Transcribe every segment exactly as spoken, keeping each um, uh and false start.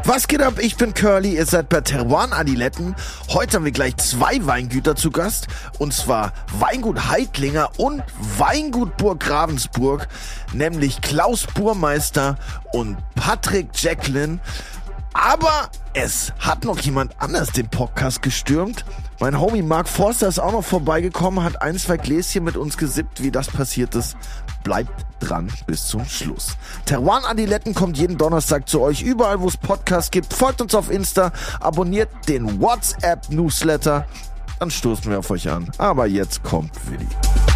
Was geht ab? Ich bin Curly, ihr seid bei Terroir Adiletten. Heute haben wir gleich zwei Weingüter zu Gast. Und zwar Weingut Heidlinger und Weingut Burg Ravensburg. Nämlich Klaus Burmeister und Patrick Jacklin. Aber es hat noch jemand anders den Podcast gestürmt. Mein Homie Mark Forster ist auch noch vorbeigekommen, hat ein, zwei Gläschen mit uns gesippt. Wie das passiert ist, bleibt dran bis zum Schluss. Terroir Adiletten kommt jeden Donnerstag zu euch, überall wo es Podcasts gibt. Folgt uns auf Insta, abonniert den WhatsApp-Newsletter. Dann stoßen wir auf euch an. Aber jetzt kommt Willi.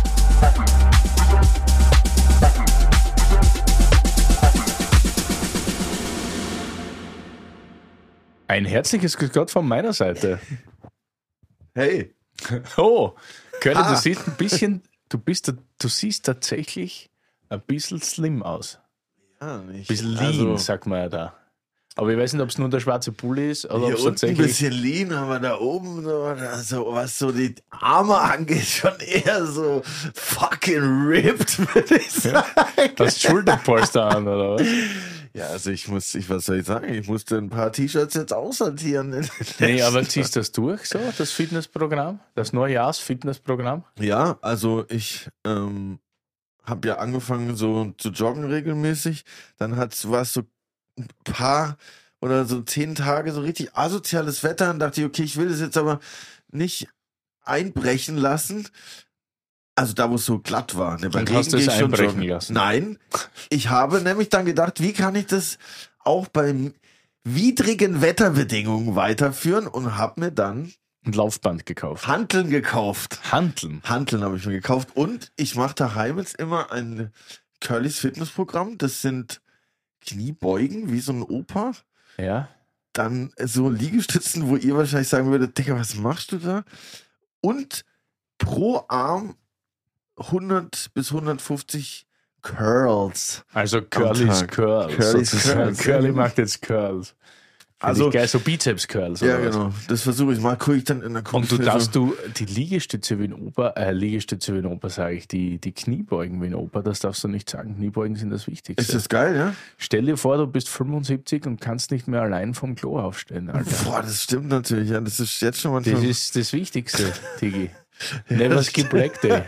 Ein herzliches Grüß Gott von meiner Seite. Hey. Oh, Curly, Ah. du siehst ein bisschen, du bist, du siehst tatsächlich ein bisschen slim aus. Ja, Ein nicht. bisschen lean, Also, sagt man ja da. Aber ich weiß nicht, ob es nur der schwarze Pulli ist oder ob hier es unten ein tatsächlich... bisschen lean, aber da oben, so, also, was so die Arme angeht, schon eher so fucking ripped, würde ich sagen. Hast du Schulterpolster an, oder was? Ja, also ich muss, ich, was soll ich sagen? Ich musste ein paar T-Shirts jetzt aussortieren. Nee, aber ziehst du das durch, so, das Fitnessprogramm? Das Neujahrs-Fitnessprogramm? Ja, also ich ähm, habe ja angefangen so zu joggen regelmäßig. Dann war es so ein paar oder so zehn Tage so richtig asoziales Wetter. Dann dachte ich, okay, ich will das jetzt aber nicht einbrechen lassen. Also da, wo es so glatt war. Ne, bei Und Regen hast du gehe es ich schon einbrechen joggen. lassen? Nein, ich habe nämlich dann gedacht, wie kann ich das auch bei widrigen Wetterbedingungen weiterführen und habe mir dann Ein Laufband gekauft. Hanteln gekauft. Hanteln. Hanteln habe ich mir gekauft und ich mache daheim jetzt immer ein Curlys Fitnessprogramm. Das sind Kniebeugen, wie so ein Opa. Ja. Dann so Liegestützen, wo ihr wahrscheinlich sagen würdet, Digga, was machst du da? Und pro Arm hundert bis hundertfünfzig Curls. Also Curly's Tag. Curls. Curly's sozusagen. Curls. Curly macht jetzt Curls. Also- Also geil, so Bizeps-Curls. Ja, oder was? genau. Das versuche ich mal. Gucke ich dann in der Und du Kuppe darfst du die Liegestütze wie ein Opa, äh, Liegestütze wie ein Opa, sage ich, die, die Kniebeugen wie ein Opa, das darfst du nicht sagen. Kniebeugen sind das Wichtigste. Ist das geil, ja? Stell dir vor, du bist fünfundsiebzig und kannst nicht mehr allein vom Klo aufstehen, Alter. Boah, das stimmt natürlich. Ja, das ist jetzt schon manchmal. Das ist das Wichtigste, Tigi. Never skip Black Day.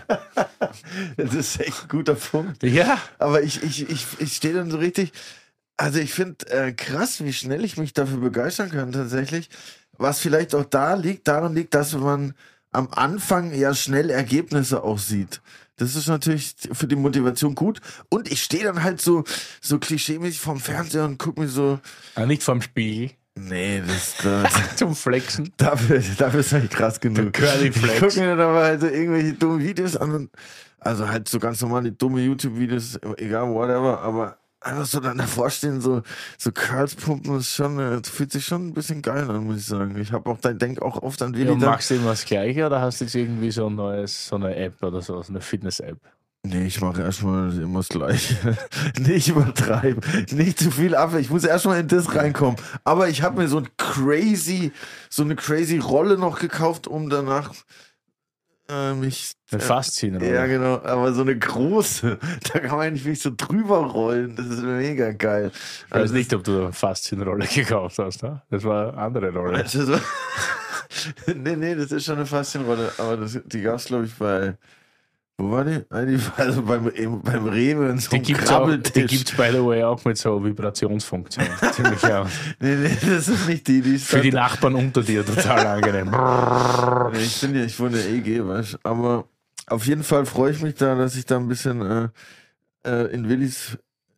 Das ist echt ein guter Punkt. Ja. Aber ich, ich, ich, ich stehe dann so richtig. Also ich finde äh, krass, wie schnell ich mich dafür begeistern kann tatsächlich. Was vielleicht auch da liegt, daran liegt, dass man am Anfang ja schnell Ergebnisse auch sieht. Das ist natürlich für die Motivation gut. Und ich stehe dann halt so, so klischeemäßig vorm Fernseher und gucke mir so. Ah, nicht vom Spiegel. Nee, das, das Zum Flexen. dafür, dafür ist halt krass genug. Der Curly Flex. Ich gucke mir dann aber halt so irgendwelche dummen Videos an. Und, also halt so ganz normale dumme YouTube-Videos, egal, whatever, aber einfach so dann davor stehen, so, so Curls pumpen, ist schon, äh, fühlt sich schon ein bisschen geil an, muss ich sagen. Ich habe auch, dann denk auch oft an Ja, Willi. da- machst du immer das Gleiche oder hast du jetzt irgendwie so ein neues, so eine App oder so, so eine Fitness-App? Nee, ich mache erstmal immer das Gleiche. Nicht übertreiben. Nicht zu viel ab. Ich muss erstmal in das reinkommen. Aber ich habe mir so ein crazy, so eine crazy Rolle noch gekauft, um danach äh, mich. Eine äh, Faszienrolle. Ja, genau, aber so eine große. Da kann man eigentlich mich so drüber rollen. Das ist mega geil. Ich weiß nicht, ob du eine Faszienrolle gekauft hast, ne? Das war eine andere Rolle. Also so nee, nee, das ist schon eine Faszienrolle. Aber das, die gab es, glaube ich, bei. Wo war die? Also beim, beim Rewe in so Die einem gibt es, die Krabbeltisch. gibt's by the way, auch mit so Vibrationsfunktion. Ziemlich ja. Nee, nee, das ist nicht die. die ist Für die da- Nachbarn unter dir total angenehm. Nee, ich bin ja, ich wohne in der E G, weißt du. Aber auf jeden Fall freue ich mich da, dass ich da ein bisschen äh, äh, in Willis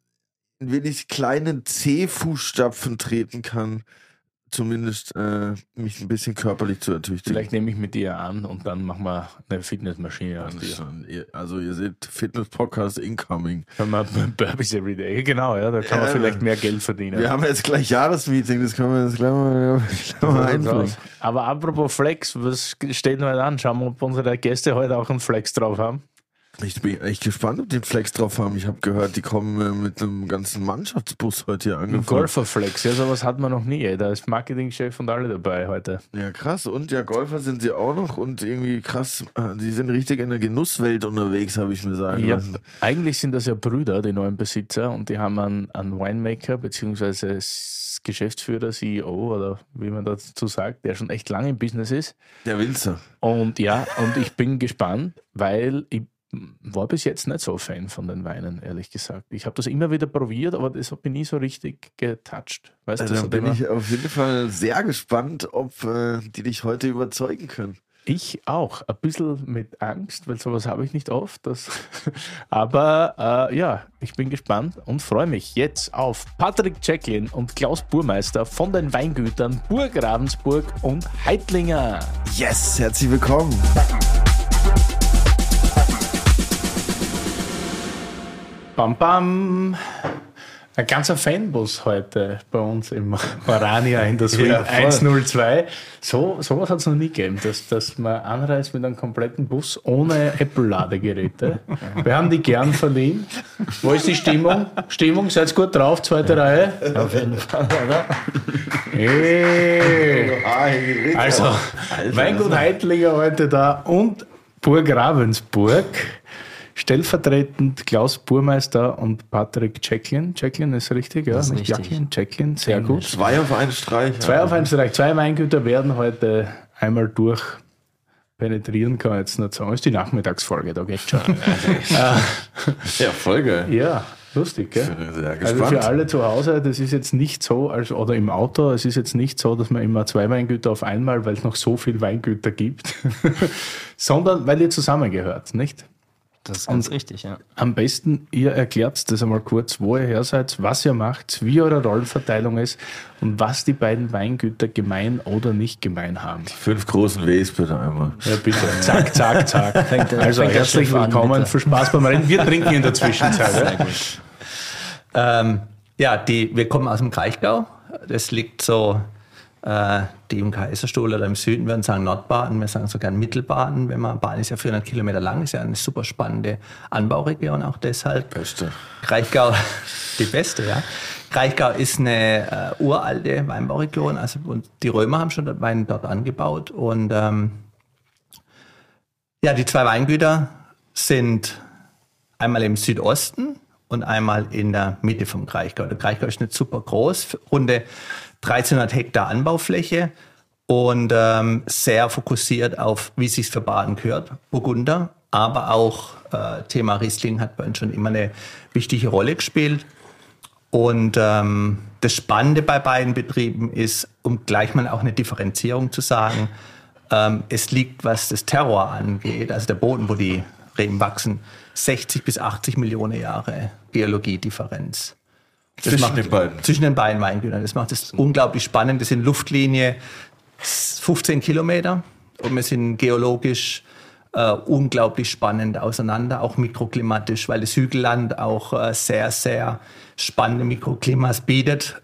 in Willis kleinen C-Fußstapfen treten kann. Zumindest äh, mich ein bisschen körperlich zu ertüchtigen. Vielleicht nehme ich mit dir an und dann machen wir eine Fitnessmaschine aus Das ist dir. schon, ihr- also ihr seht Fitness-Podcast incoming. Können wir Burpees Everyday, genau, ja, da kann man Ja, vielleicht mehr Geld verdienen. Wir haben jetzt gleich Jahresmeeting, das können wir jetzt gleich mal, gleich mal einbringen. Aber apropos Flex, was steht noch an? Schauen wir, ob unsere Gäste heute auch einen Flex drauf haben. Ich bin echt gespannt, ob die einen Flex drauf haben. Ich habe gehört, die kommen äh, mit einem ganzen Mannschaftsbus heute hier Ein angefahren. Golferflex, ja, sowas hat man noch nie. Da ist Marketingchef und alle dabei heute. Ja, krass. Und ja, Golfer sind sie auch noch und irgendwie krass, äh, die sind richtig in der Genusswelt unterwegs, habe ich mir sagen Ja, lassen. eigentlich sind das ja Brüder, die neuen Besitzer, und die haben einen, einen Winemaker beziehungsweise S- Geschäftsführer, C E O oder wie man dazu sagt, der schon echt lange im Business ist. Der Winzer. Und ja, und ich bin gespannt, weil ich war bis jetzt nicht so Fan von den Weinen, ehrlich gesagt. Ich habe das immer wieder probiert, aber das hat mich nie so richtig getoucht. Weißt Also du, da so bin immer- ich auf jeden Fall sehr gespannt, ob äh, die dich heute überzeugen können. Ich auch. Ein bisschen mit Angst, weil sowas habe ich nicht oft. Das aber äh, ja, ich bin gespannt und freue mich jetzt auf Patrick Jacklin und Klaus Burmeister von den Weingütern Burg Ravensburg und Heidlinger. Yes, herzlich willkommen. Bam, bam. Ein ganzer Fanbus heute bei uns im Orania in der Suite Ja, voll. hundertzwei. So sowas hat es noch nie gegeben, dass, dass man anreist mit einem kompletten Bus ohne Apple-Ladegeräte. Wir haben die gern verliehen. Wo ist die Stimmung? Stimmung, seid gut drauf, zweite Reihe? Auf jeden Fall, oder? Hey. Also, Weingut Heidlinger heute da und Burg Ravensburg. Stellvertretend Klaus Burmeister und Patrick Jacklin. Jacklin ist richtig, ja? Das ist Nicht richtig. Jacklin, Jacklin, sehr gut. Zwei auf einen Streich. Zwei auf einen Streich. Zwei Weingüter werden heute einmal durch penetrieren, kann ich jetzt nicht sagen. Das ist die Nachmittagsfolge, da geht's schon. Ja, voll geil. Ja, lustig, gell? Ich bin sehr Also gespannt. für alle zu Hause, das ist jetzt nicht so, also, oder im Auto, es ist jetzt nicht so, dass man immer zwei Weingüter auf einmal, weil es noch so viele Weingüter gibt, sondern weil ihr zusammengehört, nicht? Das ist ganz richtig, ja. Am besten, ihr erklärt das einmal kurz, wo ihr her seid, was ihr macht, wie eure Rollenverteilung ist und was die beiden Weingüter gemein oder nicht gemein haben. Fünf großen Ws bitte einmal. Ja, bitte. Zack, zack, zack. Fängt- Also fängt der herzlich Chef an, willkommen, bitte. viel Spaß beim Rennen. Wir trinken in der Zwischenzeit. Sehr Ja? gut. Ähm, ja, die, wir kommen aus dem Kraichgau. Das liegt so, äh, die im Kaiserstuhl oder im Süden würden sagen Nordbaden, wir sagen sogar Mittelbaden. Wenn man, Baden ist ja vierhundert Kilometer lang, ist ja eine super spannende Anbauregion auch deshalb. Beste. Kraichgau, die beste, ja. Kraichgau ist eine äh, uralte Weinbauregion, also und die Römer haben schon Wein dort angebaut und ähm, ja, die zwei Weingüter sind einmal im Südosten und einmal in der Mitte vom Kraichgau. Der Kraichgau ist nicht super groß, runde dreizehnhundert Hektar Anbaufläche und ähm, sehr fokussiert auf, wie es sich für Baden gehört, Burgunder, aber auch äh, Thema Riesling hat bei uns schon immer eine wichtige Rolle gespielt. Und ähm, das Spannende bei beiden Betrieben ist, um gleich mal auch eine Differenzierung zu sagen, ähm, es liegt, was das Terroir angeht, also der Boden, wo die Reben wachsen, sechzig bis achtzig Millionen Jahre Geologiedifferenz. Das Zwischen macht, den beiden. Zwischen den beiden Weingütern. Das macht es unglaublich spannend. Das sind Luftlinie fünfzehn Kilometer und wir sind geologisch äh, unglaublich spannend auseinander, auch mikroklimatisch, weil das Hügelland auch äh, sehr, sehr spannende Mikroklimas bietet.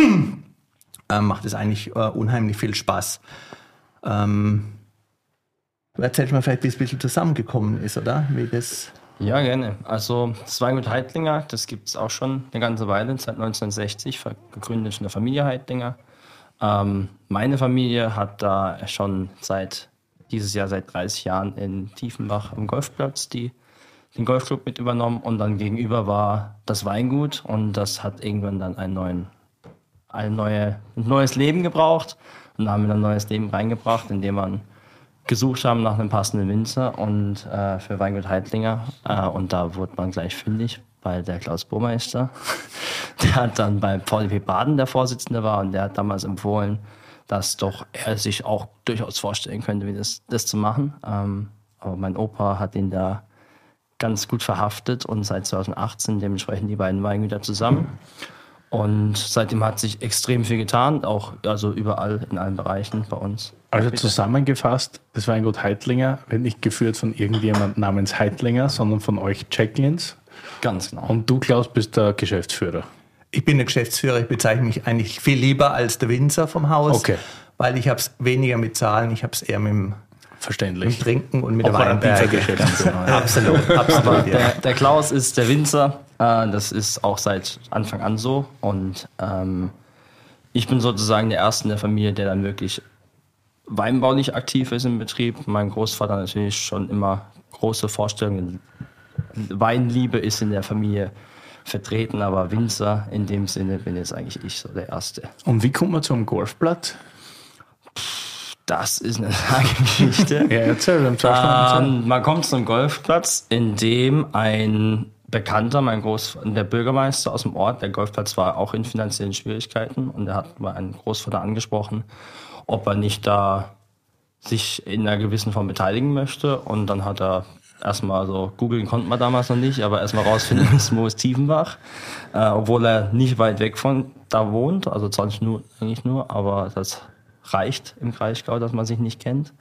äh, macht es eigentlich äh, unheimlich viel Spaß. Ähm, du erzählst mal vielleicht, wie es ein bisschen zusammengekommen ist, oder? Wie das Ja, gerne. Also das Weingut Heidlinger, das gibt es auch schon eine ganze Weile, seit neunzehnhundertsechzig, ver- gegründet in der Familie Heidlinger. Ähm, meine Familie hat da schon seit dieses Jahr seit dreißig Jahren in Tiefenbach am Golfplatz die, den Golfclub mit übernommen und dann gegenüber war das Weingut und das hat irgendwann dann einen neuen, ein, neue, ein neues Leben gebraucht und da haben wir ein neues Leben reingebracht, indem man gesucht haben nach einem passenden Winzer und äh, für Weingut Heidlinger äh, und da wurde man gleich fündig, weil der Klaus Burmeister, der hat dann bei V D P Baden der Vorsitzende war und der hat damals empfohlen, dass doch er sich auch durchaus vorstellen könnte, wie das, das zu machen. Ähm, aber mein Opa hat ihn da ganz gut verhaftet und seit zweitausendachtzehn dementsprechend die beiden Weingüter zusammen. Und seitdem hat sich extrem viel getan, auch also überall in allen Bereichen bei uns. Also zusammengefasst, das Weingut Heidlinger wird nicht geführt von irgendjemand namens Heidlinger, sondern von euch Jacklins. Ganz genau. Und du, Klaus, bist der Geschäftsführer. Ich bin der Geschäftsführer, ich bezeichne mich eigentlich viel lieber als der Winzer vom Haus, Okay. weil ich habe es weniger mit Zahlen, ich habe es eher mit dem verständlich. Mit Trinken und mit der Weinberge. Absolut, absolut. Aber Ja. der, der Klaus ist der Winzer. Äh, das ist auch seit Anfang an so. Und ähm, ich bin sozusagen der Erste in der Familie, der dann wirklich weinbaulich aktiv ist im Betrieb. Mein Großvater natürlich schon immer große Vorstellungen. Weinliebe ist in der Familie vertreten, aber Winzer in dem Sinne bin jetzt eigentlich ich so der Erste. Und wie kommt man zum Golfplatz? Das ist eine lange Geschichte. Ja, erzähl, wir haben zwei Stunden ähm, man kommt zum Golfplatz, in dem ein Bekannter, mein Groß, der Bürgermeister aus dem Ort, der Golfplatz war auch in finanziellen Schwierigkeiten und er hat meinen Großvater angesprochen, ob er nicht da sich in einer gewissen Form beteiligen möchte. Und dann hat er erstmal so, googeln konnte man damals noch nicht, aber erstmal rausfinden müssen, wo ist Tiefenbach. Äh, obwohl er nicht weit weg von da wohnt, also zwanzig Minuten eigentlich nur, aber das reicht im Kraichgau, dass man sich nicht kennt.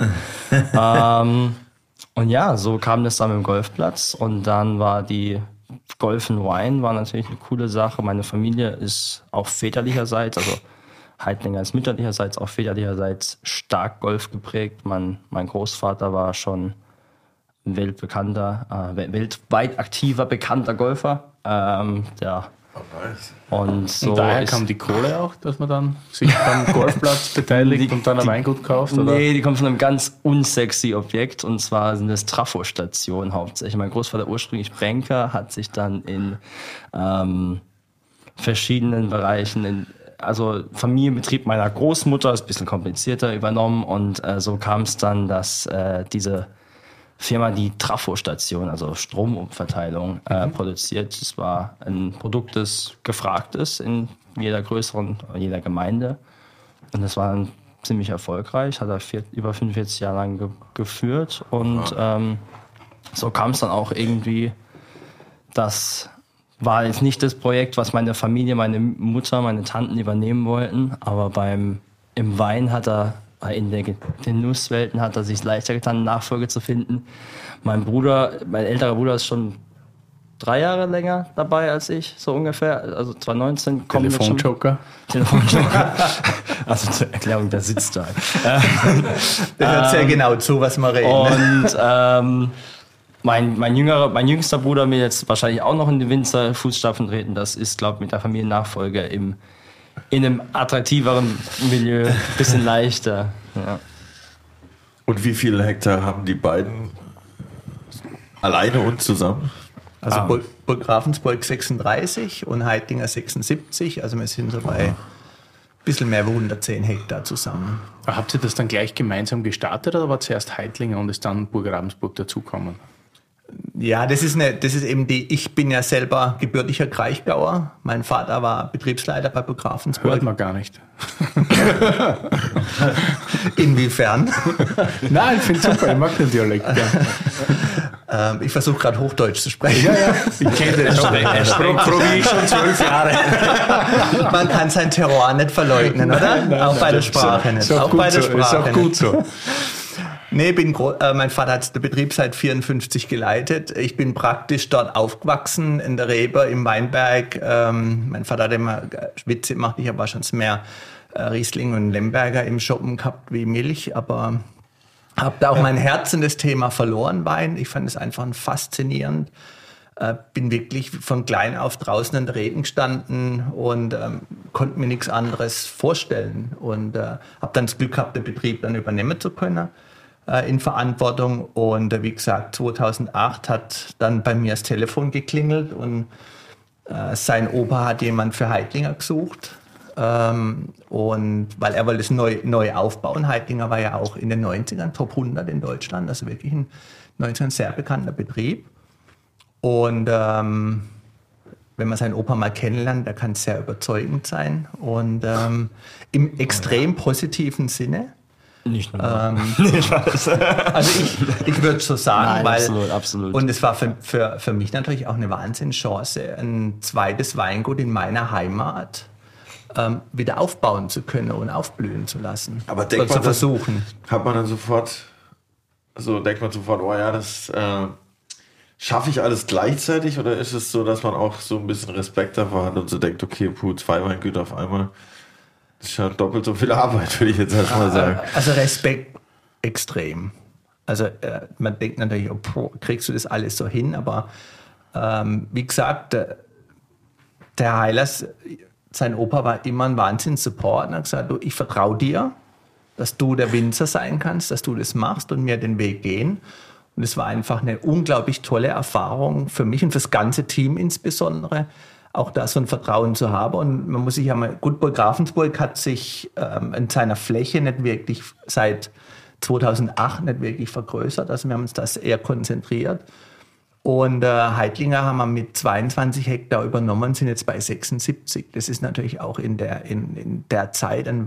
ähm, und ja, so kam das dann mit dem Golfplatz und dann war die Golf and Wine war natürlich eine coole Sache. Meine Familie ist auch väterlicherseits, also Heidlinger ist mütterlicherseits, auch väterlicherseits stark Golf geprägt. Mein, mein Großvater war schon ein weltbekannter, äh, weltweit aktiver, bekannter Golfer. Ähm, der Oh, nice. Und, so und daher kam die Kohle auch, dass man dann sich beim Golfplatz beteiligt die, und dann ein Weingut kauft? Oder? Nee, die kommt von einem ganz unsexy Objekt und zwar sind das Trafostationen hauptsächlich. Mein Großvater, ursprünglich Banker, hat sich dann in ähm, verschiedenen Bereichen, in, also Familienbetrieb meiner Großmutter, ist ein bisschen komplizierter, übernommen und äh, so kam es dann, dass äh, diese Firma, die Trafostation, also Stromumverteilung, äh, mhm. produziert. Das war ein Produkt, das gefragt ist in jeder größeren, jeder Gemeinde. Und das war dann ziemlich erfolgreich, hat er vier, über fünfundvierzig Jahre lang ge- geführt. Und ähm, so kam es dann auch irgendwie, das war jetzt nicht das Projekt, was meine Familie, meine Mutter, meine Tanten übernehmen wollten, aber beim im Wein hat er in der Genusswelten hat er sich leichter getan, eine Nachfolge zu finden. Mein Bruder, mein älterer Bruder ist schon drei Jahre länger dabei als ich, so ungefähr. Also zwanzig neunzehn kommt Telefonjoker. Telefonjoker. Also zur Erklärung, der sitzt da. Der hört sehr genau zu, was wir reden. Und ähm, mein, mein, jüngerer, mein jüngster Bruder will jetzt wahrscheinlich auch noch in die Winzer-Fußstapfen treten. Das ist, glaube ich, mit der Familiennachfolge im in einem attraktiveren Milieu, ein bisschen leichter. Ja. Und wie viele Hektar haben die beiden alleine und zusammen? Also Ah. Burg, Burg Ravensburg sechsunddreißig und Heidlinger sechsundsiebzig. Also wir sind so bei ein bisschen mehr wie hundertzehn Hektar zusammen. Habt ihr das dann gleich gemeinsam gestartet oder war zuerst Heidlinger und ist dann Burg Ravensburg dazugekommen? Ja, das ist, eine, das ist eben die, ich bin ja selber gebürtiger Kraichgauer. Mein Vater war Betriebsleiter bei Burg Ravensburg. Hört man gar nicht. Inwiefern? Nein, ich finde es super, ich mag den Dialekt. Ja. ähm, ich versuche gerade Hochdeutsch zu sprechen. Ja, ja, ich kenne das schon. Probiere ich schon zwölf Jahre. Man kann sein Terroir nicht verleugnen, oder? Nein, nein, auch nein, bei der ist Sprache auch, nicht. ist auch, auch gut bei der so, Sprache ist auch gut nicht. so. Nee, bin gro- äh, mein Vater hat den Betrieb seit vierundfünfzig geleitet. Ich bin praktisch dort aufgewachsen in der Rebe im Weinberg. Ähm, mein Vater hat immer Witze gemacht. Ich habe wahrscheinlich mehr äh, Riesling und Lemberger im Shoppen gehabt wie Milch, aber habe da auch mein Herz in das Thema verloren, Wein. Ich fand es einfach faszinierend. Äh, bin wirklich von klein auf draußen in der Reben gestanden und ähm, konnte mir nichts anderes vorstellen. Und äh, habe dann das Glück gehabt, den Betrieb dann übernehmen zu können in Verantwortung. Und wie gesagt, zweitausendacht hat dann bei mir das Telefon geklingelt und äh, sein Opa hat jemand für Heidlinger gesucht. Ähm, und weil er wollte es neu, neu aufbauen. Heidlinger war ja auch in den neunzigern Top hundert in Deutschland, also wirklich ein neunzigern sehr bekannter Betrieb. Und ähm, wenn man seinen Opa mal kennenlernt, der kann sehr überzeugend sein und ähm, im extrem positiven Sinne. Nicht nur. Ähm, also ich, ich würde so sagen, Nein, weil absolut, absolut. Und es war für, für, für mich natürlich auch eine Wahnsinnschance, ein zweites Weingut in meiner Heimat ähm, wieder aufbauen zu können und aufblühen zu lassen. Aber denkt zu man, das versuchen. hat man dann sofort, also denkt man sofort, oh ja, das äh, schaffe ich alles gleichzeitig, oder ist es so, dass man auch so ein bisschen Respekt davor hat und so denkt, okay, puh, zwei Weingüter auf einmal, das ist ja doppelt so viel Arbeit, würde ich jetzt erstmal sagen. Also Respekt extrem. Also äh, man denkt natürlich, oh, boah, kriegst du das alles so hin? Aber ähm, wie gesagt, der, der Heilers, sein Opa war immer ein Wahnsinns-Support und hat gesagt, du, ich vertraue dir, dass du der Winzer sein kannst, dass du das machst und mir den Weg gehen. Und es war einfach eine unglaublich tolle Erfahrung für mich und fürs ganze Team insbesondere, auch da so ein Vertrauen zu haben. Und man muss sich ja mal, gut, Burg Ravensburg hat sich ähm, in seiner Fläche nicht wirklich seit zweitausendacht nicht wirklich vergrößert. Also wir haben uns das eher konzentriert. Und äh, Heidlinger haben wir mit zweiundzwanzig Hektar übernommen, sind jetzt bei sechsundsiebzig. Das ist natürlich auch in der, in, in der Zeit ein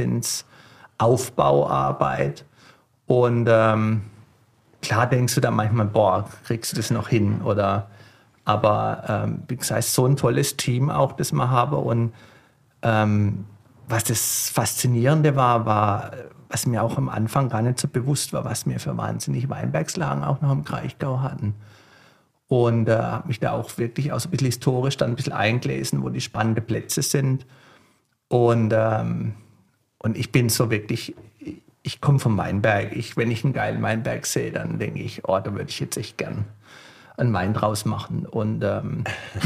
Wahnsinnsaufbauarbeit. Und ähm, klar denkst du da manchmal, boah, kriegst du das noch hin? Oder, aber ähm, wie gesagt, so ein tolles Team auch, das wir haben. Und ähm, was das Faszinierende war, war, was mir auch am Anfang gar nicht so bewusst war, was wir für wahnsinnig Weinbergslagen auch noch im Kraichgau hatten. Und äh, habe mich da auch wirklich auch so ein bisschen historisch dann ein bisschen eingelesen, wo die spannenden Plätze sind. Und, ähm, und ich bin so wirklich, ich komme vom Weinberg. Ich, wenn ich einen geilen Weinberg sehe, dann denke ich, oh, da würde ich jetzt echt gern einen Wein draus machen. Und, ähm,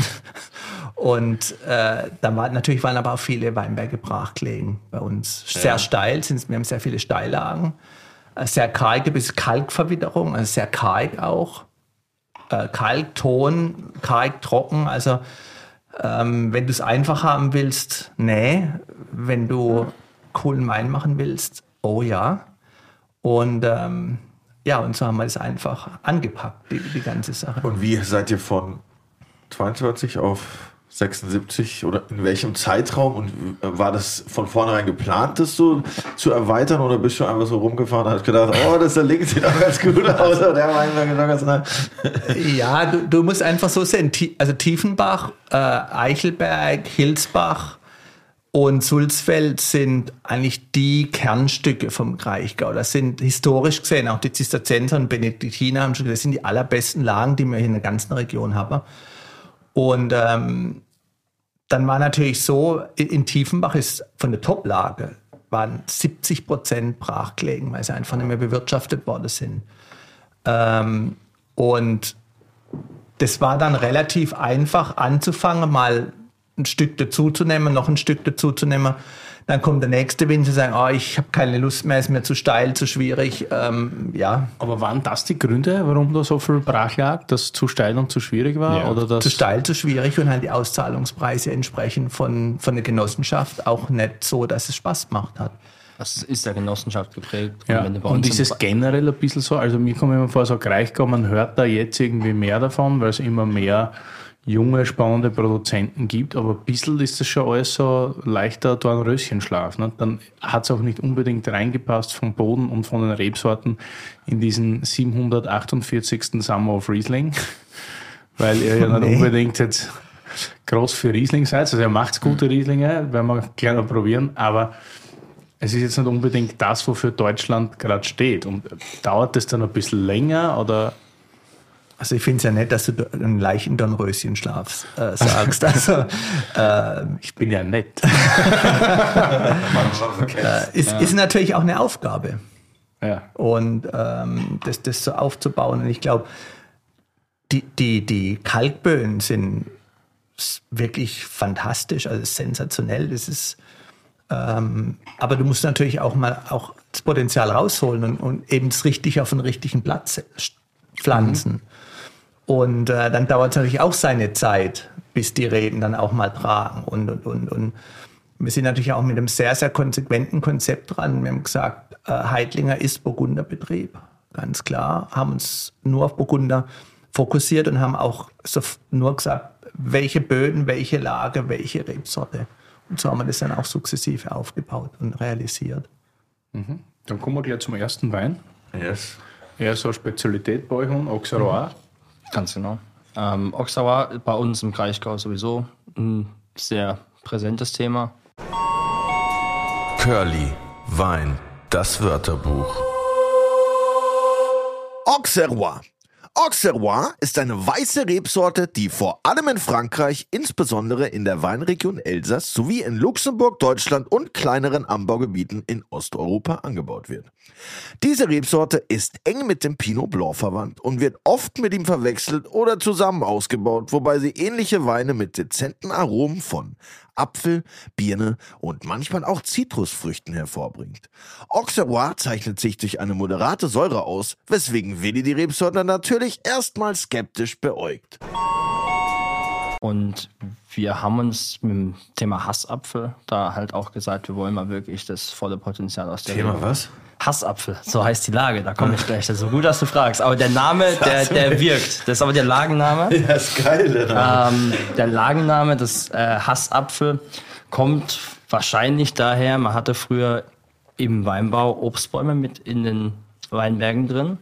und äh, dann war, natürlich waren aber auch viele Weinberge brachgelegen bei uns. Sehr ja. steil, sind, wir haben sehr viele Steillagen, sehr karge bis Kalkverwitterung, also sehr karg auch. Kalkton, kalktrocken, also ähm, wenn du es einfach haben willst, nee, wenn du coolen Wein machen willst, oh ja. Und ähm, ja, und so haben wir das einfach angepackt, die, die ganze Sache. Und wie seid ihr von zweiundzwanzig auf sechsundsiebzig oder in welchem Zeitraum, und war das von vornherein geplant, das so zu erweitern, oder bist du einfach so rumgefahren und hast gedacht, oh, das da links sieht auch ganz gut aus, oder der war ganz nah. Ja, du, du musst einfach so sehen, also Tiefenbach, äh, Eichelberg, Hilsbach und Sulzfeld sind eigentlich die Kernstücke vom Kraichgau. Das sind historisch gesehen, auch die Zisterzienser und Benediktiner haben schon, das sind die allerbesten Lagen, die wir hier in der ganzen Region haben. Und ähm, dann war natürlich so, in, in Tiefenbach ist von der Toplage waren siebzig Prozent brachgelegen, weil sie einfach nicht mehr bewirtschaftet worden sind. Ähm, und das war dann relativ einfach anzufangen, mal ein Stück dazuzunehmen, noch ein Stück dazuzunehmen. Dann kommt der nächste Winter und sagt, oh, ich habe keine Lust mehr, ist mir zu steil, zu schwierig. Ähm, ja. Aber waren das die Gründe, warum da so viel brach lag, dass es zu steil und zu schwierig war? Ja. Oder das zu steil, zu schwierig und halt die Auszahlungspreise entsprechend von, von der Genossenschaft auch nicht so, dass es Spaß gemacht hat. Das ist der Genossenschaft geprägt. Ja. Und, und ist es generell ein bisschen so, also mir kommt immer vor, so Kraichgau, man hört da jetzt irgendwie mehr davon, weil es immer mehr junge, spannende Produzenten gibt, aber ein bisschen ist das schon alles so leichter Dornröschenschlaf. Ne? Dann hat es auch nicht unbedingt reingepasst vom Boden und von den Rebsorten in diesen siebenhundertachtundvierzigsten Summer of Riesling, weil ihr ja nicht nee. unbedingt jetzt groß für Riesling seid. Also ihr macht gute Rieslinge, werden wir gleich noch probieren, aber es ist jetzt nicht unbedingt das, wofür Deutschland gerade steht. Und dauert das dann ein bisschen länger oder? Also ich finde es ja nett, dass du einen leichten Dornröschenschlaf äh, sagst. Also, äh, ich bin ja nett. äh, ist, ja. ist natürlich auch eine Aufgabe. Ja. Und ähm, das, das so aufzubauen. Und ich glaube, die, die, die Kalkböen sind wirklich fantastisch, also sensationell. Das ist, ähm, aber du musst natürlich auch mal auch das Potenzial rausholen und, und eben es richtig auf den richtigen Platz pflanzen. Mhm. Und äh, dann dauert es natürlich auch seine Zeit, bis die Reben dann auch mal tragen. Und, und, und, und wir sind natürlich auch mit einem sehr, sehr konsequenten Konzept dran. Wir haben gesagt, äh, Heidlinger ist Burgunderbetrieb, ganz klar. Haben uns nur auf Burgunder fokussiert und haben auch so nur gesagt, welche Böden, welche Lage, welche Rebsorte. Und so haben wir das dann auch sukzessive aufgebaut und realisiert. Mhm. Dann kommen wir gleich zum ersten Wein. Yes. Eher so eine Spezialität bei euch, Auxerrois. Mhm. Ganz genau. Ähm, Auxerrois bei uns im Kraichgau sowieso ein sehr präsentes Thema. Curly, Wein, das Wörterbuch. Auxerrois. Auxerrois ist eine weiße Rebsorte, die vor allem in Frankreich, insbesondere in der Weinregion Elsass sowie in Luxemburg, Deutschland und kleineren Anbaugebieten in Osteuropa angebaut wird. Diese Rebsorte ist eng mit dem Pinot Blanc verwandt und wird oft mit ihm verwechselt oder zusammen ausgebaut, wobei sie ähnliche Weine mit dezenten Aromen von Apfel, Birne und manchmal auch Zitrusfrüchten hervorbringt. Auxerrois zeichnet sich durch eine moderate Säure aus, weswegen Willi die Rebsorte natürlich erstmal skeptisch beäugt. Und wir haben uns mit dem Thema Hassapfel da halt auch gesagt, wir wollen mal wirklich das volle Potenzial aus der Thema Rebe. was? Hassapfel, so heißt die Lage, da komme ich gleich dazu. Gut, dass du fragst. Aber der Name, der, der wirkt. Das ist aber der Lagenname. Ja, ist geil, der Name. Ähm, der Lagenname des äh, Hassapfel kommt wahrscheinlich daher, man hatte früher im Weinbau Obstbäume mit in den Weinbergen drin.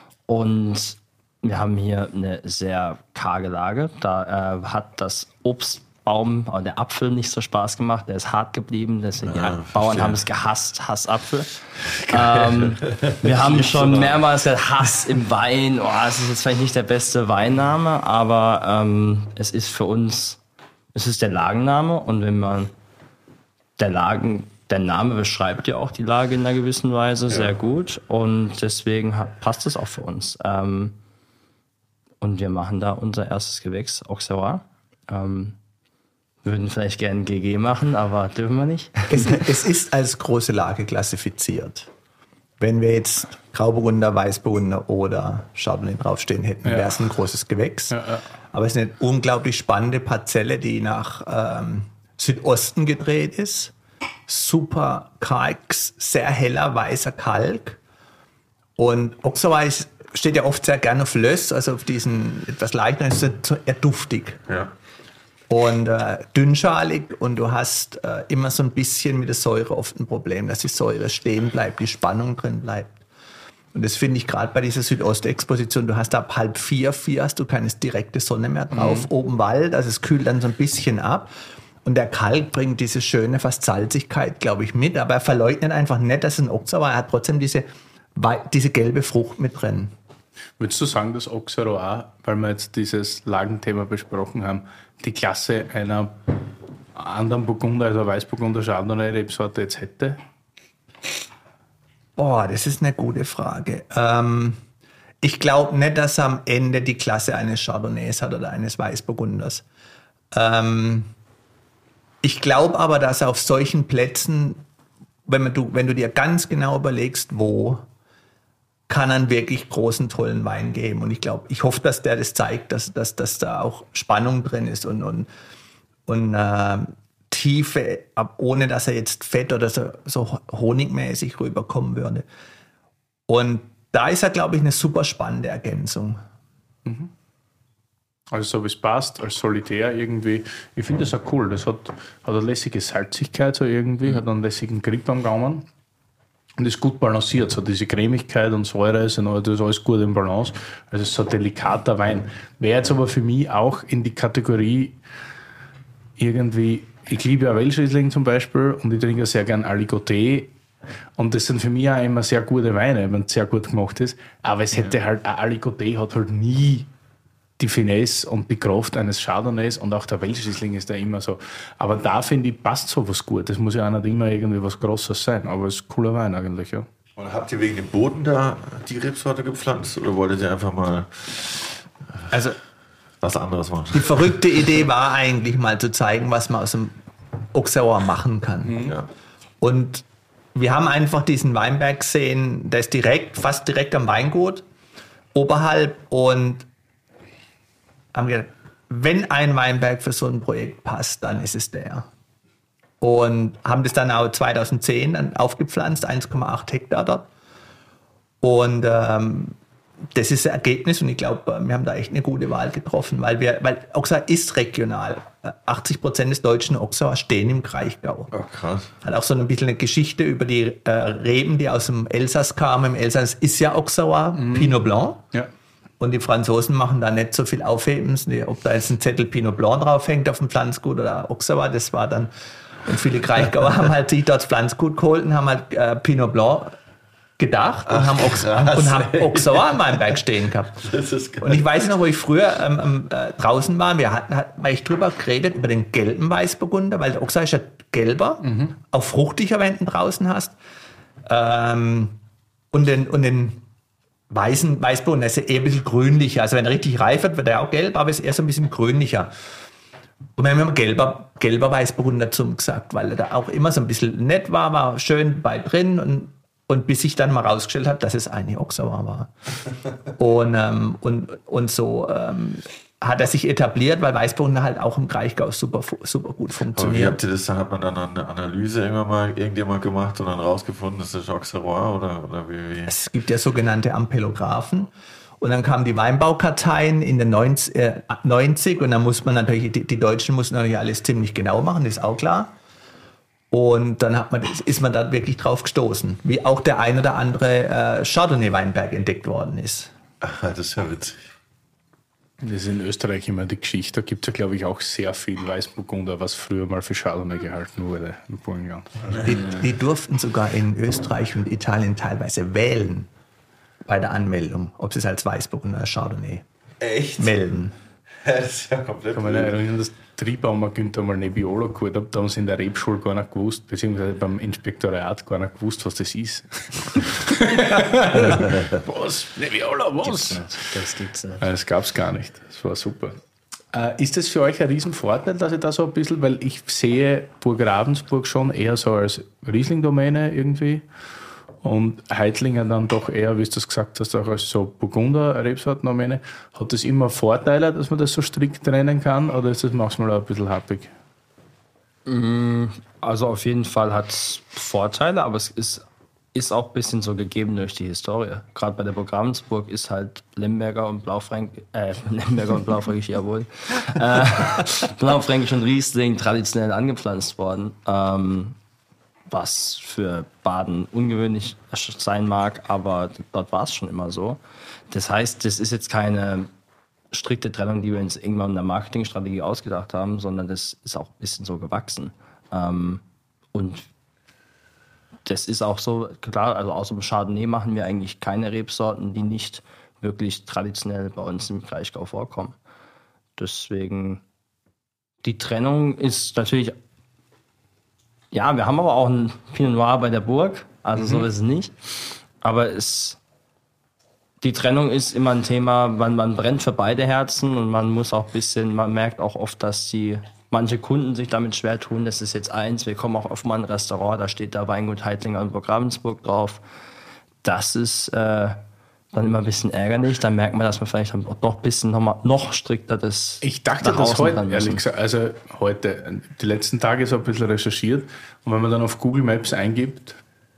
Und wir haben hier eine sehr karge Lage. Da äh, hat das Obstbaum, oder der Apfel nicht so Spaß gemacht. Der ist hart geblieben. Deswegen, Ja, ja, Bauern verstehe. haben es gehasst, Hassapfel. Ähm, wir haben schon mehrmals gesagt, Hass im Wein. Oh, es ist jetzt vielleicht nicht der beste Weinname, aber ähm, es ist für uns, es ist der Lagenname. Und wenn man der Lagen, der Name beschreibt ja auch die Lage in einer gewissen Weise sehr gut. Und deswegen hat, passt es auch für uns. Ähm, und wir machen da unser erstes Gewächs, Auxerrois. Ähm, würden vielleicht gerne G G machen, aber dürfen wir nicht. Es, es ist als große Lage klassifiziert. Wenn wir jetzt Grauburgunder, Weißburgunder oder Chardonnay draufstehen hätten, Ja. wäre es ein großes Gewächs. Ja, ja. Aber es ist eine unglaublich spannende Parzelle, die nach ähm, Südosten gedreht ist. Super kargs, sehr heller, weißer Kalk. Und Auxerrois steht ja oft sehr gerne auf Löss, also auf diesen etwas leichteren, ist so eher duftig. Ja. Und äh, dünnschalig, und du hast äh, immer so ein bisschen mit der Säure oft ein Problem, dass die Säure stehen bleibt, die Spannung drin bleibt. Und das finde ich gerade bei dieser Südostexposition, du hast ab halb vier, vier hast du keine direkte Sonne mehr drauf, mhm. oben Wald, also es kühlt dann so ein bisschen ab. Und der Kalk bringt diese schöne, fast Salzigkeit, glaube ich, mit, aber er verleugnet einfach nicht, dass es ein Auxerrois, er hat trotzdem diese, diese gelbe Frucht mit drin. Würdest du sagen, dass Auxerrois, weil wir jetzt dieses Lagenthema besprochen haben, die Klasse einer anderen Burgunder, also Weißburgunder Chardonnay-Rebsorte jetzt hätte? Boah, das ist eine gute Frage. Ähm, ich glaube nicht, dass er am Ende die Klasse eines Chardonnays hat oder eines Weißburgunders. Ähm, ich glaube aber, dass er auf solchen Plätzen, wenn, man, du, wenn du dir ganz genau überlegst, wo, kann er einen wirklich großen, tollen Wein geben. Und ich glaube, ich hoffe, dass der das zeigt, dass, dass, dass da auch Spannung drin ist und, und, und äh, Tiefe, ohne dass er jetzt fett oder so, so honigmäßig rüberkommen würde. Und da ist er, glaube ich, eine super spannende Ergänzung. Mhm. Also so wie es passt, als Solitär irgendwie. Ich finde das auch cool. Das hat, hat eine lässige Salzigkeit so irgendwie, mhm. hat einen lässigen Grip am Gaumen. Und ist gut balanciert, so diese Cremigkeit und Säure, ist alles gut im Balance. Also es ist so ein delikater Wein. Wäre jetzt aber für mich auch in die Kategorie irgendwie, ich liebe ja Welschriesling zum Beispiel und ich trinke sehr gern Aligoté. Und das sind für mich auch immer sehr gute Weine, wenn es sehr gut gemacht ist. Aber es hätte halt, ein Aligoté hat halt nie die Finesse und die Kraft eines Chardonnays, und auch der Welschriesling ist da immer so. Aber da finde ich, passt sowas gut. Das muss ja auch nicht immer irgendwie was Großes sein, aber es ist ein cooler Wein eigentlich, ja. Und habt ihr wegen dem Boden da die Rebsorte gepflanzt oder wolltet ihr einfach mal Also was anderes machen? die verrückte Idee war eigentlich mal zu zeigen, was man aus dem Auxerrois machen kann. Mhm. Ja. Und wir haben einfach diesen Weinberg gesehen, der ist direkt, fast direkt am Weingut, oberhalb, und haben gedacht, wenn ein Weinberg für so ein Projekt passt, dann ist es der. Und haben das dann auch zweitausendzehn dann aufgepflanzt, eins Komma acht Hektar dort. Und ähm, das ist das Ergebnis, und ich glaube, wir haben da echt eine gute Wahl getroffen, weil wir, weil Auxerrois ist regional. achtzig Prozent des deutschen Auxerrois stehen im Kraichgau. Oh, krass. Hat auch so ein bisschen eine Geschichte über die äh, Reben, die aus dem Elsass kamen. Im Elsass ist ja Auxerrois, mhm. Pinot Blanc. Ja. Und die Franzosen machen da nicht so viel Aufhebens. Ob da jetzt ein Zettel Pinot Blanc draufhängt auf dem Pflanzgut oder Auxerrois, das war dann. Und viele Kraichgauer haben halt sich dort das Pflanzgut geholt und haben halt äh, Pinot Blanc gedacht und haben Auxerrois im Weinberg stehen gehabt. Das ist geil. Und ich weiß noch, wo ich früher ähm, äh, draußen war, wir hatten, hatten weil ich drüber geredet, über den gelben Weißburgunder, weil der Auxerrois ist ja gelber, mhm. auch fruchtiger, wenn du draußen hast. Ähm, und den, und den weißen Weißburgunder ist ja eher ein bisschen grünlicher. Also wenn er richtig reif wird, wird er auch gelb, aber ist eher so ein bisschen grünlicher. Und wir haben immer gelber, gelber Weißburgunder zum gesagt, weil er da auch immer so ein bisschen nett war, war schön bei drin und Und bis ich dann mal rausgestellt habe, dass es eigentlich Auxerrois war. und, ähm, und, und so ähm, hat er sich etabliert, weil Weißburgunder halt auch im Kraichgau super, super gut Aber wie funktioniert. habt ihr das, da hat man dann eine Analyse irgendwann mal irgendjemand gemacht und dann rausgefunden, das ist Auxerrois oder, oder wie, wie? Es gibt ja sogenannte Ampelographen. Und dann kamen die Weinbaukarteien in den neunzig und dann muss man natürlich, die, die Deutschen mussten natürlich alles ziemlich genau machen, das ist auch klar. Und dann hat man, ist man da wirklich drauf gestoßen, wie auch der ein oder andere äh, Chardonnay-Weinberg entdeckt worden ist. Ach, das ist ja witzig. Das ist in Österreich immer die Geschichte. Da gibt es ja, glaube ich, auch sehr viel Weißburgunder, was früher mal für Chardonnay gehalten wurde im Burgenland. Die, die durften sogar in Österreich und Italien teilweise wählen bei der Anmeldung, ob sie es als Weißburgunder oder Chardonnay Echt? melden. Das ist ja komplett. Ich kann mich erinnern, dass Triebaumer Günther mal Nebbiolo geholt hat, da haben sie in der Rebschule gar nicht gewusst, beziehungsweise beim Inspektoriat gar nicht gewusst, was das ist. Was? Nebbiolo, was? Das gibt's nicht. Das gab es gar nicht. Das war super. Äh, ist das für euch ein Riesenvorteil, dass ihr da so ein bisschen, weil ich sehe Burg Ravensburg schon eher so als Riesling-Domäne irgendwie und Heidlinger dann doch eher, wie du das gesagt hast, auch als so Burgunder-Rebsortendomäne. Hat das immer Vorteile, dass man das so strikt trennen kann, oder ist das manchmal auch ein bisschen happig? Also auf jeden Fall hat es Vorteile, aber es ist, ist auch ein bisschen so gegeben durch die Historie. Gerade bei der Burg Ravensburg ist halt Lemberger und Blaufränkisch, äh, Lemberger und Blaufränkisch, jawohl, äh, Blaufränkisch und Riesling traditionell angepflanzt worden. Ähm, was für Baden ungewöhnlich sein mag, aber dort war es schon immer so. Das heißt, das ist jetzt keine strikte Trennung, die wir uns irgendwann in der Marketingstrategie ausgedacht haben, sondern das ist auch ein bisschen so gewachsen. Ähm, und das ist auch so, klar, also außer dem Chardonnay machen wir eigentlich keine Rebsorten, die nicht wirklich traditionell bei uns im Kraichgau vorkommen. Deswegen, die Trennung ist natürlich. Ja, wir haben aber auch ein Pinot Noir bei der Burg, also mhm. so ist es nicht. Aber es, die Trennung ist immer ein Thema, man, man brennt für beide Herzen und man muss auch ein bisschen, man merkt auch oft, dass die manche Kunden sich damit schwer tun. Das ist jetzt eins, wir kommen auch auf mal ein Restaurant, da steht da Weingut Heidlinger und Burg Ravensburg drauf. Das ist äh, dann immer ein bisschen ärgerlich. Dann merkt man, dass man vielleicht dann doch ein bisschen noch, mal, noch strikter das. Ich dachte das heute, ehrlich gesagt, also heute, die letzten Tage so ein bisschen recherchiert und wenn man dann auf Google Maps eingibt,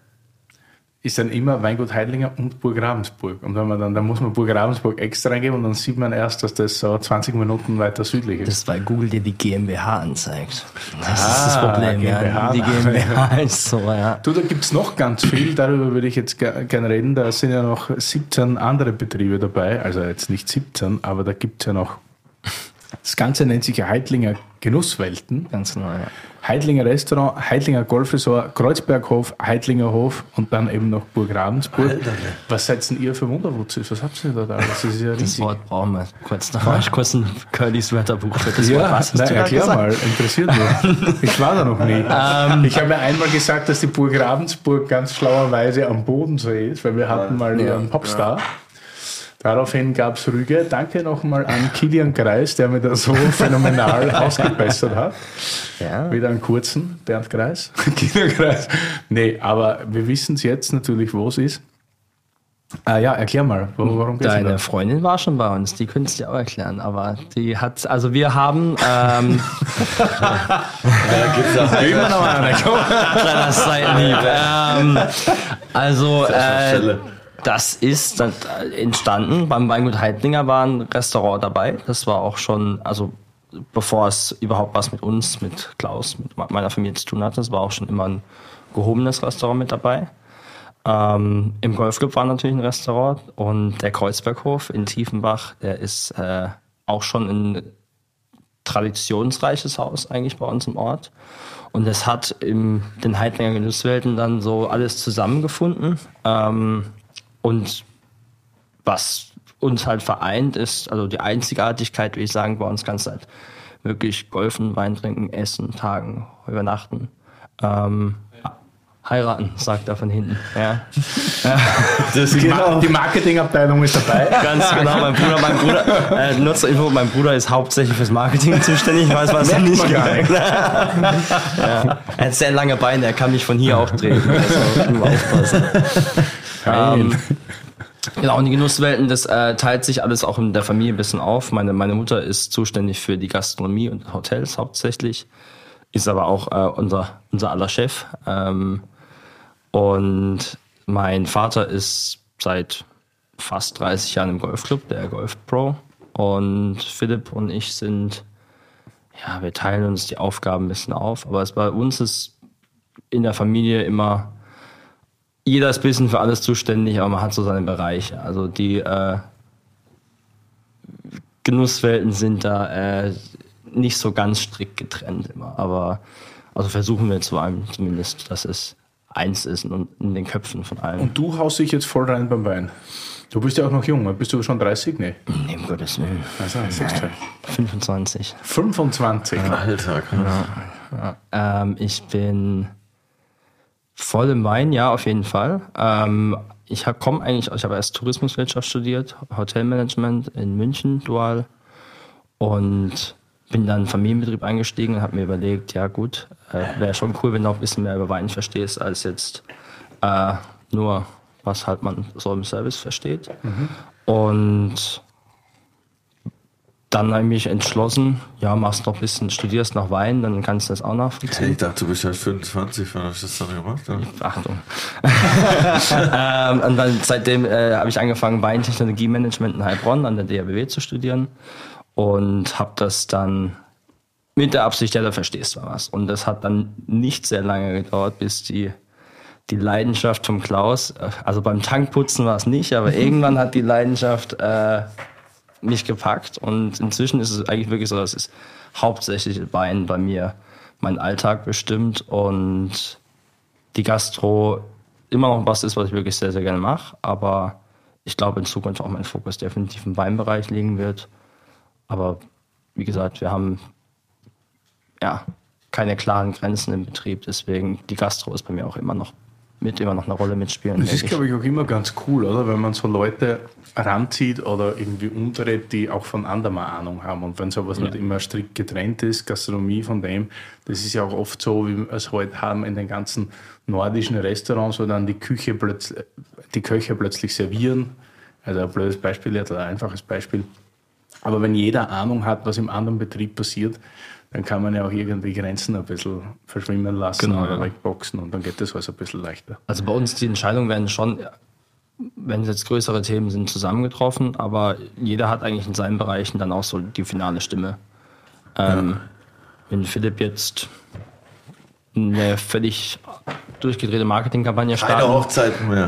ist dann immer Weingut Heidlinger und Burg Ravensburg. Und wenn man dann, dann muss man Burg Ravensburg extra eingeben und dann sieht man erst, dass das so zwanzig Minuten weiter südlich ist. Das ist, weil Google dir die GmbH anzeigt. Das ah, ist das Problem. Ja. Die GmbH ist so, ja. Du, da gibt es noch ganz viel, darüber würde ich jetzt gerne reden. Da sind ja noch siebzehn andere Betriebe dabei, also jetzt nicht siebzehn, aber da gibt es ja noch, das Ganze nennt sich ja Heidlinger Genusswelten. Ganz genau, ja. Heidlinger Restaurant, Heidlinger Golfresort, Kreuzberghof, Heidlinger Hof und dann eben noch Burg Ravensburg. Alter. Was seid denn ihr für Wunderwutzis? Was habt ihr da? Das ist ja das Wort brauchen wir kurz. Da mache ich kurz ein Curlys Wörterbuch für das ja, Wort. Was nein, erklär mal, interessiert mich. Ich war da noch nie. Ähm, ich habe mir einmal gesagt, dass die Burg Ravensburg ganz schlauerweise am Bodensee ist, weil wir hatten mal ja, einen Popstar. Ja. Daraufhin gab es Rüge. Danke nochmal an Kilian Kreis, der mir da so phänomenal ausgebessert hat. Ja. Wieder einen kurzen, Bernd Kreis. Kilian Kreis. Nee, aber wir wissen es jetzt natürlich, wo es ist. Ah ja, erklär mal, worum geht's? Deine Freundin war schon bei uns, die könntest du dir auch erklären, aber die hat, also wir haben, ähm, ja, gibt's auch immer noch mal kleiner Seitenhieb. ähm, also, äh, das ist dann entstanden. Beim Weingut Heidlinger war ein Restaurant dabei. Das war auch schon, also bevor es überhaupt was mit uns, mit Klaus, mit meiner Familie zu tun hatte, das war auch schon immer ein gehobenes Restaurant mit dabei. Ähm, Im Golfclub war natürlich ein Restaurant und der Kreuzberghof in Tiefenbach, der ist äh, auch schon ein traditionsreiches Haus eigentlich bei uns im Ort. Und es hat in den Heidlinger Genusswelten dann so alles zusammengefunden. Ähm, und was uns halt vereint ist, also die Einzigartigkeit, würde ich sagen, bei uns kannst du halt wirklich golfen, Wein trinken, essen, tagen, übernachten. Ähm, heiraten, sagt er von hinten. Ja. Das die, genau. Ma- die Marketingabteilung ist dabei. Ganz genau, mein Bruder, mein Bruder, äh, nur zur Info, mein Bruder ist hauptsächlich fürs Marketing zuständig, ich weiß, was er nicht gemerkt hat. Ja. Er hat sehr lange Beine, er kann mich von hier auch drehen. Also, nur aufpassen. ähm, genau, und die Genusswelten, das äh, teilt sich alles auch in der Familie ein bisschen auf. Meine, meine Mutter ist zuständig für die Gastronomie und Hotels hauptsächlich, ist aber auch äh, unser, unser aller Chef. Ähm, Und mein Vater ist seit fast dreißig Jahren im Golfclub, der Golf Pro. Und Philipp und ich sind, ja, wir teilen uns die Aufgaben ein bisschen auf. Aber es bei uns ist in der Familie immer, jeder ist ein bisschen für alles zuständig, aber man hat so seine Bereiche. Also die äh, Genusswelten sind da äh, nicht so ganz strikt getrennt immer. Aber also versuchen wir zu einem zumindest, dass es eins ist und in den Köpfen von allen. Und du haust dich jetzt voll rein beim Wein. Du bist ja auch noch jung, bist du schon dreißig? Nee. Nee, um Gottes Willen. Also, fünfundzwanzig. fünfundzwanzig? Ja, Alter, krass. Ja. Ja. Ähm, ich bin voll im Wein, ja, auf jeden Fall. Ähm, ich komme eigentlich, ich habe erst Tourismuswirtschaft studiert, Hotelmanagement in München, dual. Und bin dann in einen Familienbetrieb eingestiegen und habe mir überlegt, ja gut, äh, wäre schon cool, wenn du auch ein bisschen mehr über Wein verstehst, als jetzt äh, nur, was halt man so im Service versteht. Mhm. Und dann habe ich mich entschlossen, ja, machst noch ein bisschen, studierst noch Wein, dann kannst du das auch nachvollziehen. Hey, ich dachte, du bist halt fünfundzwanzig, wann hast du das dann gemacht? Oder? Achtung. ähm, und dann seitdem äh, habe ich angefangen, Weintechnologie-Management in Heilbronn an der D R B W zu studieren. Und habe das dann mit der Absicht, ja, da verstehst du was. Und das hat dann nicht sehr lange gedauert, bis die, die Leidenschaft vom Klaus, also beim Tankputzen war es nicht, aber irgendwann hat die Leidenschaft äh, mich gepackt. Und inzwischen ist es eigentlich wirklich so, dass es hauptsächlich Wein bei mir meinen Alltag bestimmt und die Gastro immer noch was ist, was ich wirklich sehr, sehr gerne mache. Aber ich glaube, in Zukunft auch mein Fokus definitiv im Weinbereich liegen wird. Aber wie gesagt, wir haben ja keine klaren Grenzen im Betrieb, deswegen die Gastro ist bei mir auch immer noch mit, immer noch eine Rolle mitspielen. Das ist, glaube ich, auch immer ganz cool, oder? Wenn man so Leute ranzieht oder irgendwie umdreht, die auch von anderem eine Ahnung haben. Und wenn sowas ja. nicht immer strikt getrennt ist, Gastronomie von dem, das ist ja auch oft so, wie wir es heute haben in den ganzen nordischen Restaurants, wo dann die Küche plötzlich, die Köche plötzlich servieren. Also ein blödes Beispiel jetzt, oder ein einfaches Beispiel. Aber wenn jeder Ahnung hat, was im anderen Betrieb passiert, dann kann man ja auch irgendwie Grenzen ein bisschen verschwimmen lassen genau, oder ja. wegboxen und dann geht das alles ein bisschen leichter. Also bei uns die Entscheidungen werden schon, wenn es jetzt größere Themen sind, zusammengetroffen, aber jeder hat eigentlich in seinen Bereichen dann auch so die finale Stimme. Ähm, ja. Wenn Philipp jetzt eine völlig durchgedrehte Marketingkampagne starten. Keine Hochzeiten mehr.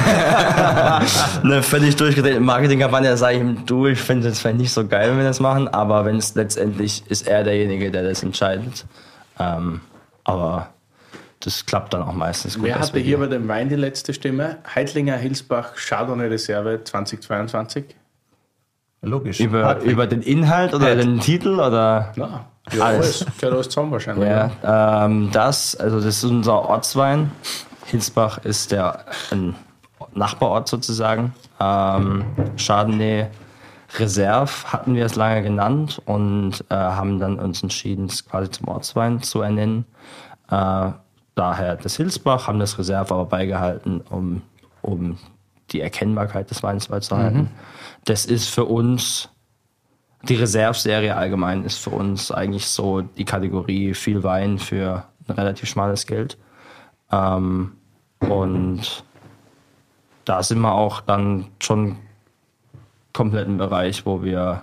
Eine völlig durchgedrehte Marketingkampagne, da sage ich ihm, du, ich finde es vielleicht nicht so geil, wenn wir das machen, aber wenn es letztendlich ist er derjenige, der das entscheidet. Ähm, aber das klappt dann auch meistens gut. Wer hatte hier bei dem Wein die letzte Stimme? Heidlinger Hilsbach Chardonnay Reserve zweitausendzweiundzwanzig? Logisch. Über, über den Inhalt oder Heid. Den Titel oder? Ja. Ja, alles. Gehört alles zusammen wahrscheinlich. Ja, ja. Ähm, das, also das ist unser Ortswein. Hilsbach ist der ein Nachbarort sozusagen. Ähm, Chardonnay Reserve hatten wir es lange genannt und äh, haben dann uns entschieden, es quasi zum Ortswein zu ernennen. Äh, daher das Hilsbach, haben das Reserve aber beigehalten, um, um die Erkennbarkeit des Weins beizuhalten. Mhm. Das ist für uns Die Reserve-Serie allgemein ist für uns eigentlich so die Kategorie viel Wein für ein relativ schmales Geld. Ähm, und da sind wir auch dann schon komplett im Bereich, wo wir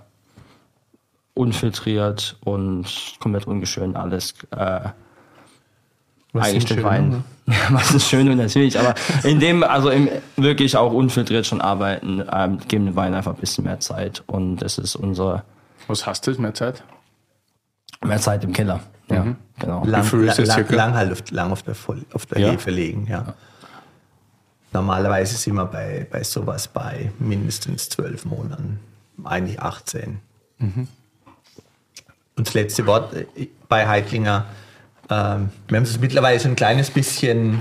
unfiltriert und komplett ungeschönt alles äh, was eigentlich den Wein. Was ist schön und natürlich, aber in dem, also im, wirklich auch unfiltriert schon arbeiten, ähm, geben dem Wein einfach ein bisschen mehr Zeit und das ist unser. Was heißt das, mehr Zeit? Mehr Zeit im Keller. Ja, mhm. genau. Lang, viel ist das lang, circa? lang, halt auf, lang auf der, Voll- auf der Ja. Hefe legen, ja. Normalerweise sind wir bei, bei sowas bei mindestens zwölf Monaten, eigentlich achtzehn. Mhm. Und das letzte Wort äh, bei Heidlinger, ähm, wir haben es mittlerweile so ein kleines bisschen,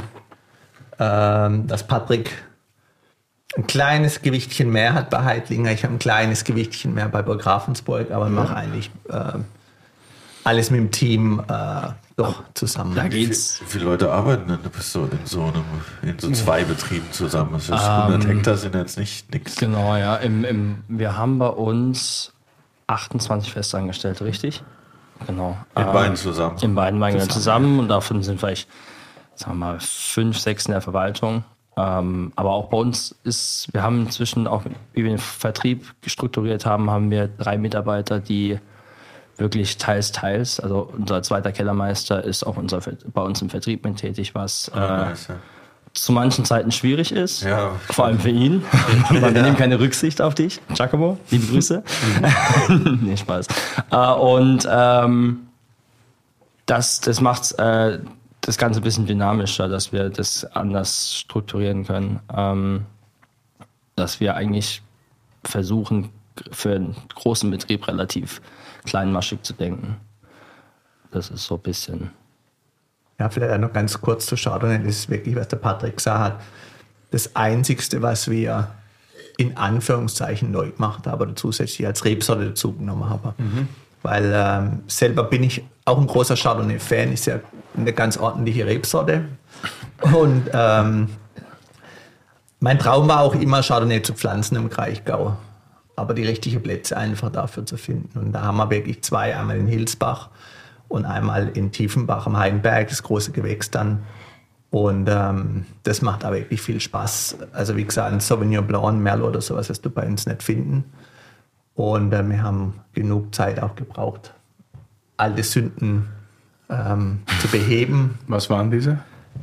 ähm, dass Patrick ein kleines Gewichtchen mehr hat bei Heidlinger, ich habe ein kleines Gewichtchen mehr bei Burg Ravensburg, aber ich mache eigentlich äh, alles mit dem Team äh, doch zusammen. Da Wie, viel, geht's. wie viele Leute arbeiten denn bist du in so einem, in so zwei Betrieben zusammen? Das ist hundert Hektar sind jetzt nicht nix. Genau, ja. Im, im, wir haben bei uns achtundzwanzig Festangestellte, richtig? Genau. In Ähm, beiden zusammen. In beiden Weingütern zusammen und davon sind vielleicht, sagen wir mal, fünf, sechs in der Verwaltung. Ähm, aber auch bei uns ist, wir haben inzwischen auch, wie wir den Vertrieb strukturiert haben, haben wir drei Mitarbeiter, die wirklich teils, teils, also unser zweiter Kellermeister ist auch unser, bei uns im Vertrieb mit tätig, was Ah, äh, nice, ja. zu manchen Zeiten schwierig ist, Ja. vor allem für ihn, weil wir nehmen keine Rücksicht auf dich. Giacomo, liebe Grüße. Nee, Spaß. Äh, und ähm, das, das macht äh, das Ganze ein bisschen dynamischer, dass wir das anders strukturieren können. Ähm, dass wir eigentlich versuchen, für einen großen Betrieb relativ kleinmaschig zu denken. Das ist so ein bisschen... Ja, vielleicht auch noch ganz kurz zu Chardonnay, das ist wirklich, was der Patrick gesagt hat, das Einzigste, was wir in Anführungszeichen neu gemacht haben oder zusätzlich als Rebsorte dazu genommen haben. Mhm. Weil ähm, selber bin ich auch ein großer Chardonnay-Fan, ist ja eine ganz ordentliche Rebsorte. Und ähm, mein Traum war auch immer, Chardonnay zu pflanzen im Kraichgau. Aber die richtigen Plätze einfach dafür zu finden. Und da haben wir wirklich zwei, einmal in Hilsbach und einmal in Tiefenbach am Heidenberg, das große Gewächs dann. Und ähm, das macht aber wirklich viel Spaß. Also wie gesagt, ein Sauvignon Blanc, ein Merlot oder sowas wirst du bei uns nicht finden. Und äh, wir haben genug Zeit auch gebraucht, alte Sünden ähm, zu beheben. Was waren diese?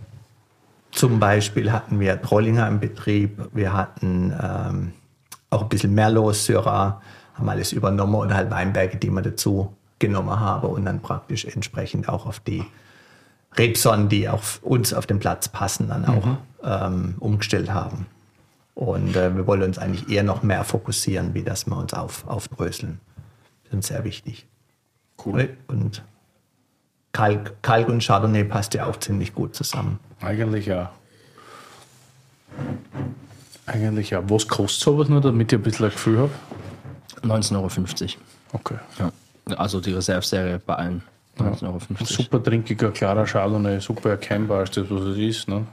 Zum Beispiel hatten wir Trollinger im Betrieb, wir hatten ähm, auch ein bisschen Merlot, Syrah, haben alles übernommen und halt Weinberge, die wir dazu genommen haben und dann praktisch entsprechend auch auf die Rebsorten, die auf uns auf den Platz passen, dann auch mhm. ähm, umgestellt haben. Und äh, wir wollen uns eigentlich eher noch mehr fokussieren, wie dass wir uns auf, aufdröseln. Das ist uns sehr wichtig. Cool. Und Kalk, Kalk und Chardonnay passt ja auch ziemlich gut zusammen. Eigentlich ja. Eigentlich ja. Was kostet sowas nur, damit ich ein bisschen ein Gefühl habe? neunzehn Euro fünfzig. Okay. Ja. Also die Reserveserie bei allen. neunzehn Euro fünfzig. Super trinkiger, klarer Chardonnay, super erkennbar als das, was es ist. Ne?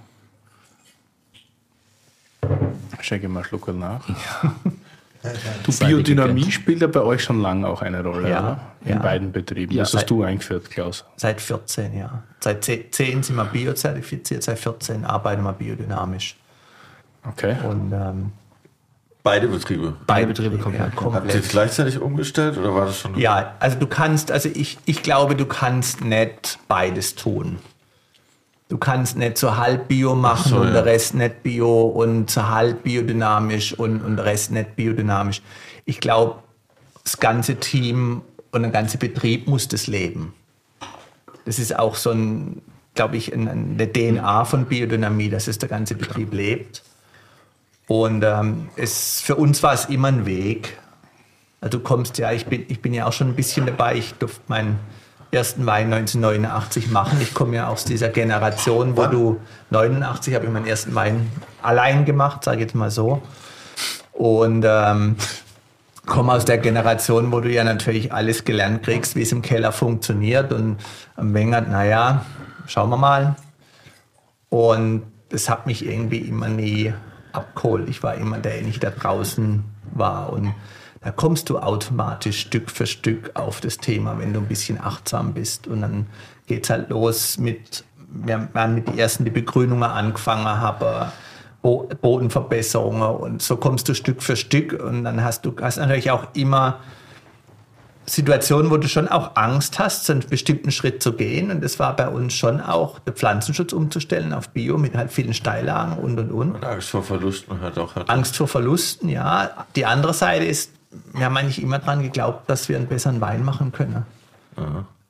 Schenke mal einen Schluck nach. Ja. Du, Biodynamie spielt ja bei euch schon lange auch eine Rolle, Ja, oder? In ja. beiden Betrieben. Ja, das hast seit- du eingeführt, Klaus. Seit vierzehn, ja. Seit zehn sind wir biozertifiziert, seit vierzehn arbeiten wir biodynamisch. Okay. Und ähm, Beide Betriebe. Beide Betriebe komplett. ja, Habt ihr komplett. jetzt gleichzeitig umgestellt oder war das schon? Ja, also du kannst, also ich, ich glaube, du kannst nicht beides tun. Du kannst nicht so halb Bio machen so, und ja. der Rest nicht Bio und so halb biodynamisch und, und der Rest nicht biodynamisch. Ich glaube, das ganze Team und der ganze Betrieb muss das leben. Das ist auch so ein, glaube ich, ein, eine D N A von Biodynamie, dass es der ganze Betrieb lebt. Und ähm, es, für uns war es immer ein Weg. Also du kommst ja, ich bin, ich bin ja auch schon ein bisschen dabei. Ich durfte meinen ersten Wein neunzehnhundertneunundachtzig machen. Ich komme ja aus dieser Generation, wo Wann? du, neunundachtzig habe ich meinen ersten Wein allein gemacht, sage ich jetzt mal so. Und ähm, komme aus der Generation, wo du ja natürlich alles gelernt kriegst, wie es im Keller funktioniert. Und am Wengert, naja, schauen wir mal. Und das hat mich irgendwie immer nie abgeholt. Ich war immer der, der nicht da draußen war. Und da kommst du automatisch Stück für Stück auf das Thema, wenn du ein bisschen achtsam bist. Und dann geht's halt los mit, wir haben mit den ersten die Begrünungen angefangen, habe Bo- Bodenverbesserungen und so kommst du Stück für Stück. Und dann hast du hast natürlich auch immer Situationen, wo du schon auch Angst hast, so einen bestimmten Schritt zu gehen. Und das war bei uns schon auch, den Pflanzenschutz umzustellen auf Bio mit halt vielen Steillagen und, und, und. Und Angst vor Verlusten halt auch. Halt. Angst vor Verlusten, ja. Die andere Seite ist, wir haben eigentlich immer dran geglaubt, dass wir einen besseren Wein machen können. Aha.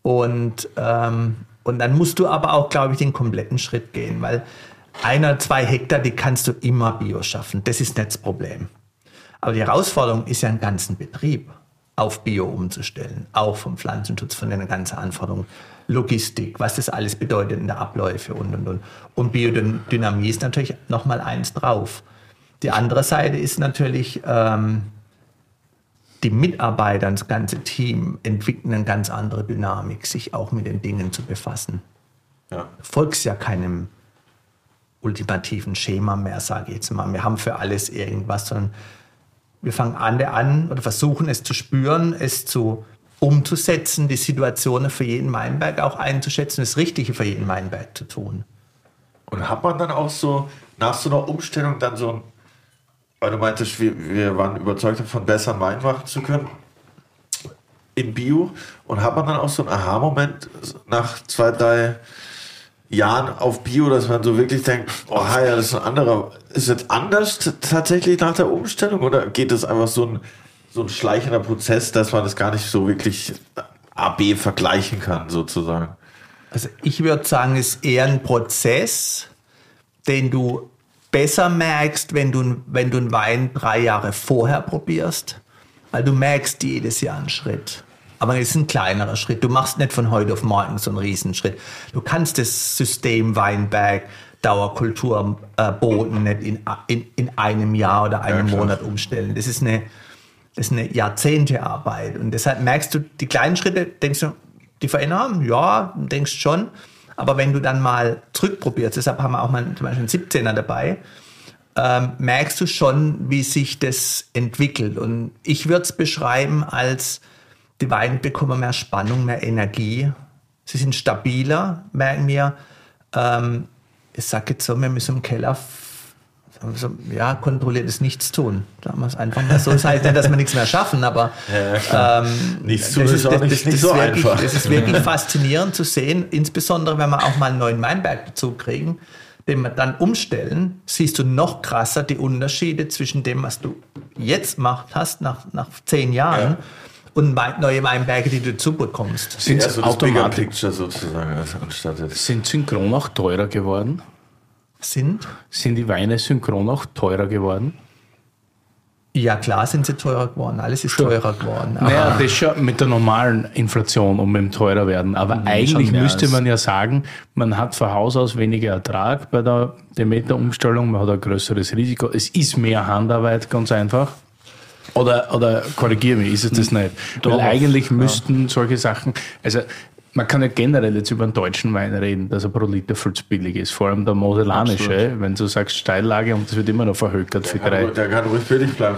Und, ähm, und dann musst du aber auch, glaube ich, den kompletten Schritt gehen, weil ein oder zwei Hektar, die kannst du immer Bio schaffen. Das ist nicht das Problem. Aber die Herausforderung ist ja, einen ganzen Betrieb auf Bio umzustellen. Auch vom Pflanzenschutz, von den ganzen Anforderungen. Logistik, was das alles bedeutet in der Abläufe und, und, und. Und Biodynamie ist natürlich nochmal eins drauf. Die andere Seite ist natürlich, ähm, die Mitarbeiter, das ganze Team entwickeln eine ganz andere Dynamik, sich auch mit den Dingen zu befassen. Ja. Du folgst ja keinem ultimativen Schema mehr, sage ich jetzt mal. Wir haben für alles irgendwas, sondern wir fangen an, an oder versuchen es zu spüren, es zu umzusetzen, die Situationen für jeden Weinberg auch einzuschätzen, das Richtige für jeden Weinberg zu tun. Und hat man dann auch so nach so einer Umstellung dann so ein, weil du meintest, wir, wir waren überzeugt davon, besser Wein machen zu können in Bio, und hat man dann auch so einen Aha-Moment nach zwei, drei Jahren auf Bio, dass man so wirklich denkt, oh ja, das ist ein anderer, ist jetzt anders t- tatsächlich nach der Umstellung, oder geht es einfach so ein, so ein schleichender Prozess, dass man das gar nicht so wirklich A B vergleichen kann, sozusagen? Also ich würde sagen, es ist eher ein Prozess, den du besser merkst, wenn du, wenn du einen Wein drei Jahre vorher probierst, weil du merkst jedes Jahr einen Schritt. Aber es ist ein kleinerer Schritt. Du machst nicht von heute auf morgen so einen Riesenschritt. Du kannst das System Weinberg, Dauerkultur, äh, Boden nicht in, in, in einem Jahr oder einem ja, Monat umstellen. Das ist eine, das ist eine Jahrzehntearbeit. Und deshalb merkst du, die kleinen Schritte, denkst du, die verändern? Ja, denkst schon. Aber wenn du dann mal zurückprobierst, deshalb haben wir auch mal zum Beispiel einen siebzehner dabei, ähm, merkst du schon, wie sich das entwickelt. Und ich würde es beschreiben als, die Weine bekommen mehr Spannung, mehr Energie. Sie sind stabiler, merken wir. Ähm, ich sage jetzt so, wir müssen im Keller so, ja, kontrolliertes Nichtstun. Sagen wir es einfach mal so. Das heißt nicht, dass wir nichts mehr schaffen, aber ja, ähm, nichts tun ist auch nicht, das, nicht so wirklich, einfach. Das ist wirklich faszinierend zu sehen, insbesondere wenn wir auch mal einen neuen Weinberg dazu kriegen, den wir dann umstellen, siehst du noch krasser die Unterschiede zwischen dem, was du jetzt gemacht hast, nach, nach zehn Jahren, ja, und neue Weinberge, die du dazu bekommst. Sind ja, so das Automatik Picture sozusagen anstatt jetzt. Sind synchron auch teurer geworden? Sind? Sind die Weine synchron auch teurer geworden? Ja, klar sind sie teurer geworden. Alles ist schon teurer geworden. Naja, das schon mit der normalen Inflation und mit dem teurer werden. Aber mhm, eigentlich müsste man ja sagen, man hat von Haus aus weniger Ertrag bei der Demeter-Umstellung, man hat ein größeres Risiko. Es ist mehr Handarbeit, ganz einfach. Oder, oder korrigiere mich, ist es das nicht? Doch, weil eigentlich ja. müssten solche Sachen, also man kann ja generell jetzt über einen deutschen Wein reden, dass er pro Liter viel zu billig ist. Vor allem der moselanische, absolut, wenn du sagst Steillage, und das wird immer noch verhökert für drei. Der kann ruhig billig bleiben.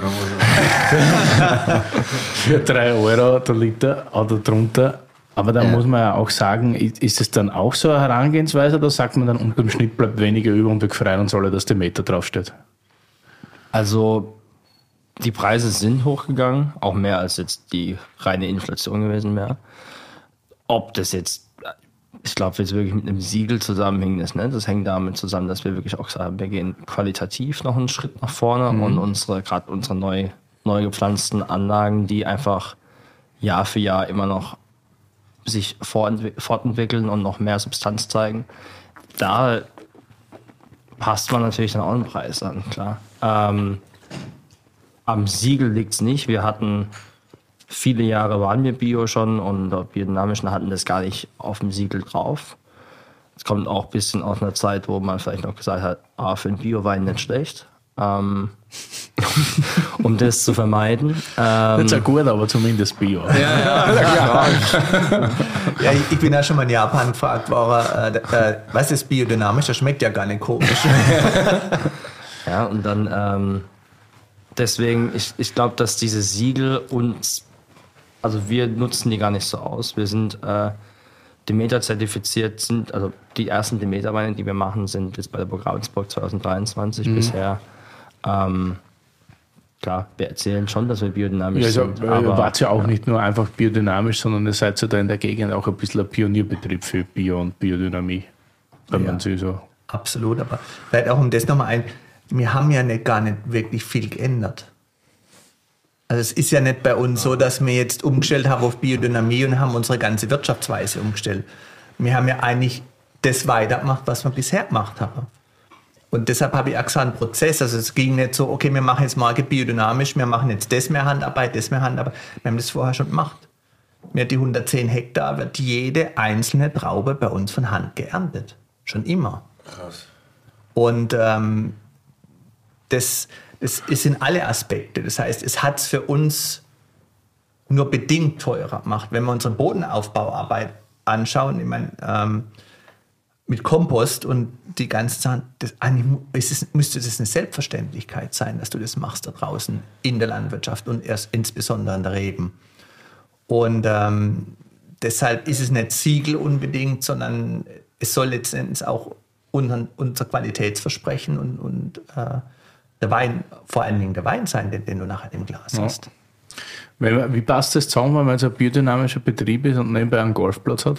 Für drei Euro der Liter oder drunter. Aber da ja. muss man ja auch sagen, ist es dann auch so eine Herangehensweise, da sagt man dann, unterm Schnitt bleibt weniger über und wir freuen uns alle, dass der Meter draufsteht? Also die Preise sind hochgegangen, auch mehr als jetzt die reine Inflation gewesen wäre. Ob das jetzt, ich glaube, jetzt wirklich mit einem Siegel zusammenhängt, ist, ne? Das hängt damit zusammen, dass wir wirklich auch sagen, wir gehen qualitativ noch einen Schritt nach vorne, mhm, und unsere, gerade unsere neu, neu gepflanzten Anlagen, die einfach Jahr für Jahr immer noch sich fortentwickeln und noch mehr Substanz zeigen, da passt man natürlich dann auch einen Preis an, klar. Ähm, am Siegel liegt es nicht. Wir hatten viele Jahre waren wir Bio schon und biodynamischen hatten das gar nicht auf dem Siegel drauf. Es kommt auch ein bisschen aus einer Zeit, wo man vielleicht noch gesagt hat, ah, für einen Bio-Wein nicht schlecht. Ähm, um das zu vermeiden. Ähm, nicht so gut, aber zumindest Bio. Ja, ja, ja, ja, ich, ich bin ja schon mal in Japan gefragt worden, äh, äh, was ist biodynamisch? Das schmeckt ja gar nicht komisch. Ja, und dann ähm, deswegen, ich, ich glaube, dass diese Siegel uns, also wir nutzen die gar nicht so aus. Wir sind äh, Demeter zertifiziert, sind, also die ersten Demeter-Weine, die wir machen, sind jetzt bei der Burg Ravensburg zwanzig dreiundzwanzig mhm. bisher. Ähm, klar, wir erzählen schon, dass wir biodynamisch ja, also, sind. Aber ihr wart ja auch ja. nicht nur einfach biodynamisch, sondern ihr seid ja da in der Gegend auch ein bisschen ein Pionierbetrieb für Bio und Biodynamie. Wenn ja, man sie so. Absolut, aber vielleicht auch um das nochmal ein, wir haben ja nicht, gar nicht wirklich viel geändert. Also es ist ja nicht bei uns so, dass wir jetzt umgestellt haben auf Biodynamie und haben unsere ganze Wirtschaftsweise umgestellt. Wir haben ja eigentlich das weitergemacht, was wir bisher gemacht haben. Und deshalb habe ich auch gesagt, einen Prozess. Also es ging nicht so, okay, wir machen jetzt Marke biodynamisch, wir machen jetzt das mehr Handarbeit, das mehr Handarbeit. Wir haben das vorher schon gemacht. Mit die hundertzehn Hektar wird jede einzelne Traube bei uns von Hand geerntet. Schon immer. Krass. Und ähm, das, das ist in alle Aspekte. Das heißt, es hat es für uns nur bedingt teurer gemacht. Wenn wir unsere Bodenaufbauarbeit anschauen, ich meine, ähm, mit Kompost und die ganzen Sachen, das, eigentlich ist es, müsste das eine Selbstverständlichkeit sein, dass du das machst da draußen in der Landwirtschaft und erst insbesondere an der Reben. Und ähm, deshalb ist es nicht Siegel unbedingt, sondern es soll letztendlich auch unser, unser Qualitätsversprechen und, und äh, der Wein, vor allen Dingen der Wein sein, den, den du nachher im Glas Ja. hast. Wenn, wie passt das zusammen, wenn man so ein biodynamischer Betrieb ist und nebenbei einen Golfplatz hat?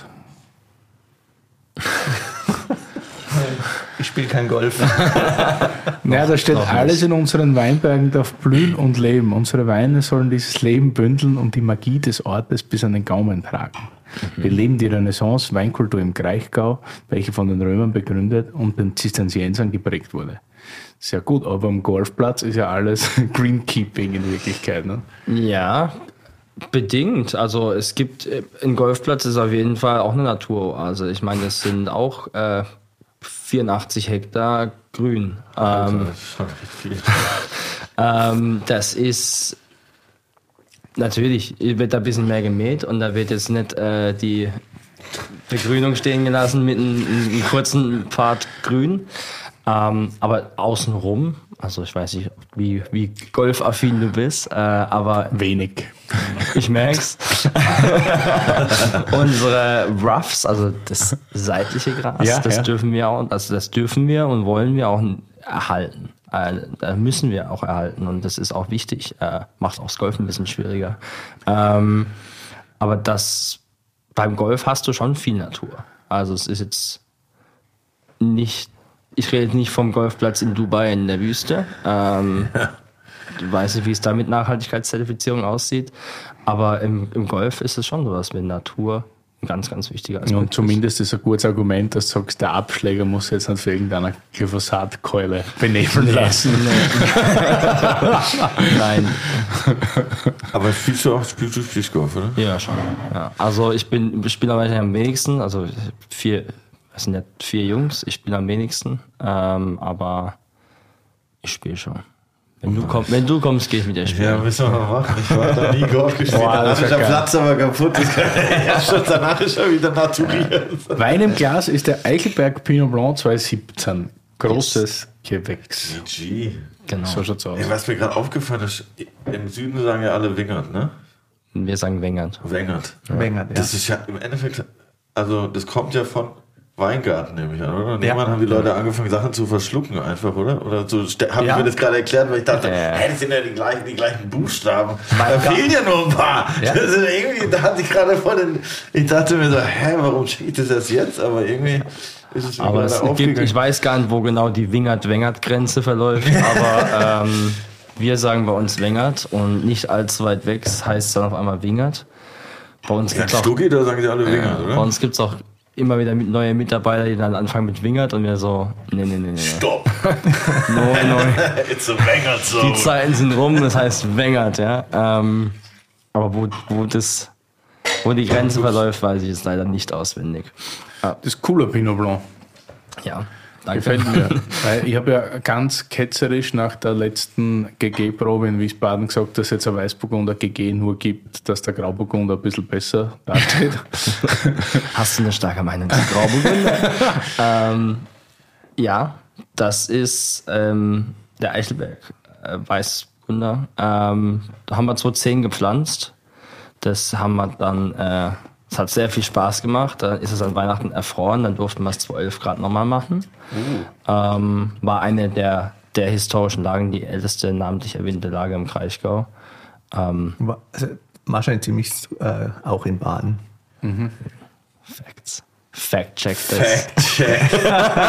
Ich spiele kein Golf. Naja, da steht noch alles nicht. in unseren Weinbergen darf blühen und leben. Unsere Weine sollen dieses Leben bündeln und die Magie des Ortes bis an den Gaumen tragen. Wir leben die Renaissance-Weinkultur im Kraichgau, welche von den Römern begründet und den Zisterziensern geprägt wurde. Sehr gut, aber am Golfplatz ist ja alles Greenkeeping in Wirklichkeit. Ne? Ja, bedingt. Also es gibt, ein Golfplatz ist auf jeden Fall auch eine Naturoase. Ich meine, das sind auch äh, vierundachtzig Hektar Grün. Also, Ähm, das ist schon recht viel. ähm, das ist natürlich, wird da ein bisschen mehr gemäht und da wird jetzt nicht äh, die Begrünung stehen gelassen mit einem, einem kurzen Pfad Grün. Ähm, aber außenrum, also ich weiß nicht, wie, wie golfaffin du bist, äh, aber Wenig. ich merk's. Unsere Roughs, also das seitliche Gras, Ja, das ja. dürfen wir auch, also das dürfen wir und wollen wir auch erhalten. Äh, da müssen wir auch erhalten und das ist auch wichtig. Äh, macht auch das Golf ein bisschen schwieriger. Ähm, aber das beim Golf hast du schon viel Natur. Also es ist jetzt nicht, ich rede jetzt nicht vom Golfplatz in Dubai in der Wüste. Ähm, Du weißt nicht, wie es da mit Nachhaltigkeitszertifizierung aussieht, aber im, im Golf ist es schon so, dass mit Natur ein ganz, ganz wichtiger Aspekt Und zumindest ist ein gutes Argument, dass du sagst, der Abschläger muss jetzt nicht für irgendeine Glyphosatkeule benebeln lassen. Nein, Aber spielst du auch, spielst du spielst Golf, oder? ja schon. Ja. Also ich bin, ich spiele wahrscheinlich am wenigsten, also vier, es sind ja vier Jungs, ich spiele am wenigsten, ähm, aber ich spiele schon. Wenn du, komm, wenn du kommst, gehe ich mit dir spielen. Ja, müssen wir mal machen. Ich war da nie Golf gespielt. Boah, Danach das ist wär der geil. Platz aber kaputt. Das kann ja schon, danach ist er wieder naturiert. Wein im Glas ist der Eichelberg Pinot Blanc zwanzig siebzehn. Großes Gewächs. G. Genau. So schaut's aus. Ey, was mir gerade aufgefallen ist, im Süden sagen ja alle Wingert, ne? Wir sagen Wengert. Wengert. Wengert, ja. Das ist ja im Endeffekt, also das kommt ja von Weingarten, nehme ich an, oder? Und Ja. irgendwann haben die Leute angefangen, Sachen zu verschlucken einfach, oder? Oder so, ste- haben Ja. die mir das gerade erklärt, weil ich dachte, Ja. hey, das sind ja die gleichen, die gleichen Buchstaben. Da Weingarten. fehlen ja nur ein paar. Ja. Das ist irgendwie, da hatte ich gerade vor den, ich dachte mir so, hä, warum schicke ich das erst jetzt? Aber irgendwie ist es mir Aber gerade es gibt, aufgegangen. ich weiß gar nicht, wo genau die Wingert-Wengert-Grenze verläuft, aber ähm, wir sagen bei uns Wengert und nicht allzu weit weg heißt es dann auf einmal Wingert. Bei uns Ja, gibt es auch, Stucki, da sagen die alle Wingert, bei oder? uns gibt's auch immer wieder mit neue Mitarbeiter, die dann anfangen mit Wingert und wir so, nee, nee, nee, nee. Stopp! No, no. It's a Wengert Die Zone. Zeiten sind rum, das heißt Wengert, ja. Ähm, aber wo, wo, das, wo die Grenze verläuft, weiß ich jetzt leider nicht auswendig. Das ist cooler Pinot Blanc. Ja, danke. Gefällt mir. Weil ich habe ja ganz ketzerisch nach der letzten G G-Probe in Wiesbaden gesagt, dass es jetzt ein Weißburgunder G G nur gibt, dass der Grauburgunder ein bisschen besser dasteht. Hast du eine starke Meinung zu Grauburgunder? ähm, ja, das ist ähm, der Eichelberg äh, Weißburgunder. Ähm, da haben wir zweitausendzehn gepflanzt. Das haben wir dann, äh, es hat sehr viel Spaß gemacht. Dann ist es an Weihnachten erfroren. Dann durften wir es zwölf Grad nochmal machen. Ähm, war eine der, der historischen Lagen, die älteste namentlich erwähnte Lage im Kraichgau. Ähm, War- Also, wahrscheinlich ziemlich äh, auch in Baden. Facts. Fact-check das. Check.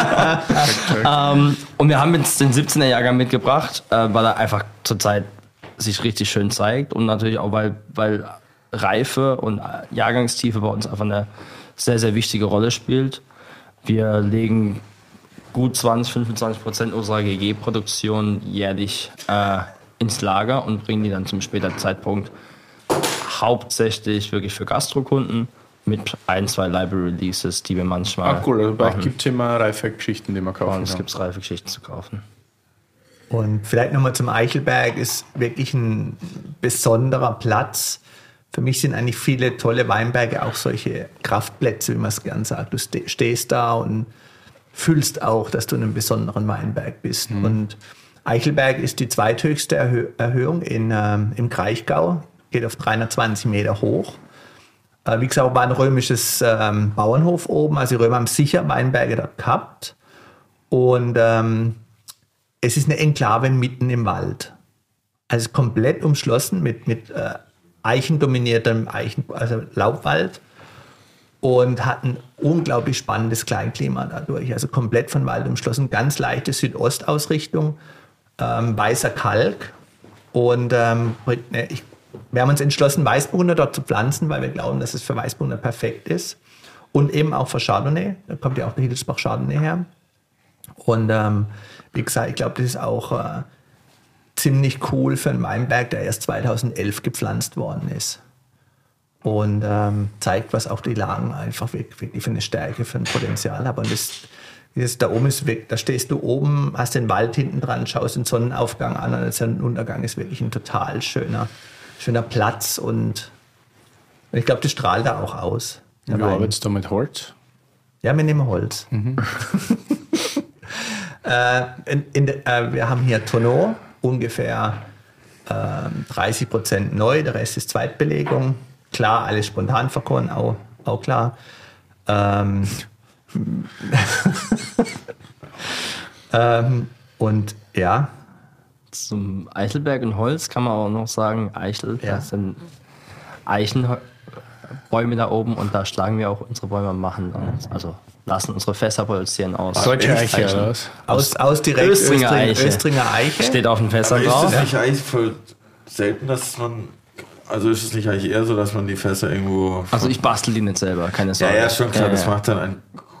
Ähm, und wir haben jetzt den siebzehner Jahrgang mitgebracht, äh, weil er einfach zurzeit sich richtig schön zeigt und natürlich auch, weil, weil Reife und Jahrgangstiefe bei uns einfach eine sehr, sehr wichtige Rolle spielt. Wir legen gut zwanzig, fünfundzwanzig Prozent unserer G G-Produktion jährlich äh, ins Lager und bringen die dann zum späteren Zeitpunkt hauptsächlich wirklich für Gastrokunden mit ein, zwei Library-Releases, die wir manchmal Ah, cool. Also bei euch machen. gibt es immer reife Geschichten, die man Bei kaufen uns kann. gibt es reife Geschichten zu kaufen. Und vielleicht nochmal zum Eichelberg, ist wirklich ein besonderer Platz. Für mich sind eigentlich viele tolle Weinberge auch solche Kraftplätze, wie man es gern sagt. Du ste- stehst da und fühlst auch, dass du in einem besonderen Weinberg bist. Mhm. Und Eichelberg ist die zweithöchste Erhö- Erhöhung in, ähm, im Kraichgau, geht auf dreihundertzwanzig Meter hoch. Äh, wie gesagt, war ein römisches ähm, Bauernhof oben, also die Römer haben sicher Weinberge dort gehabt. Und ähm, es ist eine Enklave mitten im Wald. Also komplett umschlossen mit, mit äh, eichendominiertem Eichen, also Laubwald und hat ein unglaublich spannendes Kleinklima dadurch. Also komplett von Wald umschlossen, ganz leichte Südostausrichtung, ähm, weißer Kalk und ähm, ich, wir haben uns entschlossen, Weißburgunder dort zu pflanzen, weil wir glauben, dass es für Weißburgunder perfekt ist und eben auch für Chardonnay. Da kommt ja auch der Hiddelsbach Chardonnay her. Und ähm, wie gesagt, ich glaube, das ist auch äh, ziemlich cool für einen Weinberg, der erst zweitausendelf gepflanzt worden ist. Und ähm, zeigt, was auch die Lagen einfach wirklich, wirklich für eine Stärke, für ein Potenzial haben. Und das, das da oben ist weg, da stehst du oben, hast den Wald hinten dran, schaust den Sonnenaufgang an und der Sonnenuntergang ist wirklich ein total schöner, schöner Platz. Und ich glaube, das strahlt da auch aus. Wie arbeitest du mit Holz? Ja, wir nehmen Holz. Mhm. äh, in, in de, äh, wir haben hier Tonneau, ungefähr äh, dreißig Prozent neu, der Rest ist Zweitbelegung. Klar, alles spontan verkoren, auch, auch klar. Ähm, ähm, und ja. Zum Eichelberg und Holz kann man auch noch sagen, Eichel, Ja. das sind Eichenbäume da oben und da schlagen wir auch unsere Bäume und machen, also lassen unsere Fässer produzieren aus. Deutsche echt? Eiche, Eichen. oder was? Aus, aus direkt Östringer Östringer Eiche. Eiche. Östringer Eiche. Steht auf dem Fässer Aber ist drauf. das nicht eigentlich voll selten, dass man, also ist es nicht eigentlich eher so, dass man die Fässer irgendwo... Also ich bastel die nicht selber, keine ja, Sorge. ja, schon klar, Ja, das ja. macht dann ein...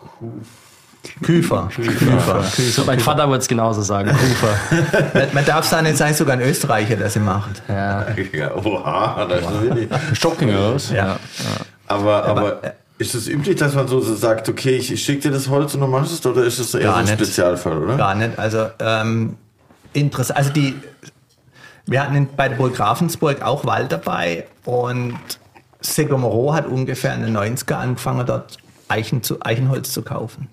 Küfer. Küfer. So, mein Vater würde es genauso sagen, Kufer. Man, man darf es auch nicht sein, sogar ein Österreicher, der sie macht. Ja. Ja, oha, das ist wirklich... Stocking, oder was? Ja. Aber, aber ist es üblich, dass man so sagt, okay, ich, ich schicke dir das Holz und du machst es, oder ist das eher Gar so ein nicht. Spezialfall, oder? Gar nicht. Also ähm, interessant. Also die, wir hatten in, bei der Burg Ravensburg auch Wald dabei und Segomoro hat ungefähr in den neunziger angefangen, dort Eichen zu, Eichenholz zu kaufen.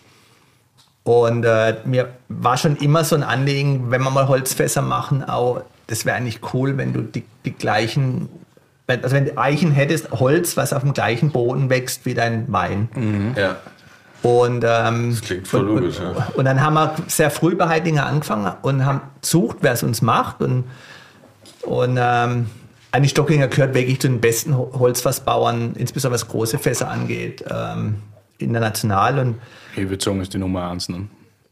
Und äh, mir war schon immer so ein Anliegen, wenn wir mal Holzfässer machen, auch, das wäre eigentlich cool, wenn du die, die gleichen, wenn, also wenn du Eichen hättest, Holz, was auf dem gleichen Boden wächst wie dein Wein. Ja. Und, ähm, Das klingt voll und, logisch, und, ja. und dann haben wir sehr früh bei Heidlinger angefangen und haben gesucht, wer es uns macht. Und, und ähm, eigentlich Stockinger gehört wirklich zu den besten Ho- Holzfassbauern, insbesondere was große Fässer angeht, ähm, international. Und Ich würde sagen, ist die Nummer eins. Ne?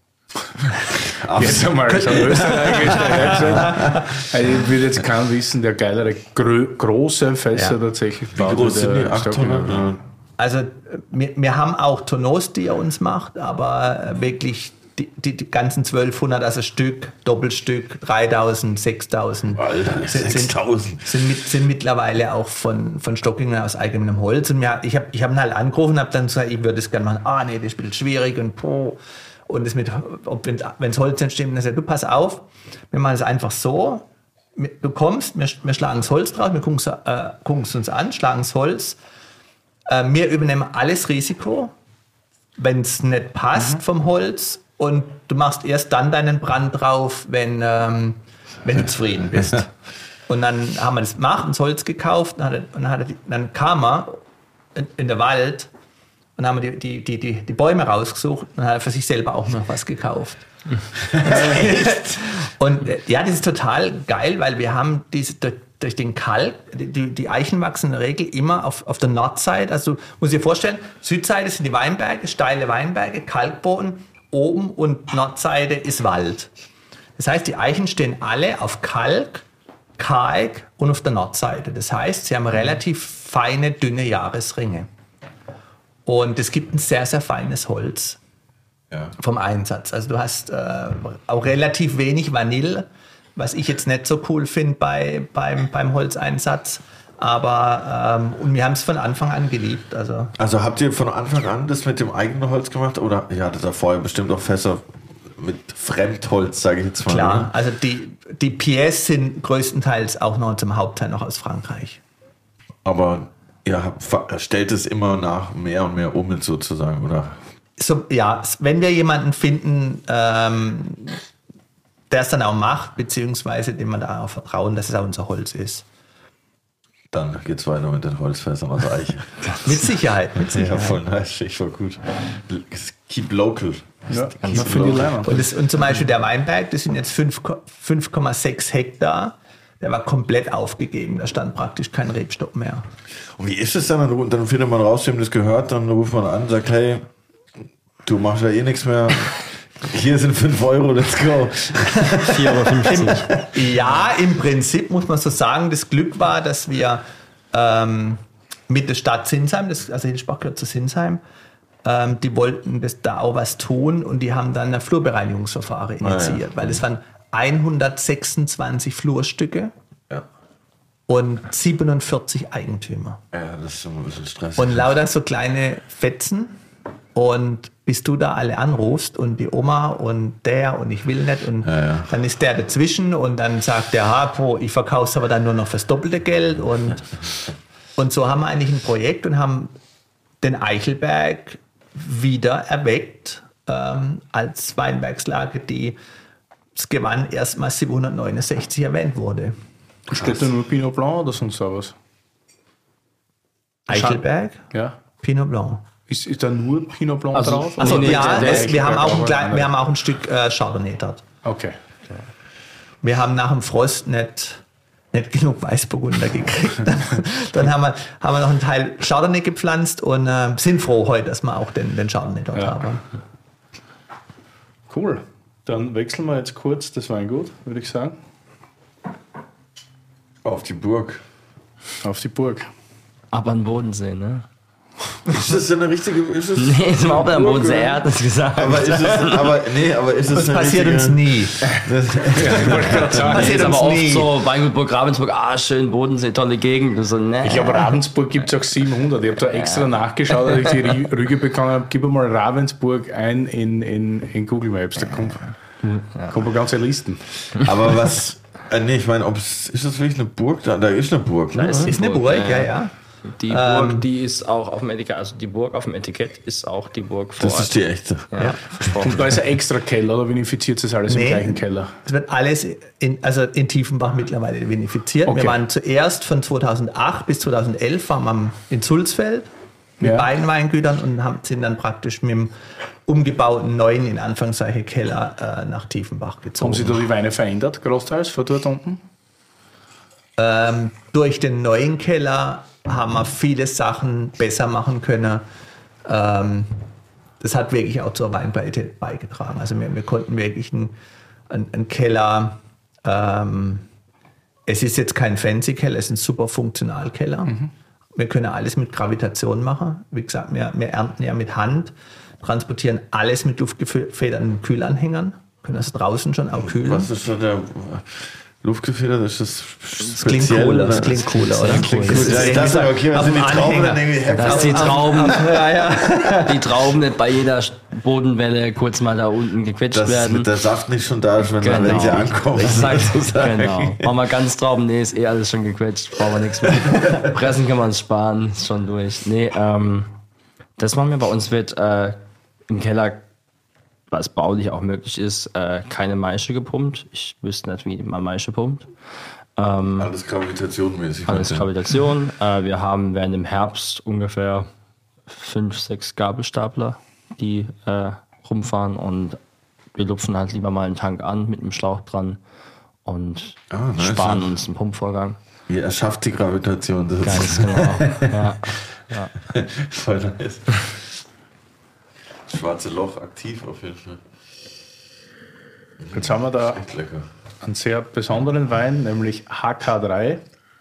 Jetzt einmal so österreichisch dahergesagt. Also ich würde jetzt keinen wissen, der geilere grö große Fässer Ja. tatsächlich Wie baut. groß wie sind der die? Stockinger. achthundert? Ja. also äh, wir, wir haben auch Tonneaus, die er uns macht, aber äh, wirklich die, die, die ganzen zwölfhundert, also Stück, Doppelstück, dreitausend, sechstausend. Alter, sind, sind, sechstausend. sind, mit, sind mittlerweile auch von, von Stockinger aus eigenem Holz. Und mir, ich habe ich hab ihn halt angerufen und habe dann gesagt, ich würde es gerne machen. Ah, nee, das spielt schwierig und po. Und das mit, ob wenn es Holz nicht stimmt, dann sagt du, pass auf, wir machen es einfach so. Du kommst, wir, wir schlagen das Holz drauf, wir gucken es äh, uns an, schlagen das Holz. Äh, wir übernehmen alles Risiko, wenn es nicht passt Mhm. vom Holz. Und du machst erst dann deinen Brand drauf, wenn, ähm, wenn du zufrieden bist. Und dann haben wir das gemacht, das Holz gekauft, und dann, hat er, und dann, hat er die, dann kam er in, in den Wald und haben wir die, die, die, die, die Bäume rausgesucht und hat er für sich selber auch noch was gekauft. Und äh, ja, das ist total geil, weil wir haben diese, durch, durch den Kalk, die, die Eichen wachsen in der Regel immer auf, auf der Nordseite. Also muss ich dir vorstellen, Südseite sind die Weinberge, steile Weinberge, Kalkboden, oben und Nordseite ist Wald. Das heißt, die Eichen stehen alle auf Kalk, karg und auf der Nordseite. Das heißt, sie haben relativ feine, dünne Jahresringe. Und es gibt ein sehr, sehr feines Holz Ja. vom Einsatz. Also du hast äh, auch relativ wenig Vanille, was ich jetzt nicht so cool finde bei, beim, beim Holzeinsatz. Aber ähm, und wir haben es von Anfang an geliebt. Also Also habt ihr von Anfang an das mit dem eigenen Holz gemacht? Oder ihr hattet da vorher bestimmt auch Fässer mit Fremdholz, sage ich jetzt mal. klar, Oder? also die, die Pièces sind größtenteils auch noch zum Hauptteil noch aus Frankreich. Aber ihr habt, stellt es immer nach mehr und mehr um sozusagen, oder? So, ja, wenn wir jemanden finden, ähm, der es dann auch macht, beziehungsweise dem wir da auch vertrauen, dass es auch unser Holz ist. Dann geht's weiter mit den Holzfässern aus Eiche. Mit Sicherheit, mit Ja, Sicherheit. voll nice, finde ich voll gut. Keep local. Ja, Keep das finde ich local. leibend. Und, das, und zum Beispiel der Weinberg, das sind jetzt fünf Komma sechs Hektar, der war komplett aufgegeben, da stand praktisch kein Rebstock mehr. Und wie ist es dann? Dann, dann findet man raus, wem das gehört, dann ruft man an, sagt, hey, du machst ja eh nichts mehr. Hier sind fünf Euro, let's go. vier Euro fünfzig. Ja, im Prinzip muss man so sagen, das Glück war, dass wir ähm, mit der Stadt Sinsheim, das, also Hinspach gehört zu Sinsheim, ähm, die wollten das da auch was tun und die haben dann ein Flurbereinigungsverfahren initiiert, Ah, ja. weil es waren hundertsechsundzwanzig Flurstücke Ja. und siebenundvierzig Eigentümer. Ja, das ist schon ein bisschen stressig. Und lauter so kleine Fetzen. Und bis du da alle anrufst und die Oma und der und ich will nicht und Ja, ja. dann ist der dazwischen und dann sagt der Hapo, ich verkaufe es aber dann nur noch fürs doppelte Geld und, und so haben wir eigentlich ein Projekt und haben den Eichelberg wieder erweckt ähm, als Weinbergslage, die das Gewann erstmals siebenhundertneunundsechzig erwähnt wurde. Steht da nur Pinot Blanc oder sonst was? Eichelberg, Ja. Pinot Blanc. Ist, ist da nur Pinot Blanc Also- drauf? Also Nee, nee, ja, der- der es, wir, haben auch ein klein, klein, wir haben auch ein Stück äh, Chardonnay dort. Okay. Wir haben nach dem Frost nicht, nicht genug Weißburgunder gekriegt. Dann, dann haben, wir, haben wir noch einen Teil Chardonnay gepflanzt und äh, sind froh heute, dass wir auch den, den Chardonnay dort Ja. haben. Cool. Dann wechseln wir jetzt kurz das Weingut, würde ich sagen, Auf die Burg. auf die Burg. Ab an den Bodensee, ne? Ist das denn eine richtige... Ist es Nee, ist überhaupt am Burg, Bodensee, oder? er hat das gesagt. Aber ist es, aber, nee, aber ist es Das eine passiert richtige, uns nie. Das, Nee, passiert ist aber uns oft nie. so, Weingut Burg Ravensburg, ah, schön, Bodensee, tolle Gegend. Und so, ne. Ich glaube, Ravensburg gibt es auch siebenhundert. Ich habe da extra nachgeschaut, als ich die Rü- Rüge bekommen habe. Gib mal Ravensburg ein in, in, in Google Maps. Da kommt, kommt eine ganze Listen. aber was... Äh, nee, ich meine, ob es, ist das wirklich eine Burg? Da, da ist eine Burg, ne? ist Ist eine Burg, ja, ja. Die Burg, die ist auch auf dem Etikett, also die Burg auf dem Etikett ist auch die Burg vor Das ist die echte. ja, versprochen. Und da ist ein extra Keller, oder vinifiziert das alles Nee. im gleichen Keller? Es wird alles in, also in Tiefenbach mittlerweile vinifiziert. Okay. Wir waren zuerst von zweitausendacht bis zweitausendelf waren wir am- in Sulzfeld mit Ja. beiden Weingütern und haben, sind dann praktisch mit dem umgebauten neuen, in Anführungszeichen, Keller äh, nach Tiefenbach gezogen. Haben sich da die Weine verändert, großteils, von dort unten? Ähm, durch den neuen Keller haben wir viele Sachen besser machen können. Ähm, das hat wirklich auch zur Weinqualität beigetragen. Also wir, wir konnten wirklich einen, einen, einen Keller, ähm, es ist jetzt kein fancy Keller, es ist ein super Funktionalkeller. Wir können alles mit Gravitation machen. Wie gesagt, wir, wir ernten ja mit Hand, transportieren alles mit luftgefederten Kühlanhängern, können das draußen schon auch kühlen. Was ist so der Luftgefedert? Ist das Das klingt speziell? cooler, oder? das klingt cooler, oder? Das klingt Das cool. ist Ja, ich irgendwie dachte, so okay, was auf sind die dem Trauben? Anhänger. Dann denke ich, Dass die heftig. Trauben, Ja, ja. die Trauben nicht bei jeder Bodenwelle kurz mal da unten gequetscht Dass werden. der Saft nicht schon da ist, wenn, Genau. wenn sie ankommen. Exakt, sozusagen. genau. Machen wir ganz Trauben, nee, ist eh alles schon gequetscht, brauchen wir nichts mehr. Pressen kann man sparen, ist schon durch. Nee, ähm, das machen wir. Bei uns wird äh, im Keller, was baulich auch möglich ist, äh, keine Maische gepumpt. Ich wüsste nicht, wie man Maische pumpt. Ähm, Alles gravitationmäßig. alles meinst du? Gravitation. Äh, wir haben während dem Herbst ungefähr fünf, sechs Gabelstapler, die äh, rumfahren und wir lupfen halt lieber mal einen Tank an mit einem Schlauch dran und Ah, nice. sparen uns einen Pumpvorgang. Ihr erschafft die Gravitation. Das Ganz genau. Ja. ist voll nice. Schwarze Loch aktiv auf jeden Fall. Jetzt haben wir da Echt lecker. einen sehr besonderen Wein, nämlich H K drei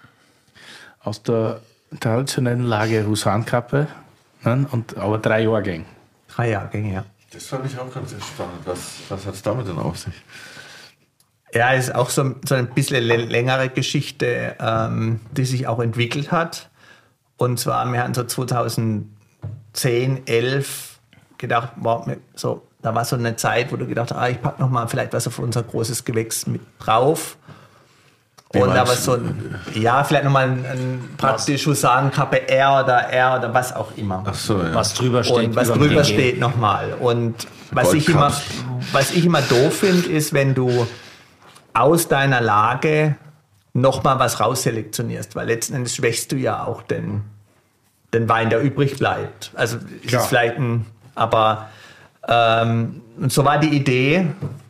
aus der traditionellen Lage Husarenkappe, ne? Und aber drei Jahrgänge. Drei Jahrgänge, ja. Das fand ich auch ganz spannend. Was, was hat es damit denn auf sich? Ja, ist auch so, so ein bisschen längere Geschichte, ähm, die sich auch entwickelt hat. Und zwar, wir hatten so zweitausendzehn, elf gedacht, wow, so, da war so eine Zeit, wo du gedacht hast, ah, ich packe noch mal vielleicht was auf unser großes Gewächs mit drauf. Wie und da war so ein, ja, vielleicht nochmal ein, ein praktisch Husarenkappe R oder R oder was auch immer. Ach so, ja. Was drüber steht. Und was drüber steht nochmal. Und was ich, immer, was ich immer doof finde, ist, wenn du aus deiner Lage nochmal was rausselektionierst, weil letzten Endes schwächst du ja auch den, den Wein, der übrig bleibt. Also ist es vielleicht ein, aber ähm, und so war die Idee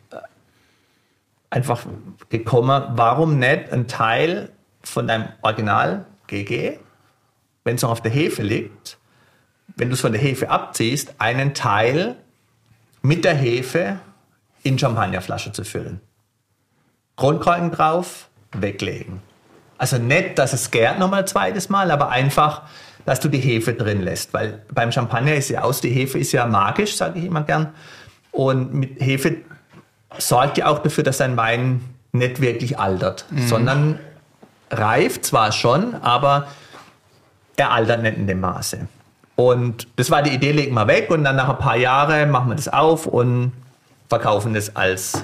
einfach gekommen, warum nicht ein Teil von deinem Original G G, wenn es noch auf der Hefe liegt, wenn du es von der Hefe abziehst, einen Teil mit der Hefe in Champagnerflasche zu füllen. Kronkorken drauf, weglegen. Also nicht, dass es gärt nochmal ein zweites Mal, aber einfach, dass du die Hefe drin lässt. Weil beim Champagner ist ja aus, die Hefe ist ja magisch, sage ich immer gern. Und mit Hefe sorgt ja auch dafür, dass dein Wein nicht wirklich altert, mhm. sondern reift zwar schon, aber er altert nicht in dem Maße. Und das war die Idee, legen wir weg und dann nach ein paar Jahren machen wir das auf und verkaufen das als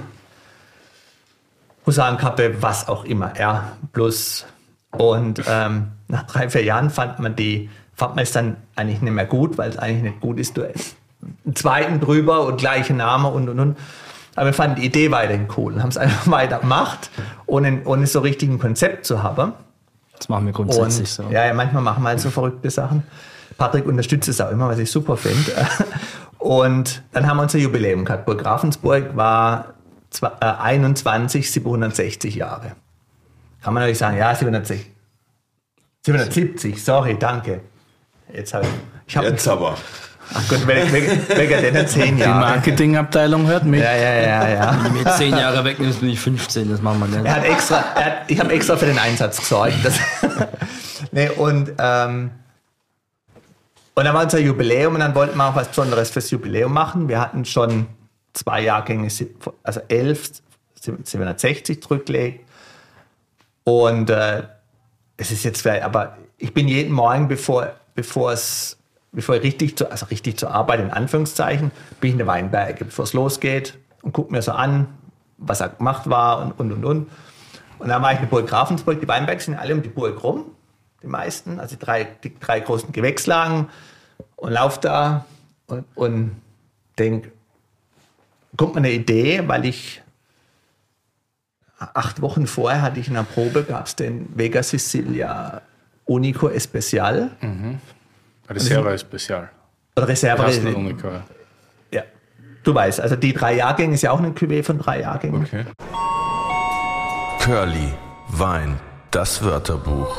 Husarenkappe, was auch immer, R plus. Und ähm, nach drei, vier Jahren fand man, die, fand man es dann eigentlich nicht mehr gut, weil es eigentlich nicht gut ist. Du einen zweiten drüber und gleiche Name und und und. Aber wir fanden die Idee weiterhin cool und haben es einfach weiter gemacht, ohne, ohne so richtig ein Konzept zu haben. Das machen wir grundsätzlich und, so. Ja, ja, manchmal machen wir halt so verrückte Sachen. Patrick unterstützt es auch immer, was ich super finde. Und dann haben wir unser Jubiläum gehabt. Burg Ravensburg war einundzwanzig, siebenhundertsechzig Jahre. Kann man natürlich sagen, ja, siebenhundertsechzig. siebenhundertsiebzig, sorry, danke. Jetzt habe ich... ich hab Jetzt aber... Ach Gott, wer, wer, wer geht denn zehn Jahre? Die Marketingabteilung hört mit. Ja, ja, ja, ja. Wenn du mir zehn Jahre wegnimmst, bin ich fünfzehn, das machen wir nicht. Er hat extra, er hat, ich habe extra für den Einsatz gesorgt. Das, nee, und, ähm, und dann war unser Jubiläum und dann wollten wir auch was Besonderes fürs Jubiläum machen. Wir hatten schon zwei Jahrgänge, also elf, siebenhundertsechzig zurückgelegt. Und äh, es ist jetzt vielleicht, aber ich bin jeden Morgen, bevor, bevor es Bevor ich richtig, zu, also richtig zur Arbeit, in Anführungszeichen, bin ich in der Weinberge, bevor es losgeht und gucke mir so an, was er gemacht war und, und, und, und. Und dann war ich in der Burg Ravensburg. Die Weinberge sind alle um die Burg rum, die meisten, also die drei, die drei großen Gewächslagen. Und laufe da und, und denke, kommt mir eine Idee, weil ich acht Wochen vorher hatte ich in der Probe, gab es den Vega Sicilia Unico Especial. Mhm. Reserva Especial. Oder Reserva Unico. Ja, du weißt, also die drei Jahrgänge ist ja auch ein Cuvée von drei Jahrgängen. Okay. Curly, Wein, das Wörterbuch.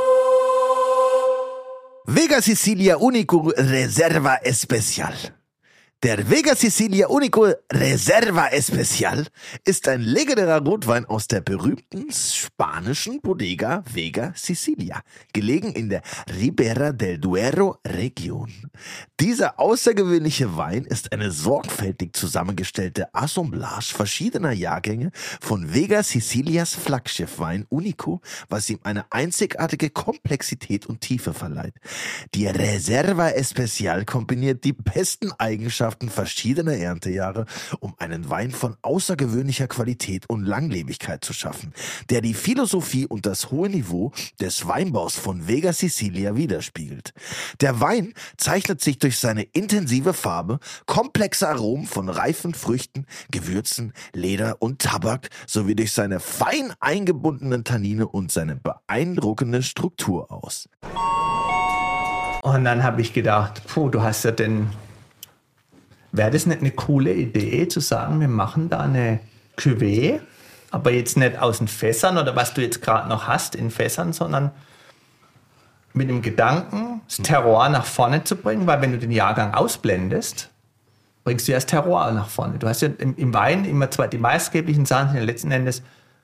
Vega Sicilia Unico Reserva Especial. Der Vega Sicilia Unico Reserva Especial ist ein legendärer Rotwein aus der berühmten spanischen Bodega Vega Sicilia, gelegen in der Ribera del Duero Region. Dieser außergewöhnliche Wein ist eine sorgfältig zusammengestellte Assemblage verschiedener Jahrgänge von Vega Sicilias Flaggschiffwein Unico, was ihm eine einzigartige Komplexität und Tiefe verleiht. Die Reserva Especial kombiniert die besten Eigenschaften verschiedener Erntejahre, um einen Wein von außergewöhnlicher Qualität und Langlebigkeit zu schaffen, der die Philosophie und das hohe Niveau des Weinbaus von Vega Sicilia widerspiegelt. Der Wein zeichnet sich durch seine intensive Farbe, komplexe Aromen von reifen Früchten, Gewürzen, Leder und Tabak sowie durch seine fein eingebundenen Tannine und seine beeindruckende Struktur aus. Und dann habe ich gedacht, puh, du hast ja den... Wäre das nicht eine coole Idee, zu sagen, wir machen da eine Cuvée, aber jetzt nicht aus den Fässern oder was du jetzt gerade noch hast in Fässern, sondern mit dem Gedanken, das Terroir nach vorne zu bringen, weil wenn du den Jahrgang ausblendest, bringst du ja das Terroir nach vorne. Du hast ja im, im Wein immer zwar die maßgeblichen Sachen, sind ja letzten Endes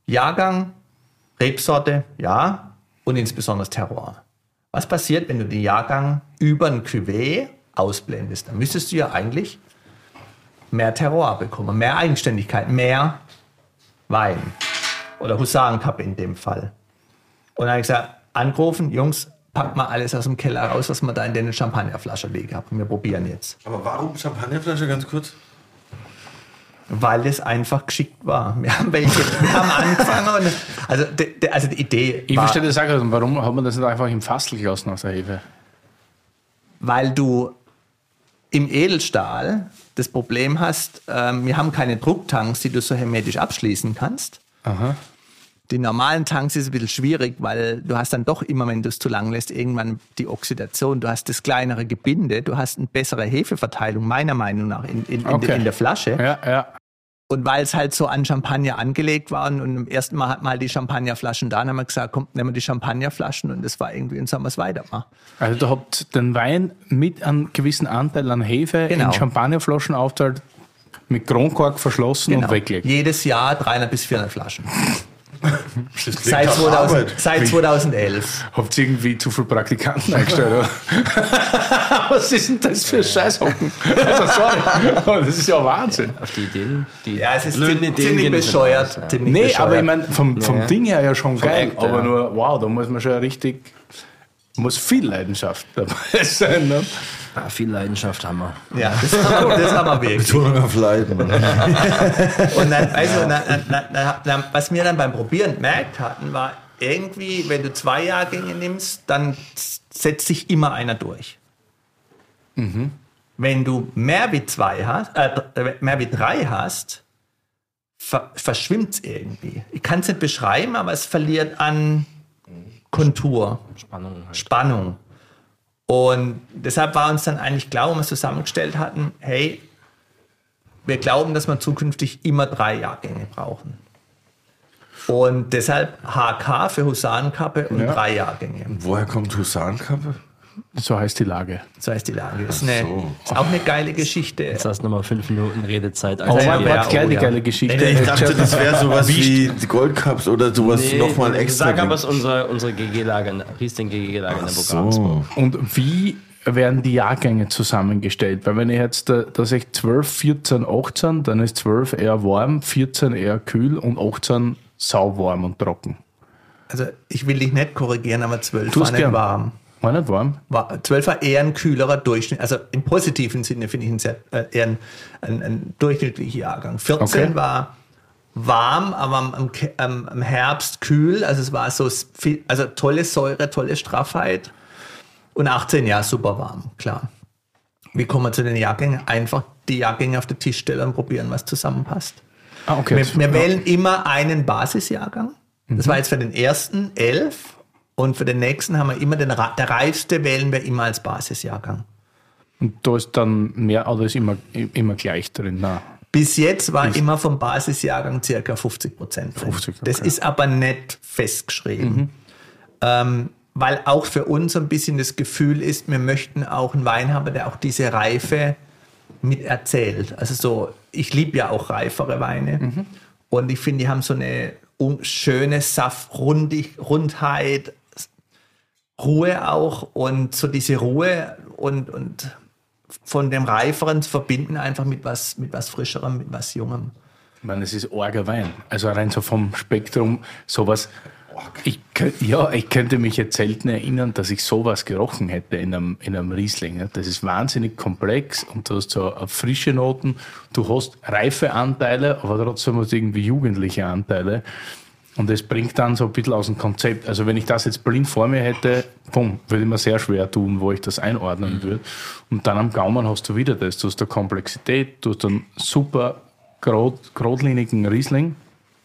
Jahrgang, Rebsorte, ja, und insbesondere das Terroir. Was passiert, wenn du den Jahrgang über ein Cuvée ausblendest? Dann müsstest du ja eigentlich mehr Terroir bekommen, mehr Eigenständigkeit, mehr Wein. Oder Husarenkappe in dem Fall. Und dann habe ich gesagt, angerufen, Jungs, packt mal alles aus dem Keller raus, was wir da in den Champagnerflasche liegen haben. Wir probieren jetzt. Aber warum Champagnerflasche, ganz kurz? Weil das einfach geschickt war. Wir haben welche, wir haben angefangen und, also, de, de, also die Idee Ich war, verstehe das auch gerade. Warum hat man das nicht einfach im Fassel gelassen aus der Hefe? weil du im Edelstahl das Problem hast, ähm, wir haben keine Drucktanks, die du so hermetisch abschließen kannst. Aha. Die normalen Tanks ist ein bisschen schwierig, weil du hast dann doch immer, wenn du es zu lang lässt, irgendwann die Oxidation. Du hast das kleinere Gebinde, du hast eine bessere Hefeverteilung, meiner Meinung nach, in, in, in, Okay. de, in der Flasche. Ja, ja. Und weil es halt so an Champagner angelegt war und, und im ersten Mal hatten wir halt die Champagnerflaschen da, dann haben wir gesagt, komm, nehmen wir die Champagnerflaschen und das war irgendwie, und so haben wir es weitermachen. Also du habt den Wein mit einem gewissen Anteil an Hefe Genau. in Champagnerflaschen aufteilt, mit Kronkork verschlossen und weggelegt. Jedes Jahr dreihundert bis vierhundert Flaschen. Das klingt Seit, nach zweitausend, Arbeit. seit zweitausendelf. Habt ihr irgendwie zu viele Praktikanten eingestellt? Oder? Was ist denn das für Scheißhocken? Also, sorry. Das ist ja Wahnsinn. Auf die Ideen, die Ja, es ist blöden ziemlich, Ideen ziemlich gehen nicht bescheuert. raus, Ziemlich Nee, bescheuert. aber ich meine, vom, vom Ja. Ding her ja schon Vom geil. Act, aber ja. nur, wow, da muss man schon richtig, muss viel Leidenschaft dabei sein. Ne? Ja. Ja, viel Leidenschaft haben wir. Ja, das haben wir, das haben wir wirklich. Betonung auf Leiden. Und dann, also, dann, dann, dann, dann, was wir dann beim Probieren gemerkt hatten, war irgendwie, wenn du zwei Jahrgänge nimmst, dann setzt sich immer einer durch. Mhm. Wenn du mehr wie zwei hast, äh, mehr wie drei hast, ver verschwimmt es irgendwie. Ich kann es nicht beschreiben, aber es verliert an Kontur, Spannung halt. Spannung. Und deshalb war uns dann eigentlich klar, wo wir es zusammengestellt hatten, hey, wir glauben, dass wir zukünftig immer drei Jahrgänge brauchen. Und deshalb H K für Husarenkappe und Ja. drei Jahrgänge. Woher kommt Husarenkappe? So heißt die Lage. So heißt die Lage. Ist, eine, so. ist auch eine geile Geschichte. Jetzt hast du nochmal fünf Minuten Redezeit. Oh, ja, warte, ja, warte, gleich oh, die ja. geile Geschichte. Ich dachte, das wäre sowas Wie- wie die Goldcups oder sowas nochmal extra. Sag aber, was unsere, unsere G G-Lage, Riesling-G G-Lage in der Programm. so. Und wie werden die Jahrgänge zusammengestellt? Weil wenn ich jetzt, da, da sehe ich zwölf, vierzehn, achtzehn, dann ist zwölf eher warm, vierzehn eher kühl und achtzehn sauwarm und trocken. Also ich will dich nicht korrigieren, aber zwölf Tu war es nicht gern. warm. War nicht warm? War, zwölf war eher ein kühlerer Durchschnitt. Also im positiven Sinne finde ich ein sehr, äh, eher ein, ein, ein durchschnittlicher Jahrgang. vierzehn Okay. war warm, aber am, am, Ke- am, am Herbst kühl. Also es war so viel, also tolle Säure, tolle Straffheit. Und achtzehn, ja, super warm, klar. Wie kommen wir zu den Jahrgängen? Einfach die Jahrgänge auf den Tisch stellen und probieren, was zusammenpasst. Ah, okay. Wir, wir wählen immer einen Basisjahrgang. Das war jetzt für den ersten elf und für den nächsten haben wir immer den Ra- der reifste wählen wir immer als Basisjahrgang. Und da ist dann mehr, oder ist immer, immer gleich drin? Nein. Bis jetzt war immer vom Basisjahrgang circa fünfzig Prozent. fünfzig, Das okay. ist aber nicht festgeschrieben. Ähm, weil auch für uns ein bisschen das Gefühl ist, wir möchten auch einen Wein haben, der auch diese Reife mit erzählt. Also so, ich liebe ja auch reifere Weine. Und ich finde, die haben so eine un- schöne Saftrundig- Rundheit, Ruhe auch und so diese Ruhe und, und von dem Reiferen zu verbinden einfach mit was, mit was Frischerem, mit was Jungem. Ich meine, es ist arger Wein. Also rein so vom Spektrum, sowas. Ich, könnt- ja, ich könnte mich jetzt selten erinnern, dass ich sowas gerochen hätte in einem, in einem Riesling. ne? Das ist wahnsinnig komplex und du hast so eine frische Noten. Du hast reife Anteile, aber trotzdem hast du irgendwie jugendliche Anteile. Und das bringt dann so ein bisschen aus dem Konzept. Also wenn ich das jetzt blind vor mir hätte, bumm, würde ich mir sehr schwer tun, wo ich das einordnen würde. Und dann am Gaumen hast du wieder das. Du hast eine Komplexität, du hast einen super grad, geradlinigen Riesling.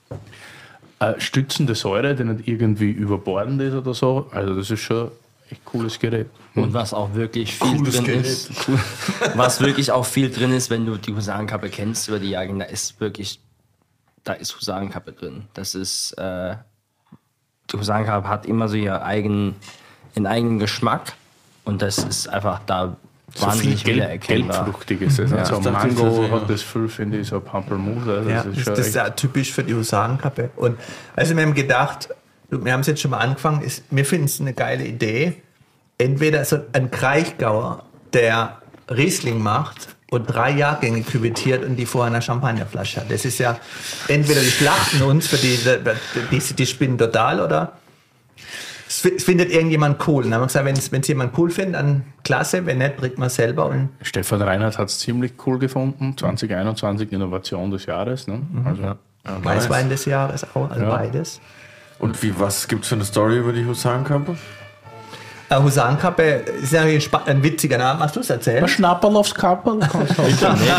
Äh, stützende Säure, die nicht irgendwie überbordend ist oder so. Also das ist schon ein echt cooles Gerät. Und was auch wirklich viel Cooles drin Gerät. ist, was wirklich auch viel drin ist, wenn du die Husarenkappe kennst über die Jahrgänge, da ist wirklich, da ist Husarenkappe drin. Das ist, äh, die Husarenkappe hat immer so ihren eigenen, ihren eigenen Geschmack und das ist einfach da So viel wahnsinnig gelb, wiedererkennbar. gelbfruchtiges. Also Ja. so Das dachte Mango ich, das, ja. hat das viel, finde ich, so Pampelmuse. Das Ja, ist das, schon das ist echt- ja typisch für die Husarenkappe. Und also wir haben gedacht, du, wir haben es jetzt schon mal angefangen, ist, wir finden es eine geile Idee. Entweder so ein Kraichgauer, der Riesling macht und drei Jahrgänge küvettiert und die vorher in einer Champagnerflasche hat. Das ist ja, entweder die schlachten uns für die, die, die, die spinnen total oder es fi- findet irgendjemand cool. Und dann haben wir gesagt, wenn es jemand cool findet, dann klasse, wenn nicht, trinkt man selber. Und Stefan Reinhardt hat es ziemlich cool gefunden. zwanzig einundzwanzig Innovation des Jahres. Ne? Also, ja. Weißwein des Jahres auch, also Ja. beides. Und wie, was gibt's für eine Story über die Husarenkappe? Äh, Husarenkappe ist ja ein, spa- ein witziger Name. Hast du es erzählt? Ein Schnapperl aufs Kappel. kannst du auch sagen.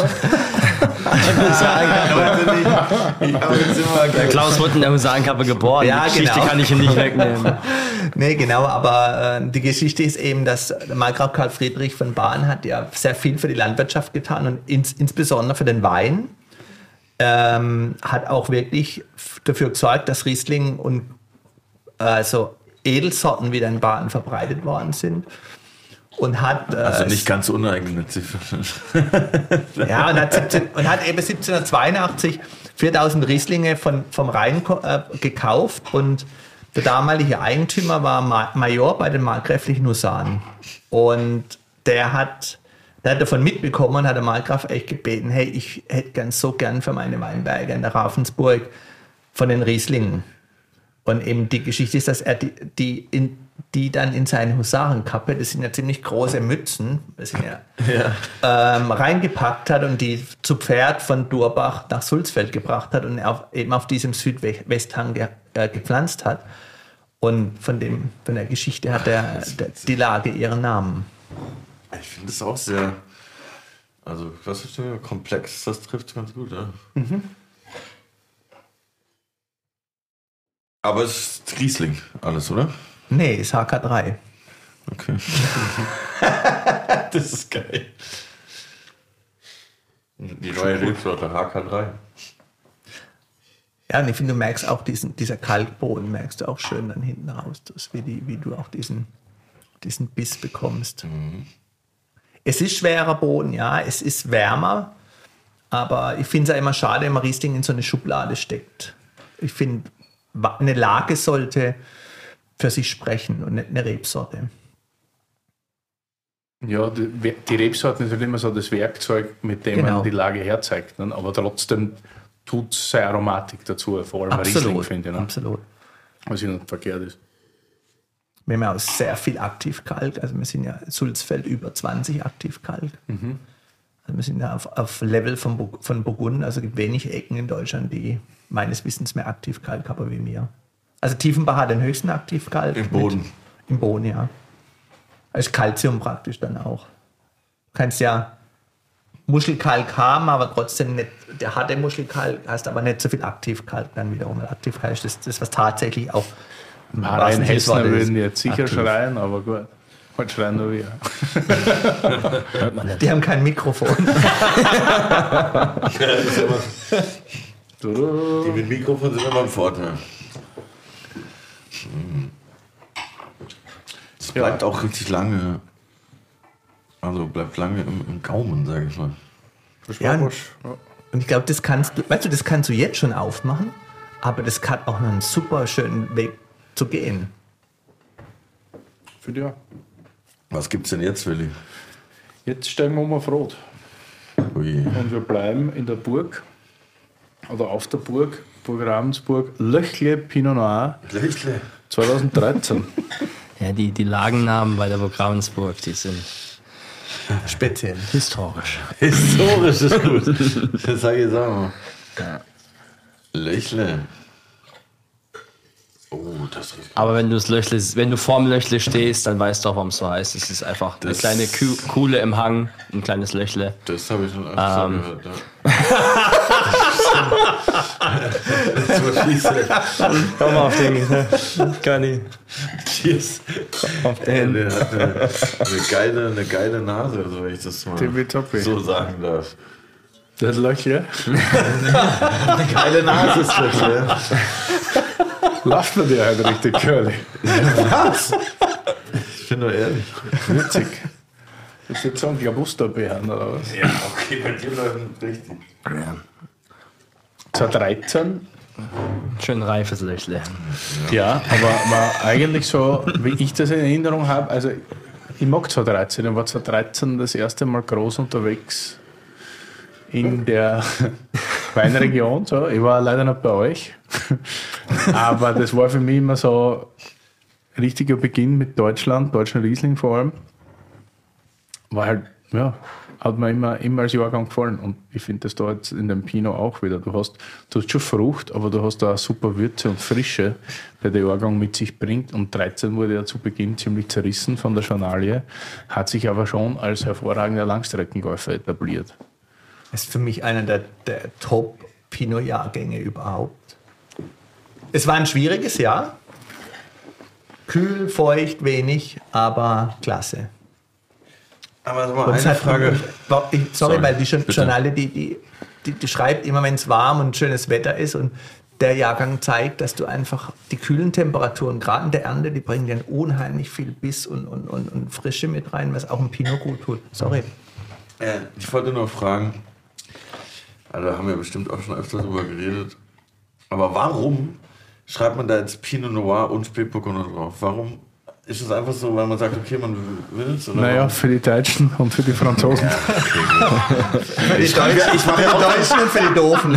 Der Klaus wurde in der Husarenkappe geboren. Ja, die Geschichte genau. kann ich ihm nicht wegnehmen. Nee, genau, aber äh, die Geschichte ist eben, dass der Markgraf Karl Friedrich von Baden hat ja sehr viel für die Landwirtschaft getan und ins, insbesondere für den Wein. Ähm, hat auch wirklich f- dafür gesorgt, dass Riesling und also Edelsorten wieder in Baden verbreitet worden sind. Und hat, äh, Also nicht ganz uneigennützig. Ja, und hat, siebzehn, und hat eben siebzehnhundertzweiundachtzig viertausend Rieslinge von, vom Rhein ko- äh, gekauft und der damalige Eigentümer war Ma- Major bei den markgräflichen Husaren. Und der hat, der hat davon mitbekommen und hat der Markgraf echt gebeten, hey, ich hätte ganz so gern für meine Weinberge in der Ravensburg von den Rieslingen. Und eben die Geschichte ist, dass er die, die, in, die dann in seine Husarenkappe, das sind ja ziemlich große Mützen, das sind ja, Ähm, reingepackt hat und die zu Pferd von Durbach nach Sulzfeld gebracht hat und auf, eben auf diesem Südwesthang ge, äh, gepflanzt hat. Und von, dem, von der Geschichte hat der, der, die Lage ihren Namen. Ich finde es auch sehr, also was ist denn komplex, das trifft ganz gut, ja. Aber es ist Riesling, alles, oder? Nee, ist H K drei. Okay. Das ist geil. Die neue Rebsorte H K drei. Ja, und ich finde, du merkst auch diesen, dieser Kalkboden, merkst du auch schön dann hinten raus, dass wie, die, wie du auch diesen, diesen Biss bekommst. Es ist schwerer Boden, ja, es ist wärmer, aber ich finde es ja immer schade, wenn man Riesling in so eine Schublade steckt. Ich finde, eine Lage sollte für sich sprechen und nicht eine Rebsorte. Ja, die, die Rebsorten sind immer so das Werkzeug, mit dem Genau. man die Lage herzeigt. Ne? Aber trotzdem tut es seine Aromatik dazu, vor allem Riesling, Absolut, finde ich. Ne? absolut. Was ja nicht verkehrt ist. Wir haben ja auch sehr viel Aktivkalk, also wir sind ja Sulzfeld über zwanzig Aktivkalk. Also wir sind ja auf, auf Level von, Bur- von Burgund, also es gibt wenig Ecken in Deutschland, die meines Wissens mehr Aktivkalk haben wie wir. Also Tiefenbach hat den höchsten Aktivkalk. Im Boden. Mit, Im Boden, ja. Also Calcium praktisch dann auch. Du kannst ja Muschelkalk haben, aber trotzdem nicht, der harte Muschelkalk, hast aber nicht so viel Aktivkalk dann wiederum. Aktivkalk ist das, das was tatsächlich auch im Rein wahrsten Sinne des Hessner Wortes würden jetzt sicher aktiv. schreien, aber gut. Heute schreien nur wir. Die haben kein Mikrofon. Die mit Mikrofon sind immer im Vorteil. Es bleibt auch richtig lange. Also bleibt lange im, im Gaumen, sage ich mal. Ja, und ich glaube, das kannst du, weißt du, das kannst du jetzt schon aufmachen, aber das hat auch noch einen super schönen Weg zu gehen. Für dich. Was gibt's denn jetzt, Willi? Jetzt steigen wir um auf Rot. Ui. Und wir bleiben in der Burg, oder auf der Burg, Burg Ravensburg, Löchle Pinot Noir Löchle. zwanzig dreizehn. Ja, die, die Lagennamen bei der Burg Ravensburg, die sind Speziell. historisch. Historisch ist gut. Das sage ich jetzt auch mal. Löchle. Oh, das riecht. Aber wenn du das Löchle, wenn du vorm Löchle stehst, dann weißt du auch, warum es so heißt. Es ist einfach eine Das- kleine Kuh, Kuhle im Hang, ein kleines Löchle. Das habe ich schon öfter Ähm. gehört. Ja. Das verschließt Komm mal auf den. Gar nicht. Cheers. Ey, der hat eine, eine, geile, eine geile Nase, also wenn ich das mal Tippitoppi. so sagen darf. Das Löchle. Eine geile Nase ist das, ja. Lacht man dir halt richtig, Curly. Was? Ich bin nur ehrlich. Witzig. Willst du jetzt sagen, Glabusterbeeren oder was? Ja, okay, bei dir läuft richtig. Ja. zweitausenddreizehn. Schön reifes Löchle. Ja, aber war eigentlich so, wie ich das in Erinnerung habe, also ich mag zweitausenddreizehn, ich war zweitausenddreizehn das erste Mal groß unterwegs in der Weinregion. So. Ich war leider nicht bei euch, aber das war für mich immer so ein richtiger Beginn mit Deutschland, deutschen Riesling vor allem. War halt, ja, hat mir immer, immer als Jahrgang gefallen. Und ich finde das da jetzt in dem Pinot auch wieder. Du hast, du hast schon Frucht, aber du hast da auch super Würze und Frische, die der Jahrgang mit sich bringt. Und dreizehn wurde ja zu Beginn ziemlich zerrissen von der Journalie, hat sich aber schon als hervorragender Langstreckenläufer etabliert. Das ist für mich einer der, der Top-Pinot-Jahrgänge überhaupt. Es war ein schwieriges Jahr. Kühl, feucht, wenig, aber klasse. Aber sag mal, Und es eine hat- Frage. ich- Sorry, Sorry, weil die Jour- bitte. Journale, die, die, die, die schreibt immer, wenn es warm und schönes Wetter ist. Und der Jahrgang zeigt, dass du einfach die kühlen Temperaturen, gerade in der Ernte, die bringen dir unheimlich viel Biss und, und, und, und Frische mit rein, was auch ein Pinot gut tut. Sorry. Äh, ich wollte nur fragen, also da haben wir bestimmt auch schon öfter drüber geredet, aber warum schreibt man da jetzt Pinot Noir und Spätburgunder drauf? Warum ist es einfach so, weil man sagt, okay, man will es? Naja, für die Deutschen und für die Franzosen. Für die Deutschen, ich mache für ja die auch- Deutschen und für die Doofen.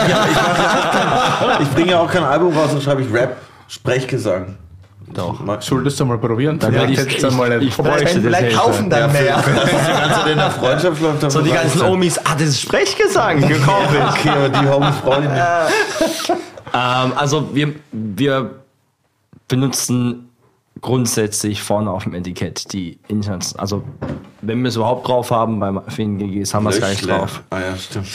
Ich bringe ja auch kein Album raus und schreibe ich Rap, Sprechgesang. Doch. Mag- Solltest du mal probieren? Dann Ja, ja, ich- jetzt einmal ich- nicht ich vorbei. bräuchte das Vielleicht Hilfe. kaufen dann Ja, für, mehr. für das ist die ganze Zeit in der Freundschaft läuft. dann So die muss ganzen alles Omis, ah, das ist Sprechgesang, sein. gekauft. Okay, aber die Homies brauche ich nicht. Ähm, also wir, wir benutzen grundsätzlich vorne auf dem Etikett die internationalen, also wenn wir es überhaupt drauf haben, beim vielen G Gs haben wir es gar nicht Löchle. drauf. Ah ja, stimmt.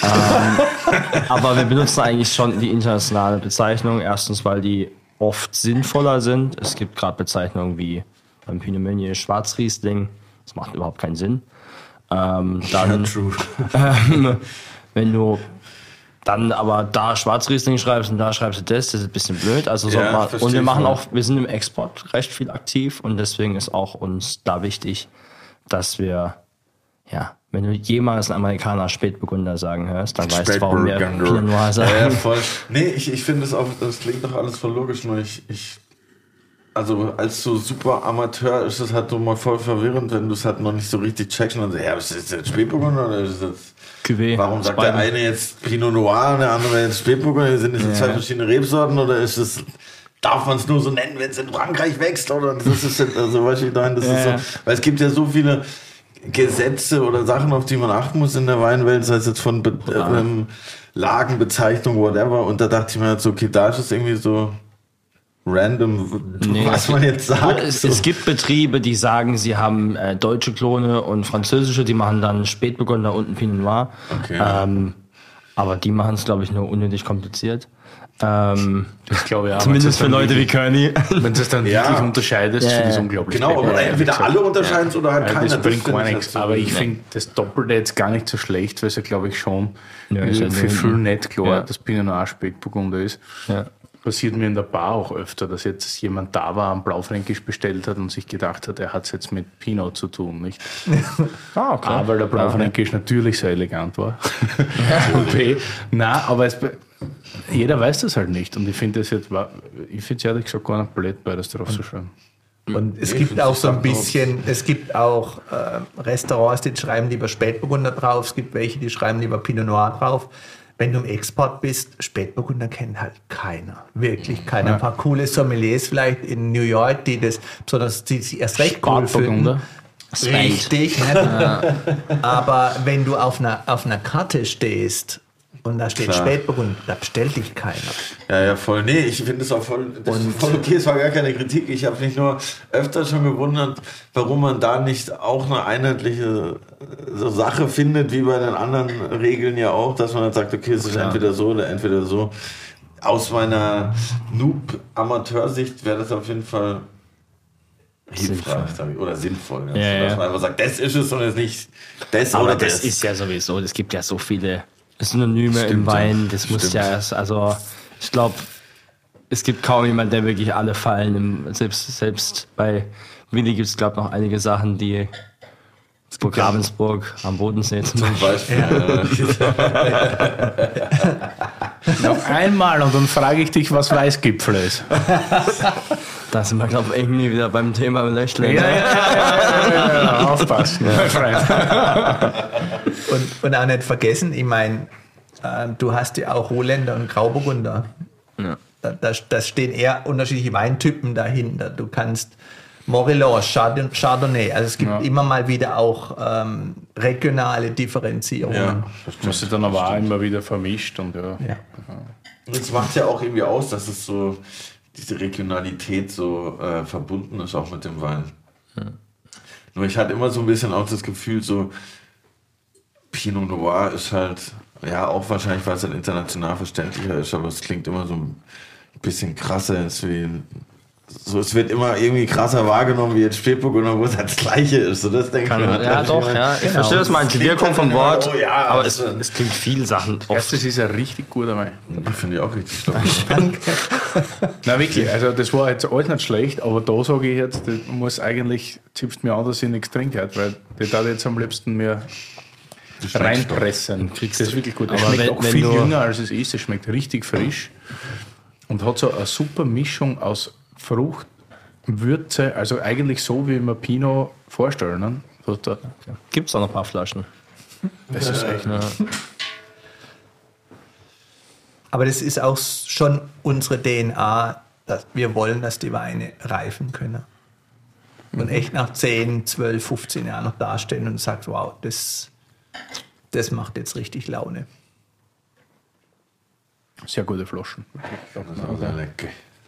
Aber wir benutzen eigentlich schon die internationale Bezeichnung. Erstens, weil die oft sinnvoller sind. Es gibt gerade Bezeichnungen wie beim Pinot Meunier Schwarzriesling. Das macht überhaupt keinen Sinn. Ähm, dann, True. ähm, wenn du dann aber da Schwarzriesling schreibst und da schreibst du das, das ist ein bisschen blöd. Also so Ja, mal, versteh und wir ich machen voll. auch, wir sind im Export recht viel aktiv und deswegen ist auch uns da wichtig, dass wir, ja, wenn du jemals einen Amerikaner Spätburgunder sagen hörst, dann weißt du, warum wir Spätburgunder. Pinot Noir sagen. Ja, ja, voll. Nee, ich, ich finde es auch, das klingt doch alles voll logisch, nur ich, ich, also als so super Amateur ist es halt so mal voll verwirrend, wenn du es halt noch nicht so richtig checkst und dann sagst, ja, ist das jetzt Spätburgunder oder ist das, Cuvée. warum Aus sagt der beiden. eine jetzt Pinot Noir und der andere jetzt Spätburgunder, sind das jetzt Ja. zwei verschiedene Rebsorten oder ist es, darf man es nur so nennen, wenn es in Frankreich wächst oder das ist jetzt, also weißt du, ich meine, das ist Ja. so, weil es gibt ja so viele Gesetze oder Sachen, auf die man achten muss in der Weinwelt, sei es jetzt von Be ähm, Lagenbezeichnung, whatever. Und da dachte ich mir halt so, okay, da ist es irgendwie so random, Nee, was man jetzt sagt. Es, so. es gibt Betriebe, die sagen, sie haben äh, deutsche Klone und französische, die machen dann Spätburgunder und ein Pinot Noir. Okay. Ähm, aber die machen es, glaube ich, nur unnötig kompliziert. Ähm, Das glaube ich auch. zumindest für Leute wie Kearney. Wenn du es dann Ja. wirklich unterscheidest, Ja, finde ich es ja. unglaublich. Genau, aber schwer, entweder ehrlich alle gesagt. unterscheiden es oder halt Ja, keiner. das bringt finde gar ich nichts. halt so. Aber ich finde das Doppelte jetzt gar nicht so schlecht, weil es ja, glaube ich, schon Ja, ist ja für nur- viel nicht klar, Ja. dass Pinot Noir Spätburgunder ist. Ja. Passiert mir in der Bar auch öfter, dass jetzt jemand da war, am Blaufränkisch bestellt hat und sich gedacht hat, er hat es jetzt mit Pinot zu tun, nicht? Ah, okay. A, weil der Blaufränkisch natürlich sehr elegant war. Und B, nein, aber es, jeder weiß das halt nicht. Und ich finde es jetzt, wa- ich finde es ehrlich gesagt gar nicht blöd, beides drauf zu schreiben. Und es Nee, gibt find's auch so ein interessant, bisschen, es gibt auch äh, Restaurants, die schreiben lieber Spätburgunder drauf, es gibt welche, die schreiben lieber Pinot Noir drauf. Wenn du im Export bist, Spätburgunder kennt halt keiner. Wirklich keiner. Ein paar coole Sommeliers vielleicht in New York, die das, besonders die sich erst recht cool finden. Spätburgunder. Richtig, ne? Aber wenn du auf einer, auf einer Karte stehst und da steht Klar. Spätburgunder, da bestellt dich keiner. Ja, ja, voll. Nee, ich finde es auch voll, das ist voll okay, es war gar keine Kritik. Ich habe mich nur öfter schon gewundert, warum man da nicht auch eine einheitliche äh, so Sache findet, wie bei den anderen Regeln ja auch, dass man dann sagt, okay, es ist Klar. entweder so oder entweder so. Aus meiner Noob-Amateursicht wäre das auf jeden Fall hilfreich sag ich, oder sinnvoll. Also, Ja, dass ja. man einfach sagt, das ist es und es nicht das Aber oder das das. ist ja sowieso, es gibt ja so viele Synonyme Stimmt, im Wein, ja. das muss Stimmt. ja erst, also ich glaube, es gibt kaum jemand, der wirklich alle Fallen, im, selbst, selbst bei Willi gibt es glaube ich noch einige Sachen, die Burg Ravensburg am Bodensee zum Zum Beispiel. Noch einmal und dann frage ich dich, was Weißgipfel ist. Da sind wir, glaube ich, irgendwie wieder beim Thema Löchle. Ja, ja, ja, ja, ja, ja. Aufpassen, mein Freund. Und, und auch nicht vergessen, ich meine, äh, du hast ja auch Rohländer und Grauburgunder. Ja. Da, da, da stehen eher unterschiedliche Weintypen dahinter. Du kannst Morillon, Chardon- Chardonnay, also es gibt Ja. immer mal wieder auch ähm, regionale Differenzierungen. Ja, Was sich dann aber auch immer wieder vermischt und ja. Ja. das macht ja auch irgendwie aus, dass es so diese Regionalität so äh, verbunden ist, auch mit dem Wein. Ja. Nur ich hatte immer so ein bisschen auch das Gefühl, so Pinot Noir ist halt, ja, auch wahrscheinlich, weil es halt international verständlicher ist, aber es klingt immer so ein bisschen krasser, ist wie so, es wird immer irgendwie krasser wahrgenommen wie jetzt Spätburgunder, wo es halt das Gleiche ist. So, das denke ich Kann, mir halt, ja, ich doch, meine, ja. Ich genau. verstehe, was du meinst. Die Klingt Wirkung halt vom immer, Wort. oh ja, aber das es, ist- es klingt viel Sachen oft. Erstes ist ein richtig guter Wein. Die finde ich auch richtig stark. Na wirklich, also das war jetzt alles nicht schlecht, aber da sage ich jetzt, das muss eigentlich, zipft mir an, dass ich nichts trinke, weil die da jetzt am liebsten mehr reinpressen. Kriegst Das ist du- wirklich gut. Es aber schmeckt wenn- auch wenn viel du- jünger als es ist, es schmeckt richtig frisch und hat so eine super Mischung aus Frucht, Würze, also eigentlich so, wie man Pinot vorstellen. Ne? So da, Gibt es auch noch ein paar Flaschen. das ist echt Ja. Aber das ist auch schon unsere D N A, dass wir wollen, dass die Weine reifen können. Und echt nach zehn, zwölf, fünfzehn Jahren noch dastehen und sagt, wow, das, das macht jetzt richtig Laune. sehr gute Flaschen. Das ist auch sehr lecker.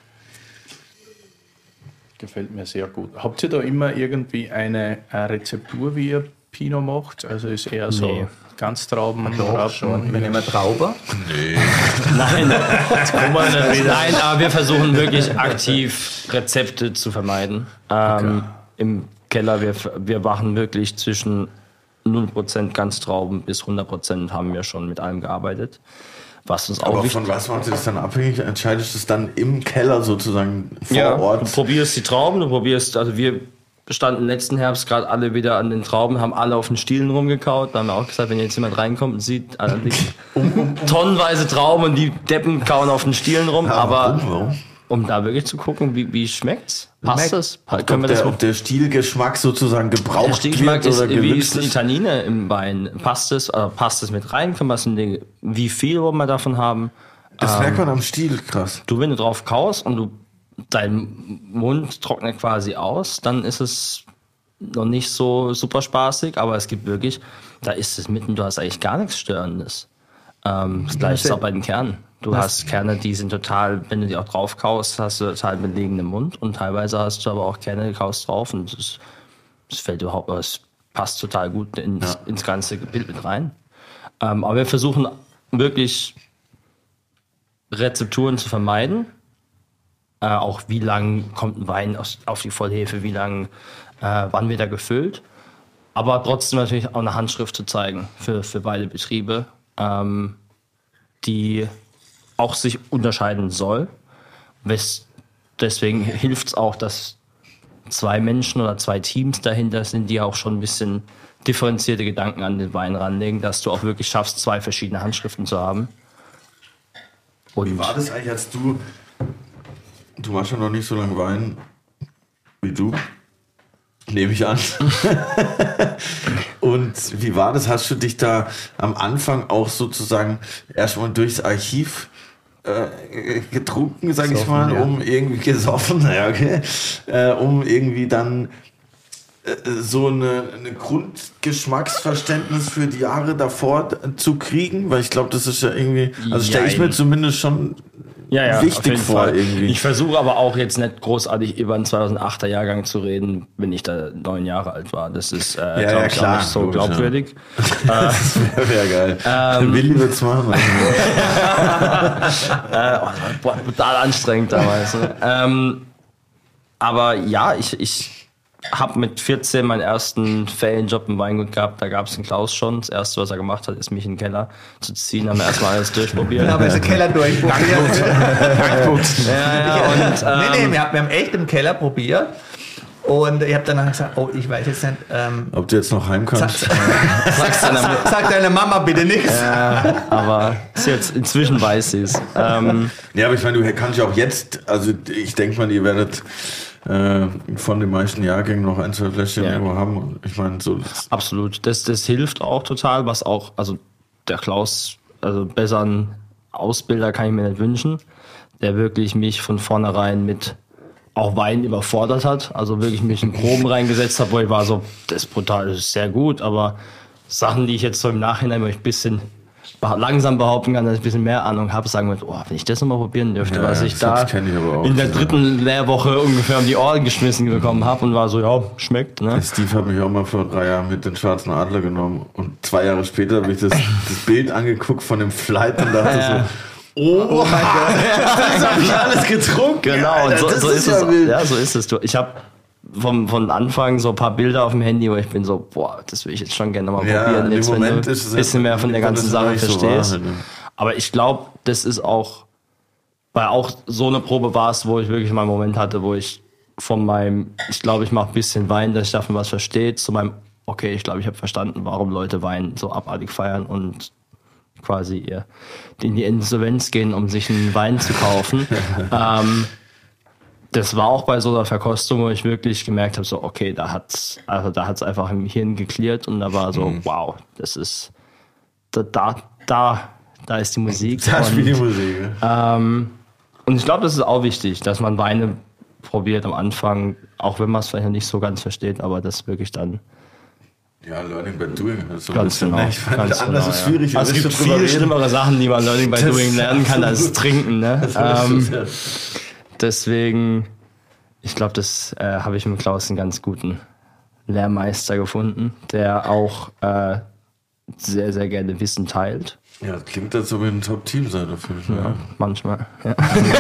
Gefällt mir sehr gut. Habt ihr da immer irgendwie eine, eine Rezeptur, wie ihr Pinot macht? Also ist eher so Nee. Ganztrauben, Doch Rappen, schon. Wir nehmen Trauber. Nein, Nein, aber wir versuchen wirklich aktiv Rezepte zu vermeiden. Ähm, Im Keller, wir, wir machen wirklich zwischen null Prozent Ganztrauben bis hundert Prozent haben wir schon mit allem gearbeitet. Was uns auch Aber wichtig von was macht ihr das dann abhängig? Entscheidest du es dann im Keller sozusagen vor ja, Du Ort? probierst die Trauben, du probierst, also wir standen letzten Herbst gerade alle wieder an den Trauben, haben alle auf den Stielen rumgekaut. Da haben wir auch gesagt, wenn jetzt jemand reinkommt und sieht, also liegen tonnenweise Trauben und die Deppen kauen auf den Stielen rum, Ja, aber warum, warum? um da wirklich zu gucken, wie, wie schmeckt's? Passt Schmeckt. es? Ob, Können wir das der, ob der Stilgeschmack sozusagen gebraucht der Stielgeschmack wird ist, oder wie gewünscht ist die ist? Tannine im Wein? Passt es, oder passt es mit rein? Können wir es in die, wie viel wollen wir davon haben? Das merkt man am Stiel, krass. Du, wenn du drauf kaust und du dein Mund trocknet quasi aus, dann ist es noch nicht so super spaßig, aber es gibt wirklich, da ist es mitten, du hast eigentlich gar nichts Störendes. Ähm, das gleiche ist auch bei den Kernen. Du hast Kerne, die sind total, wenn du die auch drauf kaust, hast du total belegenen Mund und teilweise hast du aber auch Kerne, die kaust drauf und es, es fällt überhaupt, es passt total gut ins, ins ganze Bild mit rein. Ähm, aber wir versuchen wirklich Rezepturen zu vermeiden. Äh, auch wie lang kommt ein Wein aus, auf die Vollhefe, wie lang, äh, wann wird er gefüllt. Aber trotzdem natürlich auch eine Handschrift zu zeigen für, für beide Betriebe, ähm, die auch sich unterscheiden soll. Wes- Deswegen hilft es auch, dass zwei Menschen oder zwei Teams dahinter sind, die auch schon ein bisschen differenzierte Gedanken an den Wein ranlegen, dass du auch wirklich schaffst, zwei verschiedene Handschriften zu haben. Und Wie war das eigentlich, als du, du machst ja noch nicht so lange Wein wie du, nehme ich an. Und wie war das? Hast du dich da am Anfang auch sozusagen erstmal durchs Archiv äh, getrunken, sag ich Gesoffen, mal, ja. um irgendwie gesoffen, ja, okay, äh, um irgendwie dann äh, so eine, eine Grundgeschmacksverständnis für die Jahre davor d- zu kriegen, weil ich glaube, das ist ja irgendwie, also stelle ich mir Jein. zumindest schon ja, ja, auf wichtig jeden vor Fall. irgendwie. Ich versuche aber auch jetzt nicht großartig über einen zweitausendachter Jahrgang zu reden, wenn ich da neun Jahre alt war. Das ist, äh, ja, glaube ich, klar, auch nicht so logisch, ja. glaubwürdig. Das wäre wär geil. Ähm, Willi wird's machen. äh, oh, boah, brutal anstrengend damals. Ne? ähm, aber ja, ich, ich habe mit vierzehn meinen ersten Ferienjob im Weingut gehabt. Da gab es den Klaus schon. Das erste, was er gemacht hat, ist mich in den Keller zu ziehen. Haben wir erstmal alles durchprobiert. Da haben wir den Keller durchprobiert. ja, ja, und, nee, nee, ähm, wir haben, wir haben echt im Keller probiert. Und ich habe dann gesagt, oh, ich weiß jetzt nicht. Ähm, Ob du jetzt noch heim kannst? Sag, sag, sag deiner Mama bitte nichts. Ja, aber ist jetzt, inzwischen weiß sie es. Ähm, Ja, aber ich meine, du kannst ja auch jetzt, also ich denke mal, ihr werdet äh, von den meisten Jahrgängen noch ein, zwei Fläschchen Ja. irgendwo haben. Und ich meine, so. Das, absolut. Das, das hilft auch total, was auch, also der Klaus, also besseren Ausbilder kann ich mir nicht wünschen, der wirklich mich von vornherein mit auch Wein überfordert hat, also wirklich mich in Proben reingesetzt hat, wo ich war so, das ist brutal, das ist sehr gut, aber Sachen, die ich jetzt so im Nachhinein, wo ich ein bisschen langsam behaupten kann, dass ich ein bisschen mehr Ahnung habe, sagen wir, oh, wenn ich das nochmal probieren dürfte, Ja, was ich das da kenn ich aber auch. in der dritten Lehrwoche ungefähr um die Ohren geschmissen bekommen habe und war so, ja, schmeckt, ne? Steve hat mich auch mal vor drei Jahren mit den Schwarzen Adler genommen und zwei Jahre später habe ich das, das Bild angeguckt von dem Flight und dachte Ja. so, oh mein Gott, das habe ich alles getrunken. Genau, Alter, und so, das so ist, ja es. wild. Ja, so ist es. Du, ich habe vom, von Anfang so ein paar Bilder auf dem Handy, wo ich bin so, boah, das will ich jetzt schon gerne mal Ja, probieren, in jetzt, dem wenn Moment du ist es ein bisschen mehr von der kommt ganzen es Sache nicht so verstehst. wahr, ne? Aber ich glaube, das ist auch, weil auch so eine Probe war es, wo ich wirklich mal einen Moment hatte, wo ich von meinem, ich glaube, ich mache ein bisschen Wein, dass ich davon was verstehe, zu meinem, okay, ich glaube, ich habe verstanden, warum Leute Wein so abartig feiern und quasi ihr, in die Insolvenz gehen, um sich einen Wein zu kaufen. ähm, das war auch bei so einer Verkostung, wo ich wirklich gemerkt habe, so, okay, da hat's, also da hat's einfach im Hirn geklärt und da war so, Mhm. wow, das ist, da, da, da, da ist die Musik. Da spielt die und, Musik. Ja. ähm, und ich glaube, das ist auch wichtig, dass man Weine probiert am Anfang, auch wenn man es vielleicht noch nicht so ganz versteht, aber das wirklich dann Ja, Learning by Doing. Das ist so ein ganz bisschen, genau. ne? Ich fand, ganz anders genau, ist ja. schwierig. ihr Also es wisst gibt schon drüber viel reden. schlimmere Sachen, die man Learning by Das Doing ist lernen kann, als absolut. trinken. Ne? Das Ähm, ist ja- deswegen, ich glaube, das äh, habe ich mit Klaus einen ganz guten Lehrmeister gefunden, der auch äh, sehr, sehr gerne Wissen teilt. Ja, das klingt, als ob ihr ein Top-Team seid auf jeden Fall. Ja, manchmal. Ja.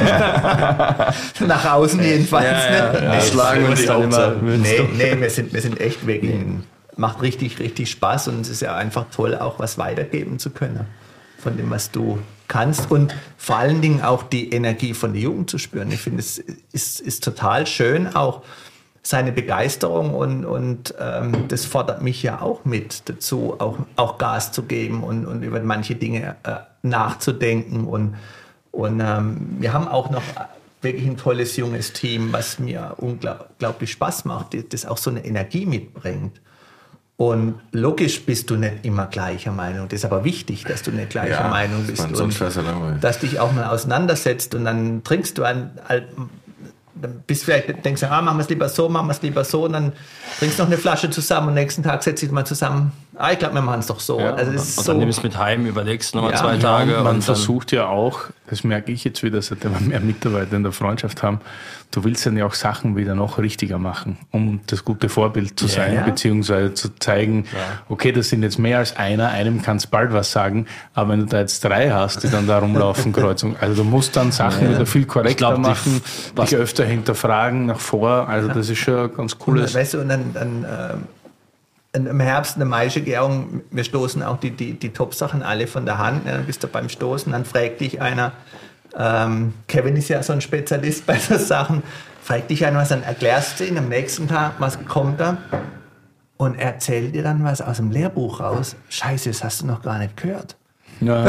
Nach außen jedenfalls. Ja, ne? ja, schlagen uns dann immer. Nee, nee, wir sind, wir sind echt wirklich, macht richtig, richtig Spaß und es ist ja einfach toll, auch was weitergeben zu können von dem, was du kannst und vor allen Dingen auch die Energie von der Jugend zu spüren. Ich finde, es ist, ist total schön, auch seine Begeisterung und, und ähm, das fordert mich ja auch mit dazu, auch, auch Gas zu geben und, und über manche Dinge äh, nachzudenken und, und ähm, wir haben auch noch wirklich ein tolles junges Team, was mir unglaublich Spaß macht, das auch so eine Energie mitbringt. Und logisch bist du nicht immer gleicher Meinung. Das ist aber wichtig, dass du nicht gleicher Ja, Meinung bist. man, sonst wär's ja langweilig. Dass dich auch mal auseinandersetzt und dann trinkst du ein, dann bist vielleicht, denkst du, ah, machen wir es lieber so, machen wir es lieber so, und dann trinkst du noch eine Flasche zusammen und nächsten Tag setzt dich mal zusammen, ah, ich glaube, wir machen es doch so. Ja, also und das ist dann so, nimmst du mit heim, überlegst nochmal Ja, zwei ja, Tage. Ja, und man dann, versucht ja auch, das merke ich jetzt wieder, seitdem wir mehr Mitarbeiter in der Freundschaft haben, du willst dann ja auch Sachen wieder noch richtiger machen, um das gute Vorbild zu Ja, sein, ja. beziehungsweise zu zeigen, okay, das sind jetzt mehr als einer, einem kannst bald was sagen, aber wenn du da jetzt drei hast, die dann da rumlaufen, Kreuzung, also du musst dann Sachen wieder viel korrekter glaub, die- machen, was- dich öfter hinterfragen, nach vor, also das ist schon ein ganz cooles. weißt du, und dann, dann ähm, im Herbst eine Maischegärung, wir stoßen auch die, die, die Top-Sachen alle von der Hand, ne? Dann bist du beim Stoßen, dann fragt dich einer, ähm, Kevin ist ja so ein Spezialist bei so Sachen, fragt dich einer was, dann erklärst du ihn am nächsten Tag, was kommt da, und er erzählt dir dann was aus dem Lehrbuch raus. Scheiße, das hast du noch gar nicht gehört. Ja,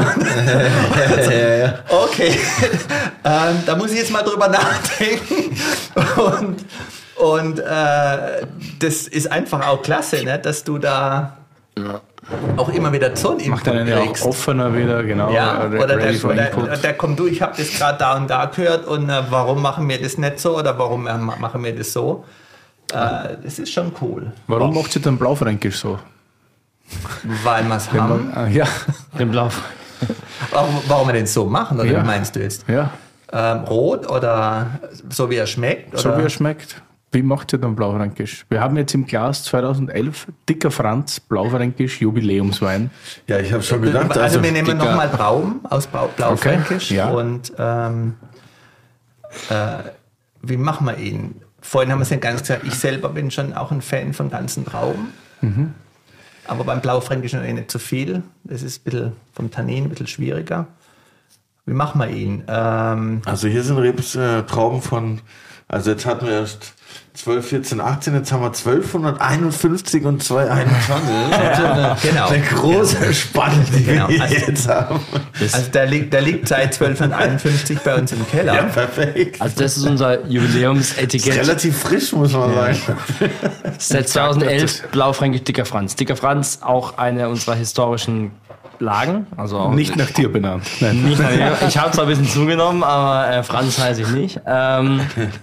Okay, ähm, da muss ich jetzt mal drüber nachdenken. Und, und äh, das ist einfach auch klasse, ne? Dass du da auch immer wieder so einen macht Input einen ja auch kriegst. offener wieder, genau. Ja, re- oder ready der, for oder input. der kommt du, ich habe das gerade da und da gehört und äh, warum machen wir das nicht so oder warum äh, ma- machen wir das so? Äh, das ist schon cool, Warum macht sie dann Blaufränkisch so? weil wir es haben. Ah, ja, den Blau. Warum, warum wir den so machen, oder Ja. wie meinst du jetzt? ja, Ähm, rot oder so wie er schmeckt? so oder? wie er schmeckt. Wie macht ihr dann Blaufränkisch? Wir haben jetzt im Glas zweitausendelf Dicker Franz Blaufränkisch Jubiläumswein. Ja, ich habe schon gedacht. Also, also wir nehmen dicker- nochmal Trauben aus Blau- Blaufränkisch Okay, ja. und ähm, äh, wie machen wir ihn? Vorhin haben wir es ja ganz gesagt, ich selber bin schon auch ein Fan von ganzen Trauben. Mhm. Aber beim Blaufränkisch noch eh nicht zu viel. Das ist ein bisschen vom Tannin ein bisschen schwieriger. Wie machen wir ihn? Ähm, Also hier sind Rebs äh, Trauben von, also jetzt hatten wir erst zwölf, vierzehn, achtzehn, jetzt haben wir zwölfhunderteinundfünfzig und zweihunderteinundzwanzig. Das ist eine, genau. eine große Genau. Spanne, die Genau. wir Also- jetzt haben. Also der liegt, der liegt seit zwölfhunderteinundfünfzig bei uns im Keller. Ja, perfekt. Also das ist unser Ist Jubiläumsetikett. relativ frisch, muss man sagen. Seit zweitausendelf Blaufränkisch Dicker Franz. Dicker Franz, auch eine unserer historischen Lagen. Also auch Nicht nach dir benannt. Nein. Nicht nach mir. Ich habe zwar ein bisschen zugenommen, aber äh, Franz heiße ich nicht. Ähm,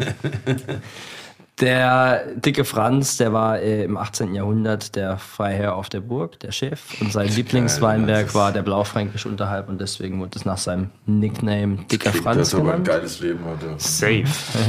der dicke Franz, der war äh, im achtzehnten Jahrhundert der Freiherr auf der Burg, der Chef. Und sein Lieblingsweinberg war der Blaufränkisch unterhalb und deswegen wurde es nach seinem Nickname Dicker Das Franz ist aber ein genannt. geiles Leben heute. Safe.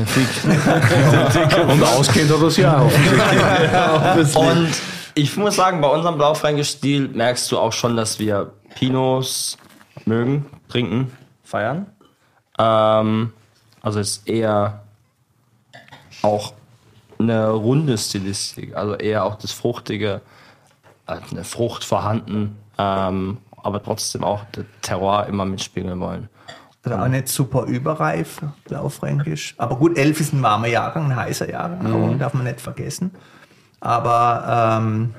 Und ausgehend hat das ja offensichtlich. Und ich muss sagen, bei unserem Blaufränkisch-Stil merkst du auch schon, dass wir Pinots mögen, trinken, feiern. Ähm, also es ist eher auch eine runde Stilistik, also eher auch das Fruchtige, also eine Frucht vorhanden, ähm, aber trotzdem auch der Terroir immer mitspiegeln wollen. Also auch nicht super überreif, Blaufränkisch. Aber gut, elf ist ein warmer Jahrgang, ein heißer Jahrgang, auch, darf man nicht vergessen. Aber ähm,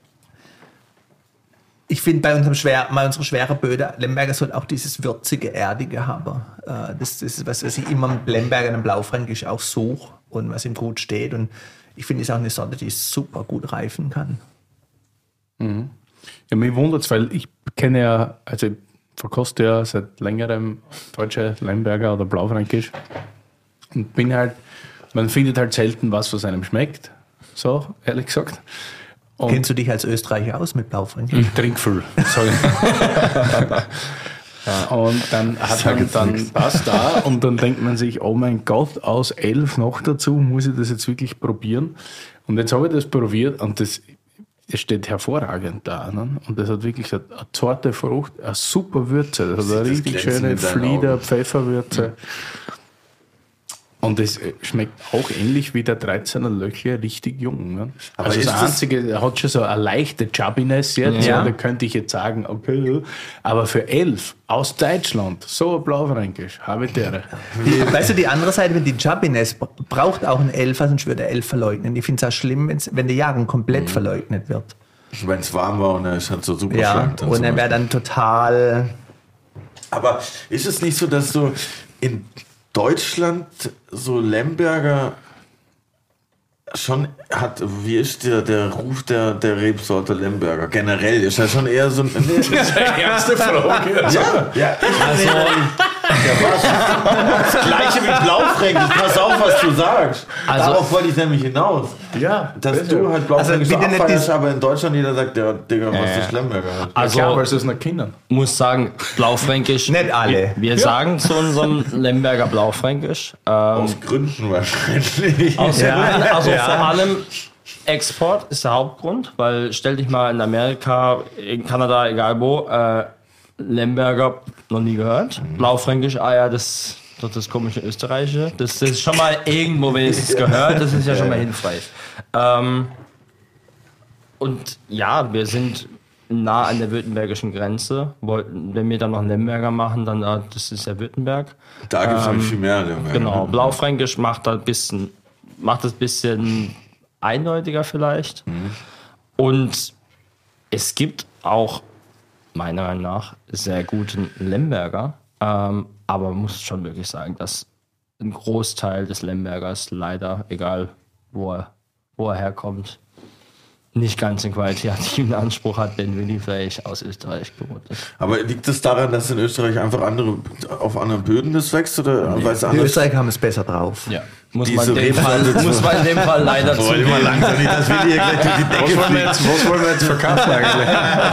ich finde, bei unserem schwer, bei unserer schweren Böde, Lemberger soll auch dieses würzige, erdige haben. Äh, das, das ist was, was ich immer mit Lemberger und Blaufränkisch auch suche und was ihm gut steht. Und ich finde, es ist auch eine Sorte, die super gut reifen kann. Ja, mich wundert es, weil ich kenne ja, also ich verkoste ja seit längerem deutsche Lemberger oder Blaufränkisch und bin halt, man findet halt selten was, was einem schmeckt, so ehrlich gesagt. Und Kennst du dich als Österreicher aus mit Blaufränkisch? ich trinke viel. Sorry. Ja, und dann hat man dann das da und dann denkt man sich, oh mein Gott, aus elf noch dazu, muss ich das jetzt wirklich probieren? Und jetzt habe ich das probiert und das, es steht hervorragend da. Ne? Und das hat wirklich eine, eine zarte Frucht, eine super Würze. Das hat eine Das richtig glänzen schöne in deinen Flieder, Augen. Pfefferwürze. Und es schmeckt auch ähnlich wie der dreizehner Löcher richtig jung. Ne? Aber Also ist das das- Einzige, er hat schon so eine leichte Chubbiness jetzt, Ja. ja. Da könnte ich jetzt sagen, okay, aber für elf aus Deutschland, so ein Blaufränkisch, habe ich der. Weißt du, die andere Seite, wenn die Jubbiness braucht auch ein Elfer, sonst würde der Elf verleugnen. Ich finde es auch schlimm, wenn's, wenn der Jahrgang komplett verleugnet wird. Wenn es warm war und er ist halt so super Ja, schlank. dann und zum dann wäre dann total. Aber ist es nicht so, dass so in Deutschland so Lemberger schon hat, wie ist der, der Ruf der, der Rebsorte Lemberger? Generell ist er schon eher so ein. Nee, Erste Frage. ja, ja. Also, ja, was? Das gleiche wie Blaufränkisch. Pass auf, was du sagst. Also- Darauf wollte ich nämlich hinaus. Ja, Dass bitte. du halt Blaufränkisch Also, bitte nicht abfeierst, dies- aber in Deutschland jeder sagt, ja, Digga, was ist Lemberger? Also Klar, weil sie es noch kennen. muss sagen, Blaufränkisch. Nicht alle. Wir, wir sagen zu unserem Lemberger Blaufränkisch. Ähm, Aus Gründen wahrscheinlich. Aus Ja. Gründen, also Ja. vor allem Export ist der Hauptgrund, weil stell dich mal in Amerika, in Kanada, egal wo, äh, Lemberger noch nie gehört. Blaufränkisch, ah ja, das das, das komische Österreichische. Das, das ist schon mal irgendwo wenigstens gehört, das ist ja schon mal hilfreich. Ähm, und ja, wir sind nah an der württembergischen Grenze. Wollten, wenn wir dann noch einen Lemberger machen, dann ah, das ist ja Württemberg. Da gibt es nämlich viel mehr Lemberger. Genau, Blaufränkisch macht da ein bisschen, macht es ein bisschen eindeutiger vielleicht. Und es gibt auch, meiner Meinung nach, sehr guten Lemberger. Ähm, aber man muss schon wirklich sagen, dass ein Großteil des Lembergers leider, egal wo er, wo er herkommt, nicht ganz den qualitativen Anspruch hat, den Willi vielleicht aus Österreich geholt ist. Aber liegt es daran, dass in Österreich einfach andere auf anderen Böden das wächst? Oder weil es Die anders Österreicher haben es besser drauf. Ja, muss Diese man, in dem Fall, Rebsorte- muss man in dem Fall leider Wollen wir mal zugeben. langsam nicht, dass wir hier gleich durch die Decke Was wollen wir fliegen. jetzt, was wollen wir jetzt verkaufen eigentlich?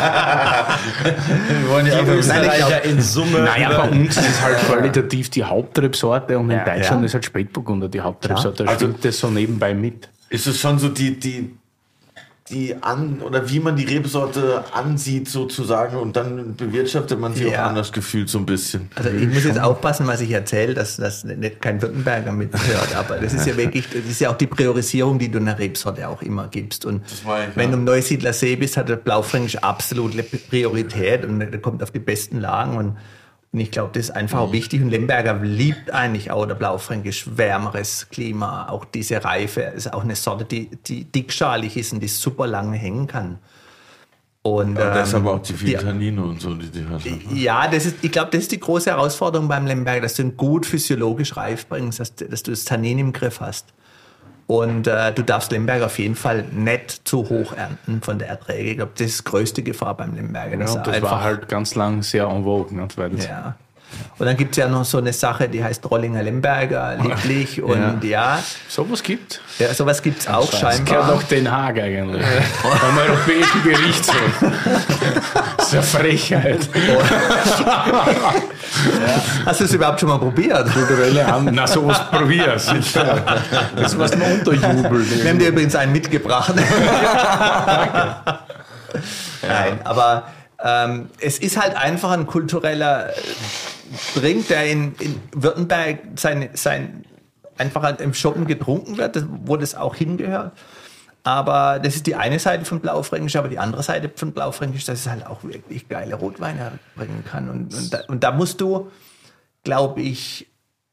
Wir wollen ja Die auch Österreicher in Summe. Naja, bei uns ist halt qualitativ die Hauptrebsorte und in Ja, Deutschland ja. ist halt Spätburgunder die Hauptrebsorte. Da Also- stimmt das so nebenbei mit. Ist es schon so die, die, die an, oder wie man die Rebsorte ansieht sozusagen und dann bewirtschaftet man sie Ja. auch anders gefühlt so ein bisschen. Also ich muss jetzt aufpassen, was ich erzähle, dass das nicht kein Württemberger mithört, aber das ist ja wirklich, das ist ja auch die Priorisierung, die du einer Rebsorte auch immer gibst. Und meine ich, wenn ja. du im Neusiedler See bist, hat der Blaufränkisch absolut Priorität und der kommt auf die besten Lagen und Und ich glaube, das ist einfach auch wichtig. Und Lemberger liebt eigentlich auch der Blaufränkisch wärmeres Klima. Auch diese Reife ist auch eine Sorte, die, die dickschalig ist und die super lange hängen kann. Und, ja, das ist ähm, aber auch die vielen Tannine und so, die die hat. Ja, das ist, ich glaube, das ist die große Herausforderung beim Lemberger, dass du ihn gut physiologisch reif bringst, dass, dass du das Tannin im Griff hast. Und äh, du darfst Lemberger auf jeden Fall nicht zu hoch ernten von der Erträge. Ich glaube, das ist die größte Gefahr beim Lemberger. Ja, und das einfach, war halt ganz lang sehr en vogue. Ne? Weil ja. Und dann gibt es ja noch so eine Sache, die heißt Rollinger Lemberger, lieblich und ja. ja sowas gibt es? Ja, sowas gibt es auch Scheiß. scheinbar. Das gehört auch Den Haag eigentlich. Vom Europäischen Gerichtshof. Das ist eine Frechheit. ja. Hast du es überhaupt schon mal probiert? Kulturelle Hand. Na, sowas probierst. Das was man unterjubelt. Wir haben dir übrigens einen mitgebracht. Danke. Nein, aber ähm, es ist halt einfach ein kultureller Drink, der in, in Württemberg sein, sein, einfach im Shoppen getrunken wird, wo das auch hingehört. Aber das ist die eine Seite von Blaufränkisch, aber die andere Seite von Blaufränkisch, dass es halt auch wirklich geile Rotweine bringen kann. Und, und, da, und da musst du, glaube ich,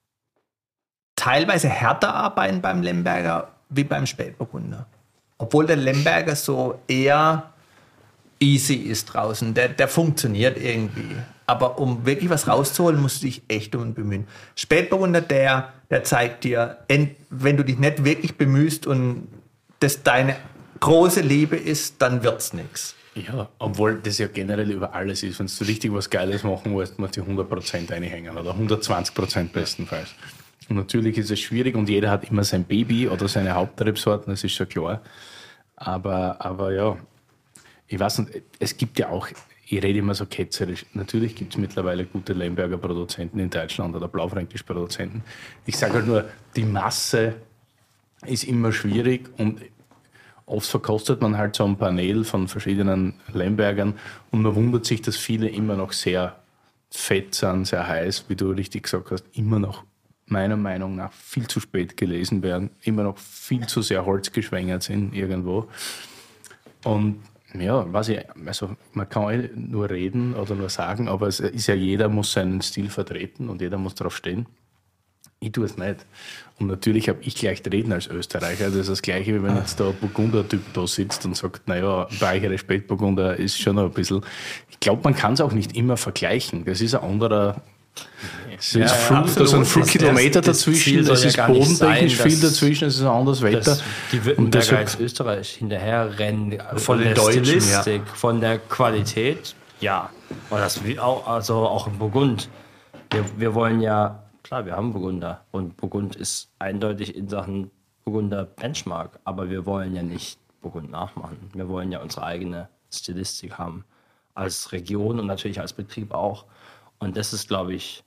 teilweise härter arbeiten beim Lemberger wie beim Spätburgunder. Obwohl der Lemberger so eher easy ist draußen, der, der funktioniert irgendwie. Aber um wirklich was rauszuholen, musst du dich echt um ihn bemühen. Spätburgunder, der, der zeigt dir, wenn du dich nicht wirklich bemühst und das deine große Liebe ist, dann wird's nichts. Ja, obwohl das ja generell über alles ist. Wenn du richtig was Geiles machen willst, musst du hundert Prozent reinhängen oder hundertzwanzig Prozent bestenfalls. Und natürlich ist es schwierig und jeder hat immer sein Baby oder seine Hauptrebsorten, das ist schon klar. Aber, aber ja, ich weiß nicht, es gibt ja auch, ich rede immer so ketzerisch, natürlich gibt es mittlerweile gute Lemberger Produzenten in Deutschland oder Blaufränkisch Produzenten. Ich sage halt nur, die Masse ist immer schwierig und oft verkostet man halt so ein Panel von verschiedenen Lembergern und man wundert sich, dass viele immer noch sehr fett sind, sehr heiß, wie du richtig gesagt hast, immer noch meiner Meinung nach viel zu spät gelesen werden, immer noch viel zu sehr holzgeschwängert sind irgendwo. Und ja, weiß ich, also man kann nur reden oder nur sagen, aber es ist ja, jeder muss seinen Stil vertreten und jeder muss drauf stehen. Ich tue es nicht. Und natürlich habe ich gleich reden als Österreicher. Das ist das Gleiche, wie wenn jetzt da ein Burgunder-Typ da sitzt und sagt, naja, weichere Spätburgunder ist schon noch ein bisschen. Ich glaube, man kann es auch nicht immer vergleichen. Das ist ein anderer. Es ja, ist ja, Flug, da sind viele Kilometer das, das dazwischen, es ist ja bodentechnisch sein, viel dazwischen, es ist ein anderes Wetter. Die Württemberger als Österreich hinterher rennen von der Deutschen, Stilistik, ja. Von der Qualität, ja. Und das auch, also auch in Burgund. Wir, wir wollen ja, klar, wir haben Burgunder und Burgund ist eindeutig in Sachen Burgunder Benchmark, aber wir wollen ja nicht Burgund nachmachen. Wir wollen ja unsere eigene Stilistik haben, als Region und natürlich als Betrieb auch. Und das ist, glaube ich,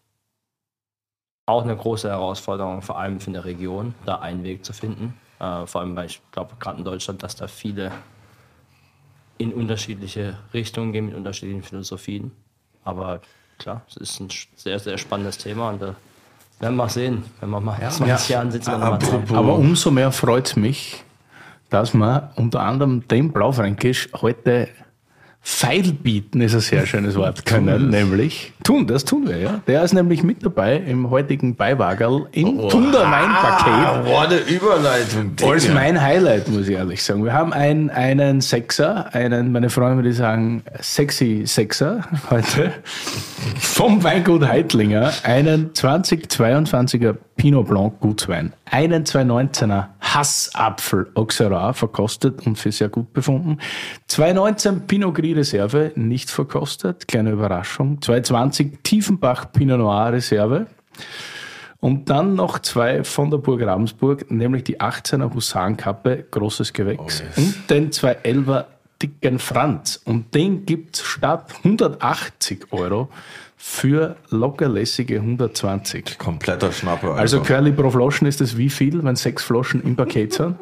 auch eine große Herausforderung, vor allem für eine Region, da einen Weg zu finden. Äh, vor allem, weil ich glaube, gerade in Deutschland, dass da viele in unterschiedliche Richtungen gehen, mit unterschiedlichen Philosophien. Aber klar, es ist ein sehr, sehr spannendes Thema und da werden wir mal sehen, wenn wir mal in zwanzig ja. Jahren sitzen wir nochmal zusammen. Aber umso mehr freut es mich, dass wir unter anderem dem Blaufränkisch heute Feil bieten ist ein sehr schönes Wort können, nämlich tun, das tun wir, ja. Der ist nämlich mit dabei im heutigen Beiwagerl im oh, Thunder Weinpaket. Oh, eine Überleitung. Als mein Highlight, muss ich ehrlich sagen. Wir haben einen, einen Sechser, einen, meine Freunde würde sagen, sexy Sechser heute vom Weingut Heitlinger, einen zweitausendzweiundzwanziger Pinot Blanc Gutswein, einen zweitausendneunzehner Hassapfel Auxerrois verkostet und für sehr gut befunden, zweitausendneunzehn Pinot Gris Reserve nicht verkostet, kleine Überraschung, zweitausendzwanzig Tiefenbach Pinot Noir Reserve und dann noch zwei von der Burg Ravensburg, nämlich die achtzehner Husarenkappe, großes Gewächs oh yes. und den zweihundertelfer dicken Franz und den gibt's statt hundertachtzig Euro für lockerlässige hundertzwanzig. Kompletter Schnapper. Also, also Curly pro Flaschen ist das wie viel, wenn sechs Flaschen im Paket sind?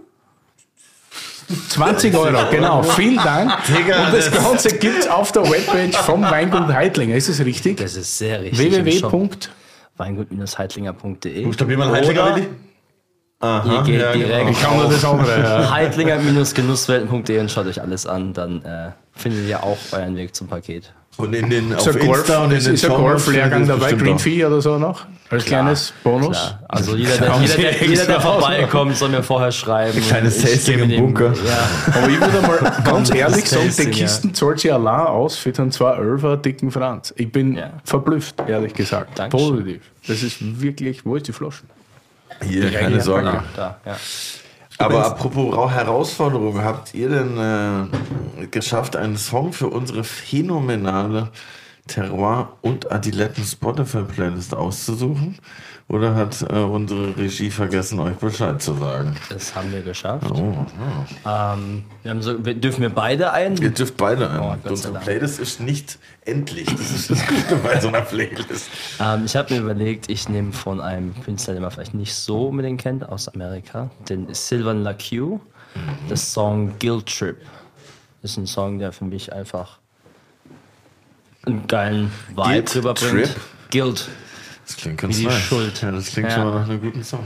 zwanzig Euro, genau. Vielen Dank. Digga, und das, das Ganze gibt es auf der Webpage vom Weingut Heitlinger. Ist das richtig? Das ist sehr richtig. w w w punkt weingut heitlinger punkt de Buchstabiert man Heitlinger wirklich? Aha, ihr geht ja, direkt ich kann nur das andere. Ja. heitlinger Genusswelten punkt de und schaut euch alles an. Dann äh, findet ihr auch euren Weg zum Paket. Und in den, auf Ist ein Golf, Insta und in ist, den ist ein Shownotes Golflehrgang findet ihr es dabei, bestimmt Green auch. Fee oder so noch? Als kleines Bonus? Klar. Also jeder, der, Schauen jeder, Sie der, extra jeder, der aus, vorbeikommt, soll mir vorher schreiben. Ein kleines Ich Tasting gebe im dem- Bunker. Ja. Aber ich würde mal ganz Komm, ehrlich das sagen, die Tasting, ja. Kisten zahlt sich allein aus für den zwei Elfer dicken Franz. Ich bin Ja. verblüfft, ehrlich gesagt. Dankeschön. Positiv. Das ist wirklich, wo ist die Flaschen? Hier, keine Sorge. Ah, da, ja. Aber apropos Ra- Herausforderung, habt ihr denn äh, geschafft, einen Song für unsere phänomenale Terroir- und Adiletten-Spotify-Playlist auszusuchen? Oder hat äh, unsere Regie vergessen, euch Bescheid zu sagen? Das haben wir geschafft. Oh, oh. Ähm, wir haben so, wir, dürfen wir beide ein? Ihr dürft beide ein. Oh, Gott sei Unsere Dank. Playlist ist nicht endlich. Das ist das Gute bei so einer Playlist. Ähm, ich habe mir überlegt, ich nehme von einem Künstler, den man vielleicht nicht so unbedingt kennt, aus Amerika, den Sylvan LaCue, das Song Guilt Trip. Das ist ein Song, der für mich einfach einen geilen Vibe Guilt rüberbringt. Trip? Guilt. Das klingt ganz Wie die nice. Schuld. Ja, das klingt Ja. schon mal nach einem guten Song.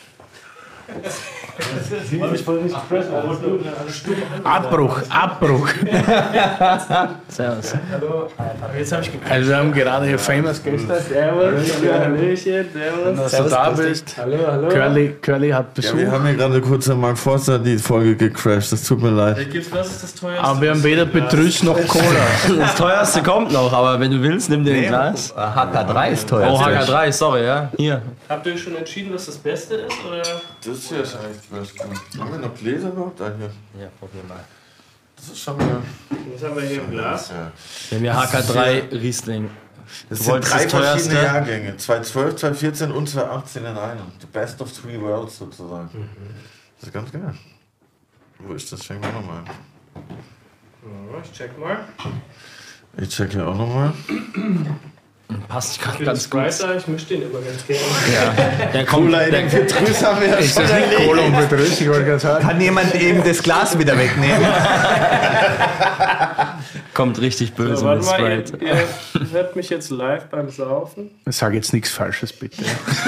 Abbruch, Abbruch. Servus. Also wir haben gerade hier Famous Gäste. Servus. Hallöchen, servus. Dass du da bist. Hallo, hallo. Curly, Curly hat Ja, Besuch. wir haben hier gerade kurz an Mark Forster die Folge gecrashed. Das tut mir leid. Was ist das teuerste? Aber wir haben weder Betrüß noch Cola. Das teuerste kommt noch, aber wenn du willst, nimm dir ein Glas. H K drei ist teuer. Oh, H K drei, sorry, ja. Hier. Habt ihr euch schon entschieden, was das Beste ist? Oder? Das hier ist eigentlich das Beste. Haben wir noch Gläser noch? Da hier. Ja, probier mal. Das ist schon mal. Was haben wir hier im Glas? Ja. Wir haben hier H K drei Riesling. Das Du sind wolltest drei das teuerste? verschiedene Jahrgänge. zwanzig zwölf, zwanzig vierzehn und zwanzig achtzehn in einem. The best of three worlds sozusagen. Das ist ganz geil. Wo ist das? Schenken wir nochmal ein. Ja, ich check mal. Ich check hier auch nochmal. Passt Für den ganz gut. Spriter, ich mische den immer ganz gerne. Der kommt, der, Betrüß haben wir Ist das nicht Cola und Betrüß? Ich wollte gerade sagen. Kann jemand eben das Glas wieder wegnehmen? kommt richtig böse So, warte mit mal, ihr, Sprite. ihr hört mich jetzt live beim Saufen. Sag jetzt nichts Falsches, bitte.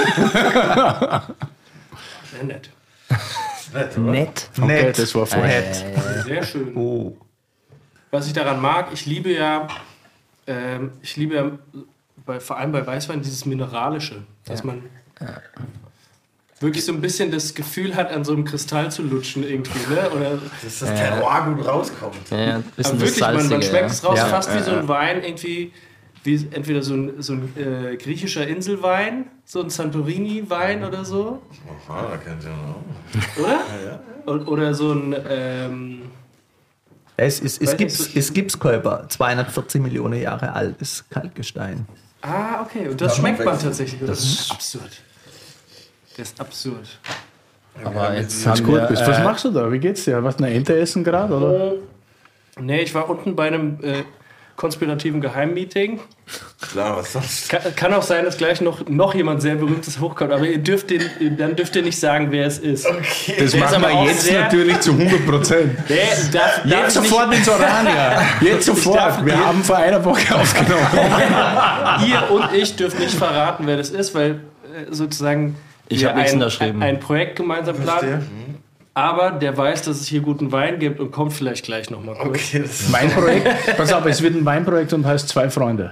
Sehr nett. Nett. Okay, Nett. das war vorher. Sehr schön. Oh. Was ich daran mag, ich liebe ja, ähm, ich liebe ja bei, vor allem bei Weißwein dieses Mineralische, dass man wirklich so ein bisschen das Gefühl hat, an so einem Kristall zu lutschen irgendwie, ne? Oder Dass das Terroir gut rauskommt. Ja, aber bisschen wirklich, das man, man Salzige, schmeckt es raus, ja. fast wie so ein Wein, irgendwie, wie entweder so ein, so ein äh, griechischer Inselwein, so ein Santorini-Wein oder so, Aha, da kennt ihr noch. oder? Und, oder so ein, ähm, Es, ist, es, Weiß gibt, nicht, es gibt Körper, zweihundertvierzig Millionen Jahre altes Kalkgestein. ah, okay, und das Ja, man schmeckt man wächst. tatsächlich. Das ist absurd. Das ist absurd. Aber jetzt Ganz haben gut wir, bist. Was äh, machst du da? Wie geht's dir? Was, eine Ente essen gerade? Oder? Nee, ich war unten bei einem äh, konspirativen Geheimmeeting. Klar, was sonst? Kann, kann auch sein, dass gleich noch, noch jemand sehr Berühmtes hochkommt, aber ihr dürft den, dann dürft ihr nicht sagen, wer es ist. Okay. Das Der ist machen aber wir auch jetzt sehr- natürlich zu hundert Prozent. Der darf, Ja, darf sofort ins Orania. Jetzt sofort. darf- Wir haben vor einer Woche aufgenommen. nicht, ihr und ich dürft nicht verraten, wer das ist, weil äh, sozusagen Ich wir hab nichts ein, unterschrieben. ein Projekt gemeinsam planen. Aber der weiß, dass es hier guten Wein gibt und kommt vielleicht gleich nochmal kurz. Okay, das Mein Projekt, pass auf, es wird ein Weinprojekt und heißt Zwei Freunde.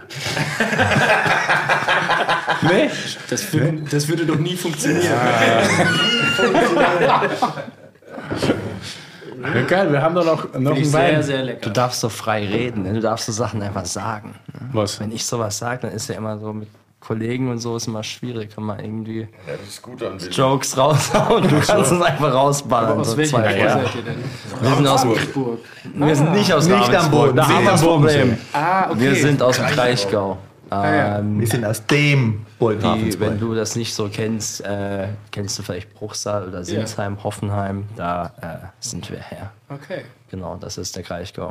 Nee? Das, würde, das würde doch nie funktionieren. Ja, geil, wir haben da noch, noch Finde einen ich sehr, Wein. sehr Du lecker. darfst so frei reden, ne? Du darfst so Sachen einfach sagen. Ne? Was? Wenn ich sowas sage, dann ist ja immer so mit Kollegen und so ist immer schwierig, kann man irgendwie ja, das ist gut an Jokes raushauen. Du kannst es einfach rausballern. Aus so welchem zwei. Ort Ja. seid ihr denn? Wir sind aus Augsburg. Wir sind nicht aus Nicht am Ravensburg. Boden, Da nicht haben wir am ein Bodensee. Problem. Ah, okay. Wir sind aus dem Kraichgau. ja. Ähm, Wir sind aus dem Burg die, Ravensburg. wenn du das nicht so kennst, äh, kennst du vielleicht Bruchsal oder Sinsheim, Hoffenheim. Da äh, sind wir her. Okay. Genau, das ist der Kraichgau.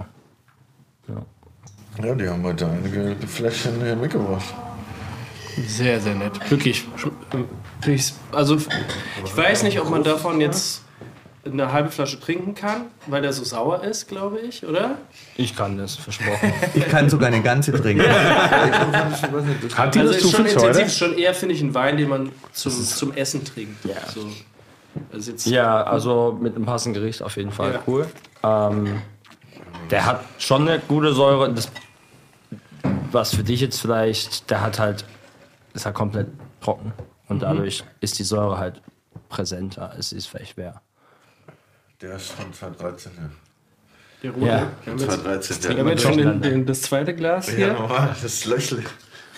Ja, die haben heute einige Fläschchen hier mitgebracht. Sehr, sehr nett. Wirklich. Ich- Also, ich weiß nicht, ob man davon jetzt eine halbe Flasche trinken kann, weil der so sauer ist, glaube ich, oder? Ich kann das, versprochen. Ich kann sogar eine ganze trinken. Hat die Also das ist zu schon viel Säure? intensiv, schon eher, finde ich, ein Wein, den man zum, zum Essen trinkt. Ja. So. Also jetzt, Ja, also mit einem passenden Gericht auf jeden Fall Ja. cool. Ähm, der hat schon eine gute Säure. Das was für dich jetzt vielleicht, der hat halt, ist halt komplett trocken und dadurch mhm. ist die Säure halt präsenter, als sie es vielleicht wäre. Der ist von zwanzig dreizehn, ja. Der rote. Ja. Wir haben jetzt, zwanzig dreizehn, wir haben jetzt schon den, den, das zweite Glas hier. Ja, normal, das ist löchlich.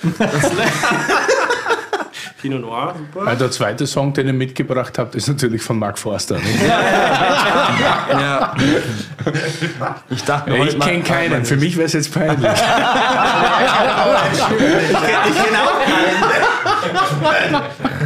Pinot Noir, super. Also der zweite Song, den ihr mitgebracht habt, ist natürlich von Mark Forster. Nicht? Ja. Ich dachte, Ja, ich kenne keinen. Für mich wäre es jetzt peinlich. Ich kenne auch keinen.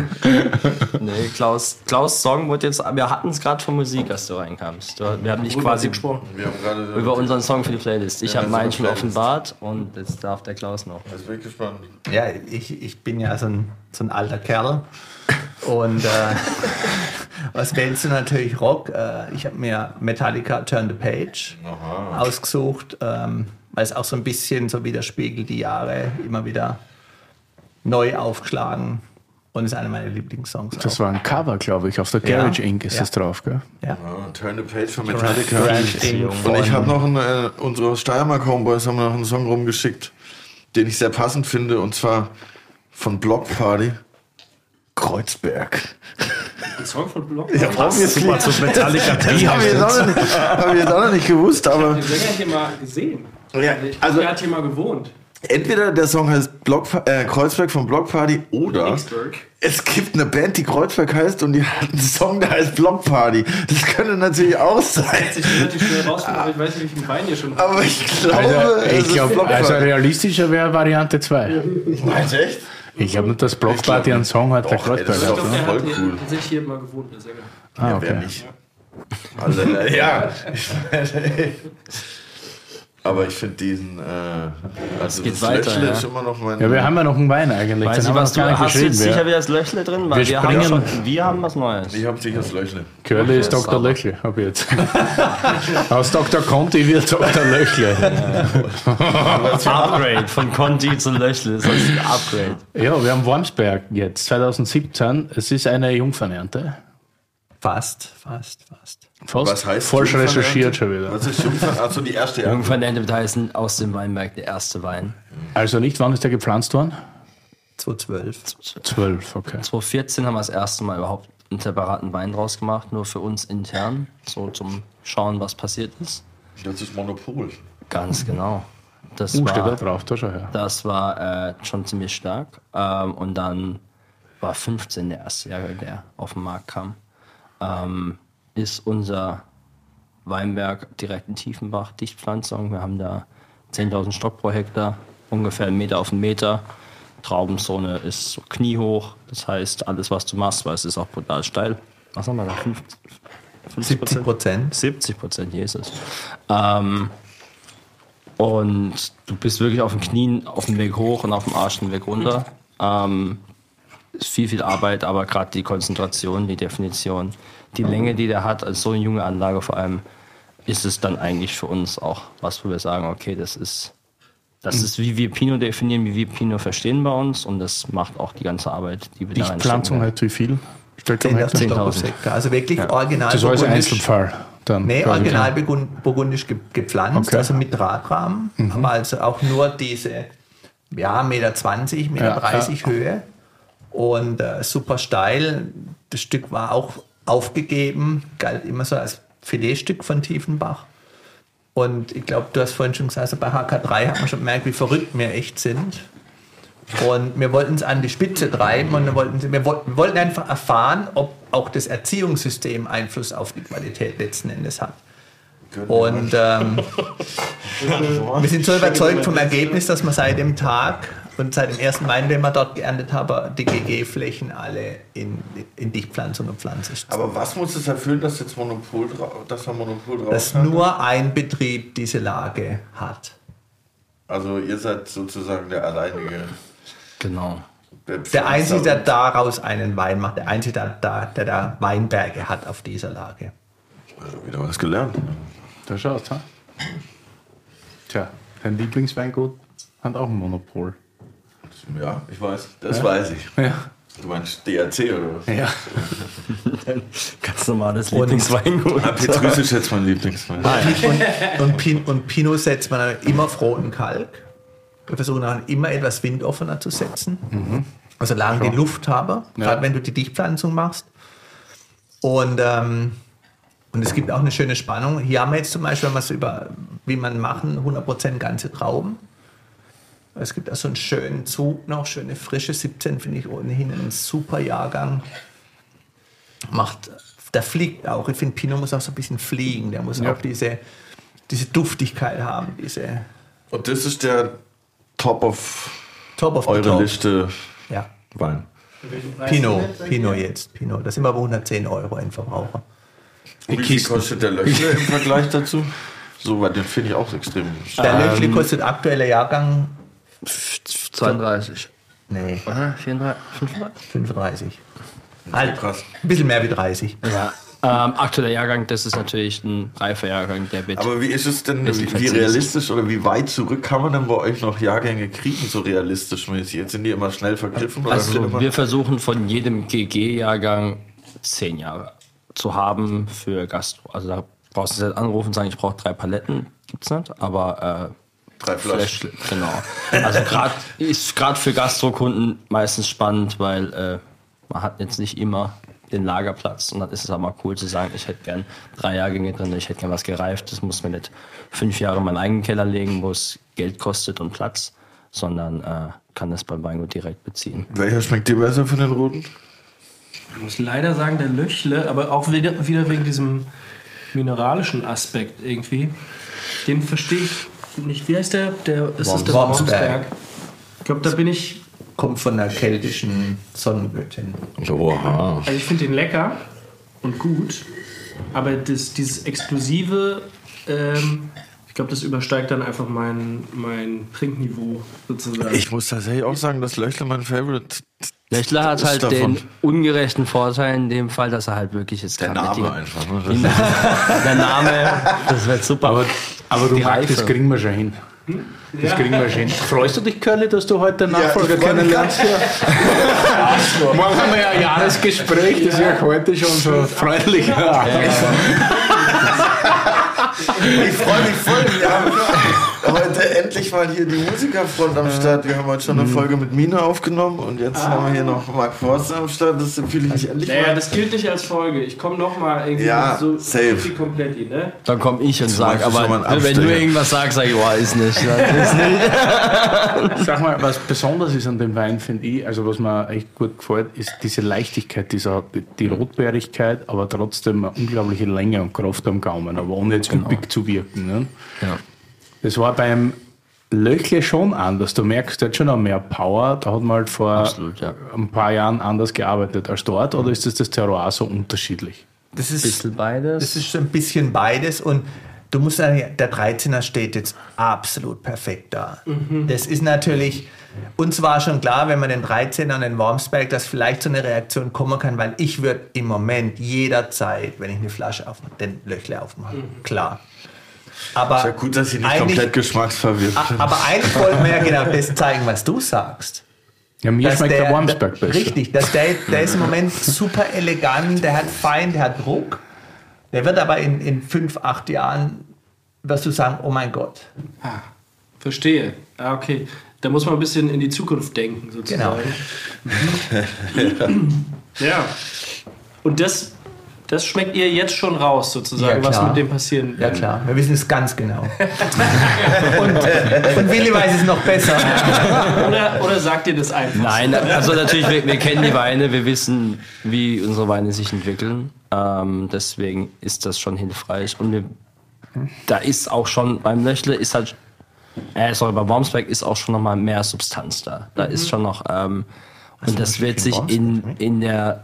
Nee, Klaus, Klaus Song wurde jetzt, wir hatten es gerade von Musik, als du reinkamst. Du, wir haben nicht quasi gesprochen. Wir haben gerade über unseren Song für die Playlist. Ich Ja, habe das meinen ist schon eine Playlist. offenbart und jetzt darf der Klaus noch. Das bin ich gespannt. Ja, ich, ich bin ja so ein, so ein alter Kerl. Und äh, was wählst du natürlich Rock? Äh, ich habe mir Metallica Turn the Page Aha. ausgesucht, ähm, weil es auch so ein bisschen so widerspiegelt, die Jahre immer wieder neu aufgeschlagen. Und ist einer meiner Lieblingssongs. Das auch. war ein Cover, glaube ich. Auf der Garage Ja. Inc. ist Ja. das drauf, gell? Ja. Ja, Turn the Page von Metallica. Garage Und ich habe noch einen, äh, unsere Steiermark Homeboys haben noch einen Song rumgeschickt, den ich sehr passend finde, und zwar von Block Party. Kreuzberg. Ein Song von Block. Ja, obviously. Super zu Metallica. Das habe ich, jetzt auch noch nicht- hab ich jetzt auch noch nicht gewusst, aber Den Sänger hat hier mal gesehen. ja, Ich also also, er hat hier mal gewohnt. entweder der Song heißt Block, äh, Kreuzberg von Block Party oder Nixburg. es gibt eine Band, die Kreuzberg heißt und die hat einen Song, der heißt Block Party. Das könnte natürlich auch sein. Ich relativ schnell rausfinden, aber ich weiß nicht, wie viel Wein ihr schon habt. Aber ich glaube, Also, es ich ist glaube, Block also Party. realistischer wäre Variante zwei. Meinst du echt? Ich glaube nicht, dass Block Party einen Song hat, der Doch, ey, das Kreuzberg ist hat. doch Ich glaube, der voll hat hier cool. tatsächlich hier mal gewohnt, der Sänger. Ah, Ja, wer okay. nicht? Also, äh, ja, ich meine, aber ich finde diesen, äh, also geht das weiter, Löchle ja. ist immer noch mein... Ja, wir haben ja noch einen Wein eigentlich. Weiß Den ich, haben wir was noch du gar nicht hast du jetzt geschrieben. sicher wer- wieder das Löchle drin? Weil Wir wir, haben, springen- schon, wir haben was Neues. Ich habe sicher das Löchle. Curly ist Okay, Doktor sauber. Löchle, ab jetzt. Aus Doktor Conti wird Doktor Löchle. Upgrade von Conti zu Löchle. Das ist ein Upgrade. Ja, wir haben Wormsberg jetzt, zwanzig siebzehn. Es ist eine Jungfernernte. Fast, fast, fast. Fast Was heißt falsch Jungfernernte? recherchiert schon wieder. Was ist Jungfernernte? Also die erste Ernte. Jungfernernte wird heißen, aus dem Weinberg der erste Wein. Also nicht, wann ist der gepflanzt worden? zwanzig zwölf. zwölf, okay. zwanzig vierzehn haben wir das erste Mal überhaupt einen separaten Wein draus gemacht, nur für uns intern, so zum Schauen, was passiert ist. Das ist Monopol. Ganz genau. Das Uh, steht da war, drauf, da schau her. das war äh, schon ziemlich stark. Ähm, und dann war fünfzehn der erste Jahrgang, der auf den Markt kam. Ähm, ist unser Weinberg direkt in Tiefenbach, Dichtpflanzung. Wir haben da zehntausend Stock pro Hektar, ungefähr einen Meter auf einen Meter. Traubenzone ist so kniehoch, das heißt, alles, was du machst, weil es ist auch brutal steil. Was haben wir da? fünfzig siebzig Prozent. siebzig Prozent, Jesus. Ähm, und du bist wirklich auf den Knien auf dem Weg hoch und auf dem Arsch den Weg runter. Ähm, ist viel, viel Arbeit, aber gerade die Konzentration, die Definition, die Länge, die der hat, als so eine junge Anlage vor allem, ist es dann eigentlich für uns auch was, wo wir sagen, okay, das ist, das ist wie wir Pinot definieren, wie wir Pinot verstehen bei uns und das macht auch die ganze Arbeit, die wir da Dichtpflanzung reinstecken. hat wie viel? Stellt am Hektar? zehntausend Stock auf zehntausend. Hektar. Also wirklich original Das war also burgundisch. Einzelfall. Dann Nee, quasi. original burgund- burgundisch ge gepflanzt, Okay. also mit Drahtrahmen, aber also auch nur diese, ja, eins Meter zwanzig, eins Meter Ja, dreißig Höhe und äh, super steil. Das Stück war auch aufgegeben, galt immer so als Filetstück von Tiefenbach. Und ich glaube, du hast vorhin schon gesagt, also bei H K drei hat man schon gemerkt, wie verrückt wir echt sind. Und wir wollten es an die Spitze treiben und wir wollten, wir wollten, wir wollten einfach erfahren, ob auch das Erziehungssystem Einfluss auf die Qualität letzten Endes hat. Und ähm, wir sind so überzeugt vom Ergebnis, dass wir seit dem Tag und seit dem ersten Wein, den wir dort geerntet haben, die G G-Flächen alle in, in Dichtpflanzung und Pflanze. Aber was muss es erfüllen, dass jetzt Monopol drauf, dass da Monopol drauf Dass hat? nur ein Betrieb diese Lage hat. Also ihr seid sozusagen der alleinige. Genau. Der Einzige, der daraus einen Wein macht, der Einzige, der, der, der da Weinberge hat auf dieser Lage. Also wieder was gelernt. Da schaut, ha? Tja, dein Lieblingsweingut hat auch ein Monopol. Ja, ich weiß. Das weiß ich. Ja. Du meinst D R C oder was? Ja. Ganz normales Lieblingsweingut. Ah, Petrus ist jetzt mein Lieblingswein. Und, und, Pin, und Pinot setzt man immer auf roten Kalk. Wir versuchen auch immer etwas windoffener zu setzen. Mhm. Also lang die Luft habe, ja. gerade wenn du die Dichtpflanzung machst. Und, ähm, und es gibt auch eine schöne Spannung. Hier haben wir jetzt zum Beispiel, wenn wir es über, wie man machen, hundert Prozent ganze Trauben. Es gibt auch so einen schönen Zug noch, schöne frische siebzehn, finde ich ohnehin ein super Jahrgang. Macht, der fliegt auch. Ich finde, Pinot muss auch so ein bisschen fliegen. Der muss ja. auch diese, diese Duftigkeit haben. Diese Und das ist der Top of, top of eure top. Liste ja. Wein. Pinot, Pinot jetzt. Pinot. Da sind wir aber hundertzehn Euro ein Verbraucher. Und wie viel kostet der Löchle im Vergleich dazu? So, weil den finde ich auch extrem. Der ähm, Löchle kostet aktueller Jahrgang zweiunddreißig. Nee. Oder? vierunddreißig? fünfunddreißig? fünfunddreißig. Halt, krass. Ein bisschen mehr wie dreißig. Ja. Ähm, aktueller Jahrgang, das ist natürlich ein reifer Jahrgang, der wird. Aber wie ist es denn, wie, wie realistisch oder wie weit zurück kann man denn bei euch noch Jahrgänge kriegen, so realistisch mäßig? Jetzt sind die immer schnell vergriffen? Also oder wir versuchen von jedem G G-Jahrgang zehn Jahre zu haben für Gastro. Also da brauchst du jetzt anrufen und sagen, ich brauche drei Paletten, gibt's nicht, aber äh, drei Flaschen. Flash, genau. Also gerade ist gerade für Gastrokunden meistens spannend, weil äh, man hat jetzt nicht immer den Lagerplatz und dann ist es auch mal cool zu sagen, ich hätte gern drei Jahrgänge drin, ich hätte gern was gereift, das muss mir nicht fünf Jahre in meinen eigenen Keller legen, wo es Geld kostet und Platz, sondern äh, kann das beim Weingut direkt beziehen. Welcher schmeckt dir besser von den roten? Ich muss leider sagen, der Löchle, aber auch wieder, wieder wegen diesem mineralischen Aspekt irgendwie. Den verstehe ich nicht. Wie heißt der? der ist das der Wormsberg? Ich glaube, da bin ich... Kommt von der keltischen Sonnengöttin. Oha. Also ich finde den lecker und gut, aber das, dieses Exklusive, ähm, ich glaube, das übersteigt dann einfach mein, mein Trinkniveau sozusagen. Ich muss tatsächlich auch sagen, dass Löchle mein Favorite Löchler hat halt davon. den ungerechten Vorteil in dem Fall, dass er halt wirklich jetzt der Name die, einfach. Ne? Die, der Name, das wird super. Aber, aber du magst, das kriegen wir schon hin. Hm? Das ja. kriegen wir schon hin. Freust du dich, Curly, dass du heute den Nachfolger ja, kennenlernst? Ja. Morgen haben wir ja ein Jahresgespräch, das ja. ist ja heute schon so freundlich. Ja. Ich freue mich voll. Wir haben heute endlich mal hier die Musikerfront am Start. Wir haben heute schon eine Folge mit Mina aufgenommen und jetzt ah. haben wir hier noch Mark Forster am Start. Das fühle ich mich endlich naja, mal. Das gilt nicht als Folge. Ich komme nochmal irgendwie ja, so safe. komplett, ne? Dann komme ich und sage, aber wenn du irgendwas sagst, sage ich, oh, ist nicht. Ist nicht. Sag mal, was besonders ist an dem Wein, finde ich, also was mir echt gut gefällt, ist diese Leichtigkeit, dieser, die Rotbeerigkeit, aber trotzdem eine unglaubliche Länge und Kraft am Gaumen, aber ohne jetzt genau. üppig zu wirken. Ne? Ja. Das war beim Löchle schon anders. Du merkst, der hat schon noch mehr Power. Da hat man halt vor Absolut, ja. ein paar Jahren anders gearbeitet als dort. Oder ist das das Terroir so unterschiedlich? Das ist ein bisschen beides. Das ist ein bisschen beides. Und du musst sagen, der dreizehner steht jetzt absolut perfekt da. Mhm. Das ist natürlich, uns war schon klar, wenn man den dreizehner und den Wormsberg, dass vielleicht so eine Reaktion kommen kann, weil ich würde im Moment jederzeit, wenn ich eine Flasche aufmache, den Löchle aufmachen. Mhm. Klar. Aber ist ja gut, dass sie nicht komplett geschmacksverwirrt sind. Aber eigentlich wollten wir ja genau das zeigen, was du sagst. Ja, mir schmeckt der, der Wormsberg besser. Richtig, dass der, der ist im Moment super elegant, der hat fein, der hat Druck. Der wird aber in, in fünf, acht Jahren, wirst du sagen, oh mein Gott. Ah, verstehe. Ah, okay. Da muss man ein bisschen in die Zukunft denken, sozusagen. Genau. Ja. Und das... Das schmeckt ihr jetzt schon raus, sozusagen, ja, was mit dem passieren Ja, klar. Wir wissen es ganz genau. und, und Willi weiß es noch besser. oder, oder sagt ihr das einfach? Nein, also natürlich, wir, wir kennen die Weine, wir wissen, wie unsere Weine sich entwickeln. Ähm, deswegen ist das schon hilfreich. Und wir, da ist auch schon, beim Löchle ist halt, äh, sorry, beim Wormsberg ist auch schon noch mal mehr Substanz da. Da mhm. ist schon noch, ähm, und das wird sich in, in der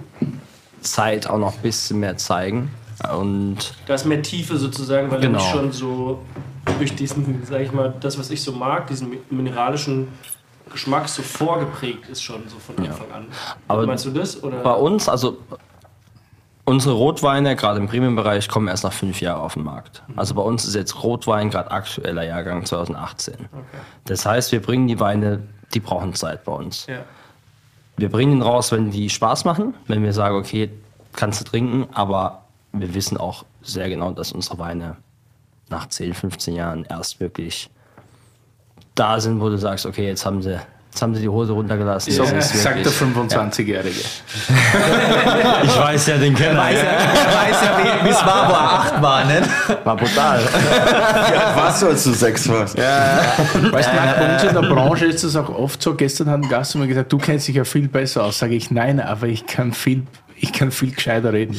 Zeit auch noch ein bisschen mehr zeigen. Und da ist mehr Tiefe sozusagen, weil genau. er nicht schon so durch diesen, sag ich mal, das, was ich so mag, diesen mineralischen Geschmack so vorgeprägt ist schon so von Anfang ja. an. Aber meinst du das? Oder? Bei uns, also unsere Rotweine, gerade im Premium-Bereich, kommen erst nach fünf Jahren auf den Markt. Mhm. Also bei uns ist jetzt Rotwein gerade aktueller Jahrgang zwanzig achtzehn. Okay. Das heißt, wir bringen die Weine, die brauchen Zeit bei uns. Ja. Wir bringen ihn raus, wenn die Spaß machen, wenn wir sagen, okay, kannst du trinken, aber wir wissen auch sehr genau, dass unsere Weine nach zehn, fünfzehn Jahren erst wirklich da sind, wo du sagst, okay, jetzt haben sie, jetzt haben sie die Hose runtergelassen. So, Das ist sagt wirklich- der fünfundzwanzigjährige. Ich weiß ja den Kenner. Weiß ja, er weiß ja, wie wie es war, wo er acht war, ne? War brutal. Wie alt warst du, als du sechs warst? Weißt du, bei uns in der Branche ist es auch oft so, gestern hat ein Gast zu mir gesagt, du kennst dich ja viel besser aus. Sage ich, nein, aber ich kann viel, ich kann viel gescheiter reden.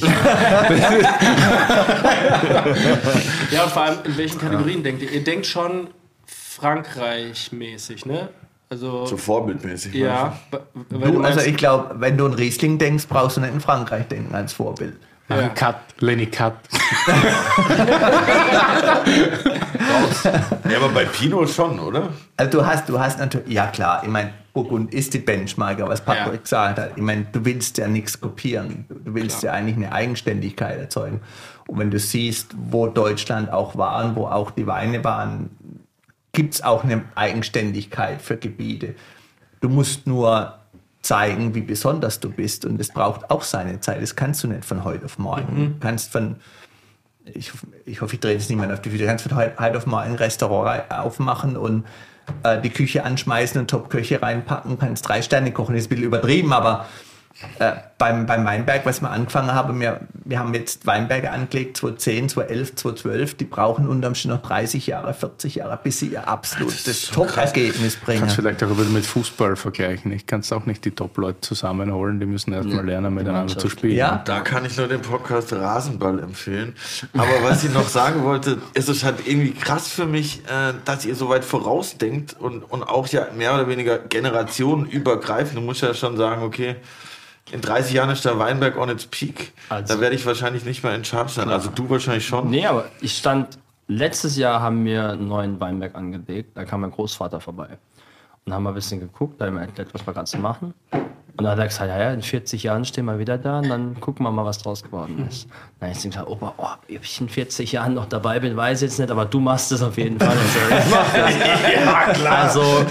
Ja, und vor allem, in welchen Kategorien denkt ihr? Ihr denkt schon Frankreich-mäßig, ne? Also, So vorbildmäßig. ja. Weil Du, meinst- also ich glaube, wenn du an Riesling denkst, brauchst du nicht in Frankreich denken als Vorbild. Ja. Cut, Lenny Cut. Ja, aber bei Pinot schon, oder? Also du hast, du hast natürlich, ja klar, ich meine, Burgund ist die Benchmarker, was Patrick Ja. gesagt hat. Ich meine, du willst ja nichts kopieren. Du, du willst ja eigentlich eine Eigenständigkeit erzeugen. Und wenn du siehst, wo Deutschland auch war und wo auch die Weine waren, gibt es auch eine Eigenständigkeit für Gebiete. Du musst nur zeigen, wie besonders du bist. Und es braucht auch seine Zeit. Das kannst du nicht von heute auf morgen. Du kannst von, ich, ich hoffe, ich drehe das niemand auf die Füße, du kannst von heute, heute auf morgen ein Restaurant rei- aufmachen und äh, die Küche anschmeißen und Top-Köche reinpacken, kannst drei Sterne kochen. Das ist ein bisschen übertrieben, aber äh, beim, beim Weinberg, was wir angefangen haben, wir, wir haben jetzt Weinberge angelegt, zweitausendzehn, zweitausendelf, zweitausendzwölf, die brauchen unterm Strich noch dreißig Jahre, vierzig Jahre, bis sie ihr absolutes Top-Ergebnis bringen. Kannst vielleicht auch ein bisschen mit Fußball vergleichen. Ich kann es auch nicht die Top-Leute zusammenholen, die müssen erstmal lernen, miteinander zu spielen. Ja, Da kann ich nur den Podcast Rasenball empfehlen. Aber was ich noch sagen wollte, ist es halt irgendwie krass für mich, äh, dass ihr so weit vorausdenkt und, und auch ja mehr oder weniger generationenübergreifend. Du musst ja schon sagen, okay, in dreißig Jahren ist der Weinberg on its peak. Also- Da werde ich wahrscheinlich nicht mehr in Charge sein. Also du wahrscheinlich schon. Nee, aber ich stand, letztes Jahr haben wir einen neuen Weinberg angelegt, da kam mein Großvater vorbei. Und haben wir ein bisschen geguckt, da haben wir erklärt, was wir gerade so machen. Und dann hat er gesagt, ja, ja, in vierzig Jahren stehen wir wieder da und dann gucken wir mal, was draus geworden ist. Dann habe ich gesagt, Opa, oh, ob ich in vierzig Jahren noch dabei bin, weiß ich jetzt nicht, aber du machst es auf jeden Fall. Also, ich mach das. Ja, klar. Also,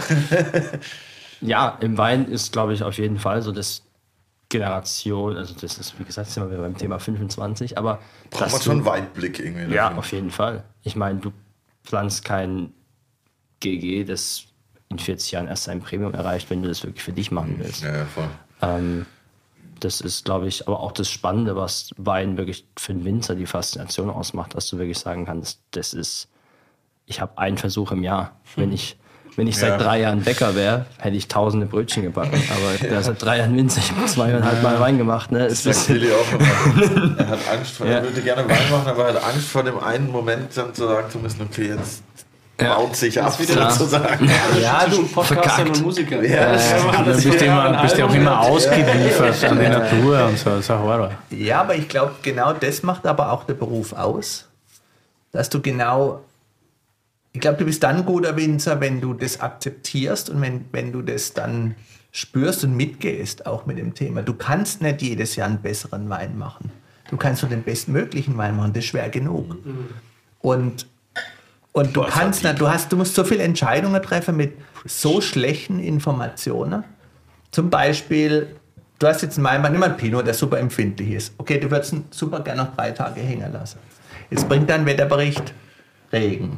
ja, im Wein ist, glaube ich, auf jeden Fall so das Generation, also das ist, wie gesagt, sind wir wieder beim Thema fünfundzwanzig, aber Braucht dass man du- schon einen Weitblick irgendwie. ja, dafür. auf jeden Fall. Ich meine, du pflanzt kein G G, das in vierzig Jahren erst sein Premium erreicht, wenn du das wirklich für dich machen willst. Ja, ja, voll. Ähm, das ist, glaube ich, aber auch das Spannende, was Wein wirklich für den Winzer die Faszination ausmacht, dass du wirklich sagen kannst, das ist, ich habe einen Versuch im Jahr. Wenn ich, wenn ich seit Ja. drei Jahren Bäcker wäre, hätte ich tausende Brötchen gebacken. Aber der ist seit drei Jahren Winzer, ich habe zweieinhalb Mal Wein gemacht. Ne? Es Das ist, sagt Billy auch immer. Er hat Angst vor, Ja. er würde gerne Wein machen, aber er hat Angst vor dem einen Moment dann zu sagen zu müssen, okay, jetzt baut sich ab, wieder- sozusagen. ja, du Podcastern verkackt. und Musiker. Ja, das das Du bist, immer, bist ja auch immer ausgeliefert an die Natur und so. Das ist auch Horror. Ja, aber ich glaube, genau das macht aber auch der Beruf aus. Dass du genau, ich glaube, du bist dann ein guter Winzer, wenn du das akzeptierst und wenn, wenn du das dann spürst und mitgehst, auch mit dem Thema. Du kannst nicht jedes Jahr einen besseren Wein machen. Du kannst nur den bestmöglichen Wein machen, das ist schwer genug. Und, und du Boah, das kannst hat nicht, du hast, du musst so viele Entscheidungen treffen mit so schlechten Informationen. Zum Beispiel, du hast jetzt einen Weinberg, nimm mal einen Pinot, der super empfindlich ist. Okay, du würdest ihn super gerne noch drei Tage hängen lassen. Jetzt bringt dein Wetterbericht Regen.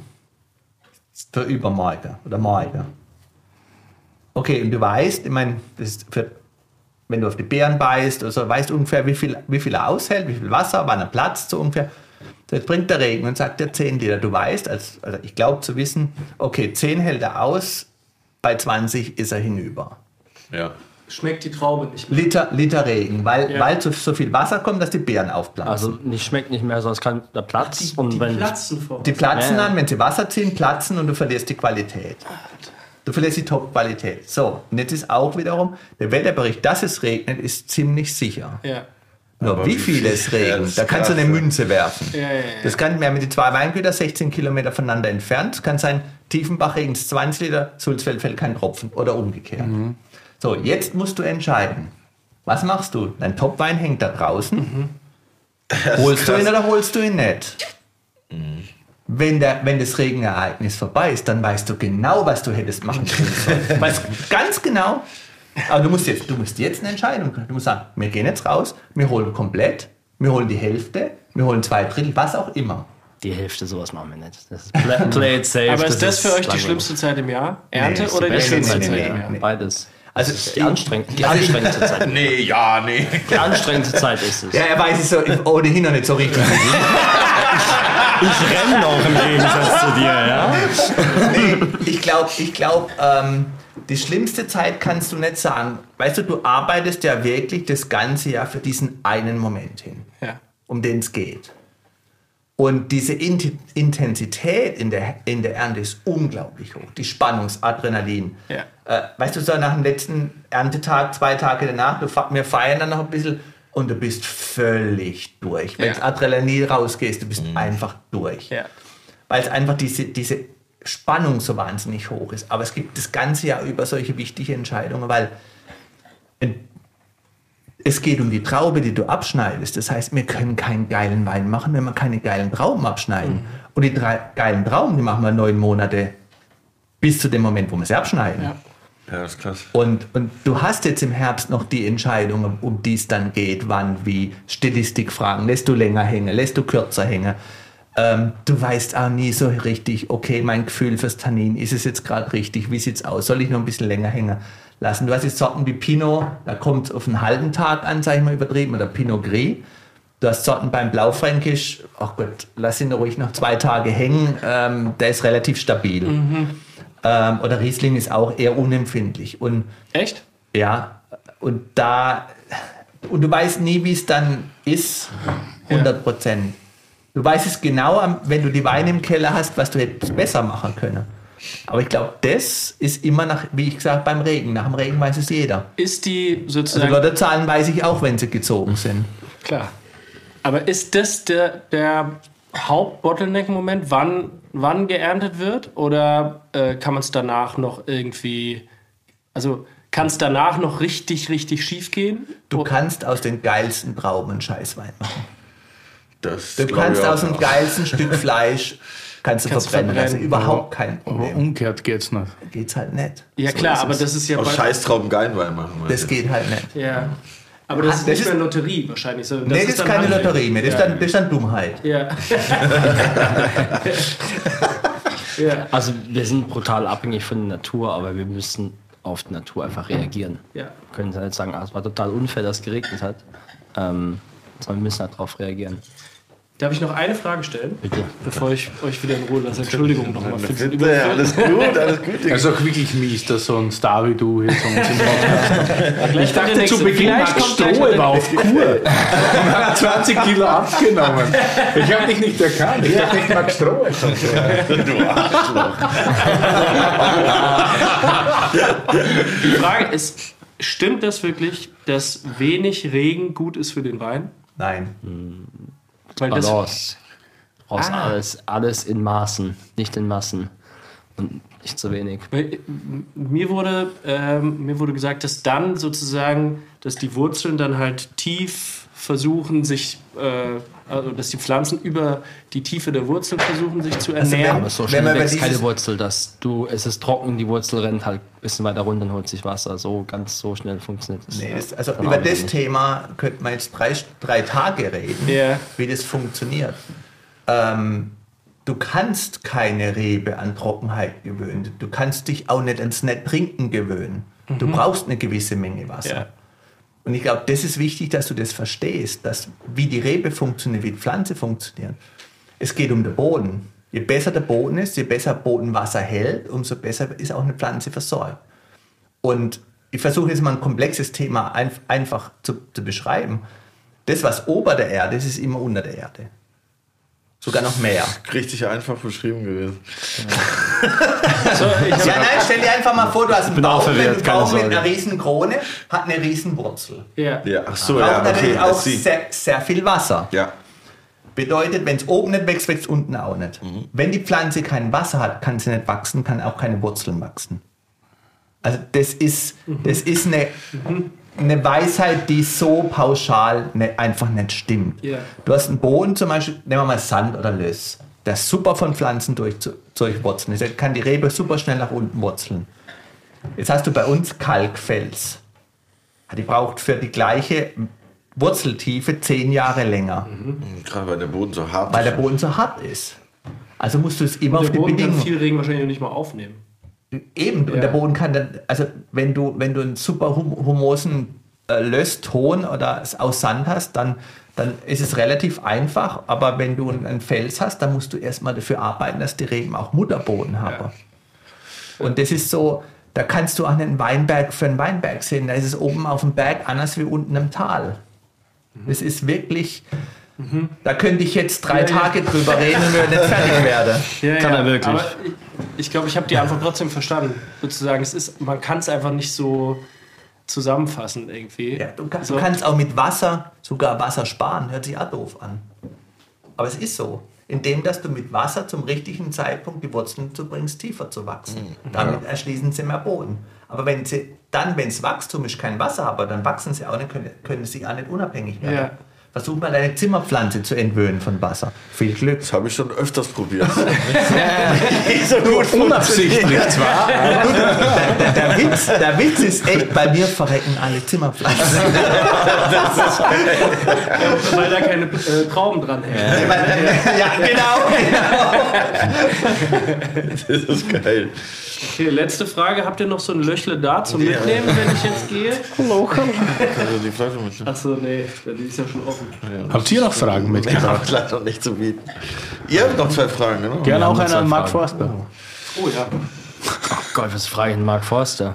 Für übermorgen oder morgen. Okay, und du weißt, ich meine, das ist für, wenn du auf die Beeren beißt, also weißt du ungefähr, wie viel, wie viel er aushält, wie viel Wasser, wann er platzt, so ungefähr. So, jetzt bringt der Regen und sagt dir zehn Liter. Du weißt, als, also ich glaube zu wissen, okay, zehn hält er aus, bei zwanzig ist er hinüber. Ja. Schmeckt die Traube nicht mehr. Liter, Liter Regen, weil, Ja. weil so, so viel Wasser kommt, dass die Beeren aufplatzen. also nicht schmeckt nicht mehr, sonst kann der Platz. Die, und die wenn platzen vor. Die platzen Ja, ja. dann, wenn sie Wasser ziehen, platzen und du verlierst die Qualität. Du verlierst die Top-Qualität. So, und jetzt ist auch wiederum, der Wetterbericht, dass es regnet, ist ziemlich sicher. Ja. Nur Aber wie wie viel viel? es Ja, regnet, das da ist kannst du krass, eine ja. Münze werfen. Ja, ja, ja. Das kann, wir haben die zwei Weingüter sechzehn Kilometer voneinander entfernt. Kann sein, Tiefenbach regnet zwanzig Liter, Sulzfeld fällt kein Tropfen oder umgekehrt. So, jetzt musst du entscheiden. Was machst du? Dein Topwein hängt da draußen. Holst du ihn oder holst du ihn nicht? Wenn, der, wenn das Regenereignis vorbei ist, dann weißt du genau, was du hättest machen können. Du weißt ganz genau. Aber du musst, jetzt, du musst jetzt eine Entscheidung treffen. Du musst sagen, wir gehen jetzt raus, wir holen komplett, wir holen die Hälfte, wir holen zwei Drittel, was auch immer. die Hälfte, sowas machen wir nicht. Das ist play, play it safe. Aber ist das, ist für euch die langweilig. schlimmste Zeit im Jahr? Ernte Nee, oder die nee, schönste nee, Zeit nee, im nee. Jahr? Beides. Also Das ist die, anstrengend, die anstrengendste Zeit. Nee, ja, nee. Die anstrengendste Zeit ist es. Ja, er weiß es so ohnehin noch nicht so richtig. Ich renne auch im Gegensatz zu dir, ja? Nee, ich glaube, ich glaub, ähm, die schlimmste Zeit kannst du nicht sagen. Weißt du, du arbeitest ja wirklich das ganze Jahr für diesen einen Moment hin, Ja. um den es geht. Und diese Int- Intensität in der, in der Ernte ist unglaublich hoch. Die Spannungsadrenalin. Ja. Äh, weißt du, so nach dem letzten Erntetag, zwei Tage danach, du, fe- wir feiern dann noch ein bisschen und du bist völlig durch. Wenn Ja. das Adrenalin rausgehst, du bist einfach durch. Ja. Weil es einfach diese, diese Spannung so wahnsinnig hoch ist. Aber es gibt das ganze Jahr über solche wichtige Entscheidungen, weil ein es geht um die Traube, die du abschneidest. Das heißt, wir können keinen geilen Wein machen, wenn wir keine geilen Trauben abschneiden. Mhm. Und die drei geilen Trauben, die machen wir neun Monate bis zu dem Moment, wo wir sie abschneiden. Ja. Ja, das ist krass. Und, und du hast jetzt im Herbst noch die Entscheidung, um die es dann geht, wann, wie, Stilistikfragen. Lässt du länger hängen, lässt du kürzer hängen? Ähm, du weißt auch nie so richtig, okay, mein Gefühl fürs Tannin, ist es jetzt gerade richtig? Wie sieht es aus? Soll ich noch ein bisschen länger hängen lassen? Du hast jetzt Sorten wie Pinot, da kommt es auf einen halben Tag an, sag ich mal übertrieben, oder Pinot Gris. Du hast Sorten beim Blaufränkisch, ach Gott, lass ihn ruhig noch zwei Tage hängen, ähm, der ist relativ stabil. Mhm. Ähm, oder Riesling ist auch eher unempfindlich. Und Echt? ja, und da, und du weißt nie, wie es dann ist, hundert Prozent. Du weißt es genau, wenn du die Weine im Keller hast, was du hättest besser machen können. Aber ich glaube, das ist immer nach, wie ich gesagt, beim Regen. Nach dem Regen weiß es jeder. Ist die Also sozusagen... Lottozahlen weiß ich auch, wenn sie gezogen sind. Klar. Aber ist das der, der Haupt-Bottleneck-Moment, wann, wann geerntet wird? Oder äh, kann man es danach noch irgendwie... Also kann es danach noch richtig, richtig schief gehen? Du kannst aus den geilsten Trauben einen Scheißwein machen. Das Du glaub kannst ich auch, aus dem ja. geilsten Stück Fleisch kannst du Kannst verbrennen verbrennen. lassen. Überhaupt kein Aber Problem. umgekehrt geht's nicht. Geht's halt nicht. Ja So klar, ist aber es. das ist ja... Aus bei- Scheißtrauben geilen Wein machen. Das geht halt nicht. Ja. Aber das ist Das nicht ist- mehr Lotterie wahrscheinlich. sondern Nee, das ist dann keine Handwerk. Lotterie mehr. Das ist Ja. dann, das ist dann Dummheit. Ja. ja. Also wir sind brutal abhängig von der Natur, aber wir müssen auf die Natur einfach reagieren. Ja. Wir können halt sagen, ah, es war total unfair, dass es geregnet hat. Ähm, sondern wir müssen halt darauf reagieren. Darf ich noch eine Frage stellen? Bitte. Bevor ich euch wieder in Ruhe lasse. Entschuldigung nochmal für diesen Bitte, Überfall. alles gut, alles gut. Also auch wirklich mies, dass so ein Star wie du hier zu uns im Podcast. Ich dachte zu Beginn, Vielleicht Max kommt gleich Strohe noch war auf Kur und hat zwanzig Kilo abgenommen. Ich habe dich nicht erkannt. Ich dachte, ich Max Strohe. Du Arschloch. Die Frage ist, stimmt das wirklich, dass wenig Regen gut ist für den Wein? Nein. Weil das, Balance. Brauchst Ah. alles, alles in Maßen, nicht in Massen. Und nicht zu wenig. weil, äh, mir, wurde, ähm, mir wurde gesagt, dass dann sozusagen, dass die Wurzeln dann halt tief versuchen, sich, äh, also dass die Pflanzen über die Tiefe der Wurzeln versuchen, sich zu Also ernähren. Aber so Wenn schnell man wächst über keine dieses- Wurzel, dass du, es ist trocken, die Wurzel rennt halt ein bisschen weiter runter und holt sich Wasser. So ganz so schnell funktioniert das. Nee, das, also Kann über man das nicht. Thema könnte man jetzt drei, drei Tage reden, Ja. wie das funktioniert. Ähm, du kannst keine Rebe an Trockenheit gewöhnen. Du kannst dich auch nicht ans Nicht-Trinken gewöhnen. Du brauchst eine gewisse Menge Wasser. Ja. Und ich glaube, das ist wichtig, dass du das verstehst, dass, wie die Rebe funktioniert, wie die Pflanze funktioniert. Es geht um den Boden. Je besser der Boden ist, je besser Boden Wasser hält, umso besser ist auch eine Pflanze versorgt. Und ich versuche jetzt mal ein komplexes Thema ein, einfach zu, zu beschreiben. Das, was ober der Erde ist, ist immer unter der Erde. Sogar noch mehr. Richtig einfach beschrieben gewesen. So, ich hab, Ja, nein, stell dir einfach mal vor, du hast einen bin auch Baum, verwirrt, einen keine Baum mit Sorge. einer riesen Krone, hat eine riesen Wurzel. ja. Ja, ach so, Braucht ja, okay. natürlich auch das sieht- sehr, sehr viel Wasser. Ja, Bedeutet, wenn es oben nicht wächst, wächst unten auch nicht. Mhm. Wenn die Pflanze kein Wasser hat, kann sie nicht wachsen, kann auch keine Wurzeln wachsen. Also das ist, das ist eine, eine Weisheit, die so pauschal ne, einfach nicht stimmt. Ja. Du hast einen Boden, zum Beispiel, nehmen wir mal Sand oder Löss, der ist super von Pflanzen durch, durchwurzeln. Deshalb kann die Rebe super schnell nach unten wurzeln. Jetzt hast du bei uns Kalkfels. Die braucht für die gleiche Wurzeltiefe zehn Jahre länger. Mhm. Gerade weil der Boden so hart Weil ist. der Boden so hart ist. Also musst du es immer Und auf der die Boden kann Bedingungen. viel Regen wahrscheinlich nicht mal aufnehmen. Eben, und Ja. der Boden kann dann, also wenn du, wenn du einen super hum- humosen äh, Lösston oder aus Sand hast, dann, dann ist es relativ einfach, aber wenn du einen Fels hast, dann musst du erstmal dafür arbeiten, dass die Reben auch Mutterboden haben. Ja. Und das ist so, da kannst du auch einen Weinberg für einen Weinberg sehen, da ist es oben auf dem Berg anders wie unten im Tal. Das ist wirklich, da könnte ich jetzt drei Ja, ja. Tage drüber reden und würde nicht fertig werden. Ja, Kann ja, er wirklich. Aber ich, ich glaube, ich habe die Antwort trotzdem verstanden. Sozusagen, es ist, man kann es einfach nicht so zusammenfassen irgendwie. Ja, du, kannst, So. du kannst auch mit Wasser, sogar Wasser sparen, hört sich auch doof an. Aber es ist so. Indem, dass du mit Wasser zum richtigen Zeitpunkt die Wurzeln dazu bringst, tiefer zu wachsen. Damit erschließen sie mehr Boden. Aber wenn sie dann, wenn es Wachstum ist, kein Wasser haben, dann wachsen sie auch nicht, können, können sie auch nicht unabhängig werden. Ja. Versuch mal deine Zimmerpflanze zu entwöhnen von Wasser. Viel Glück. Das habe ich schon öfters probiert. Nicht so gut Unabsichtlich zwar, aber Der, der, der, Witz, der Witz ist echt, bei mir verrecken alle Zimmerpflanzen. Weil da keine äh, Trauben dran hängen. Ja, genau. Das ist geil. Okay, letzte Frage. Habt ihr noch so ein Löchle da zum Mitnehmen, wenn ich jetzt gehe? Also die Flasche mit. Achso, nee, die ist ja schon offen. habt ihr noch Fragen Ich mitgebracht? habe leider nicht zu bieten. Ihr habt noch zwei Fragen, oder? Gerne auch noch einen zwei an Mark Fragen. Forster. Oh ja. Gott, was frage ich denn Mark Forster?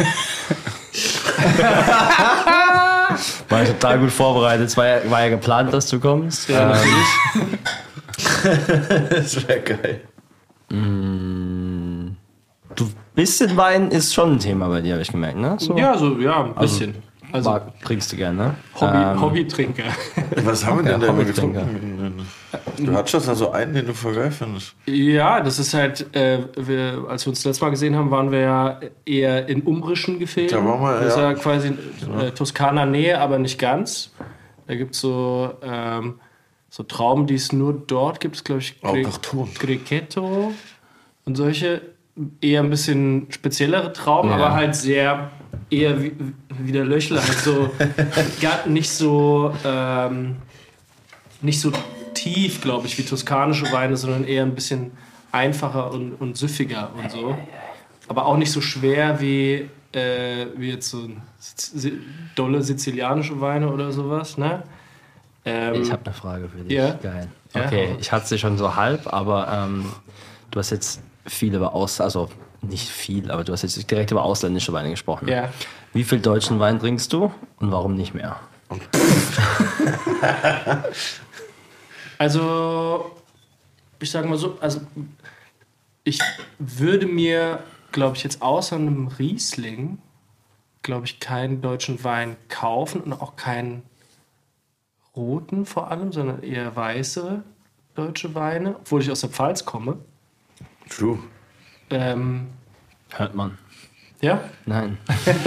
War ich total gut vorbereitet. Es war ja, war ja geplant, dass du kommst. Ja, Ähm, natürlich. Das wäre geil. Du bisschen Wein ist schon ein Thema bei dir, habe ich gemerkt, ne? So. Ja, so, ja, ein bisschen. Also, Marc, trinkst du gerne, ne? Hobby, Ähm, Hobbytrinker. Was haben wir denn Ja, da immer Hobbytrinker. getrunken? Du hattest schon also einen, den du voll geil findest. Ja, das ist halt, äh, wir, als wir uns das letzte Mal gesehen haben, waren wir ja eher in umbrischen Gefilden. Da waren wir, Das ist ja. ja quasi äh, Toskana-Nähe, aber nicht ganz. Da gibt es so, ähm, so Trauben, die es nur dort gibt, glaube ich. Auch Gre- nach Ton. Grighetto und solche eher ein bisschen speziellere Trauben, Ja. aber halt sehr eher wie, wie der Löchler, halt so gar nicht so ähm, nicht so tief, glaube ich, wie toskanische Weine, sondern eher ein bisschen einfacher und, und süffiger und so. Aber auch nicht so schwer wie, äh, wie jetzt so si- dolle sizilianische Weine oder sowas, ne? Ähm, Ich habe eine Frage für dich. Ja. Geil. Ja. Okay, ich hatte sie schon so halb, aber ähm, du hast jetzt viel über Aus, also nicht viel, aber du hast jetzt direkt über ausländische Weine gesprochen. Ja. Wie viel deutschen Wein trinkst du und warum nicht mehr? Also, ich sage mal so, also ich würde mir, glaube ich, jetzt außer einem Riesling, glaube ich, keinen deutschen Wein kaufen und auch keinen roten vor allem, sondern eher weiße deutsche Weine, obwohl ich aus der Pfalz komme. True. Ähm, Hört man. ja, Nein. ich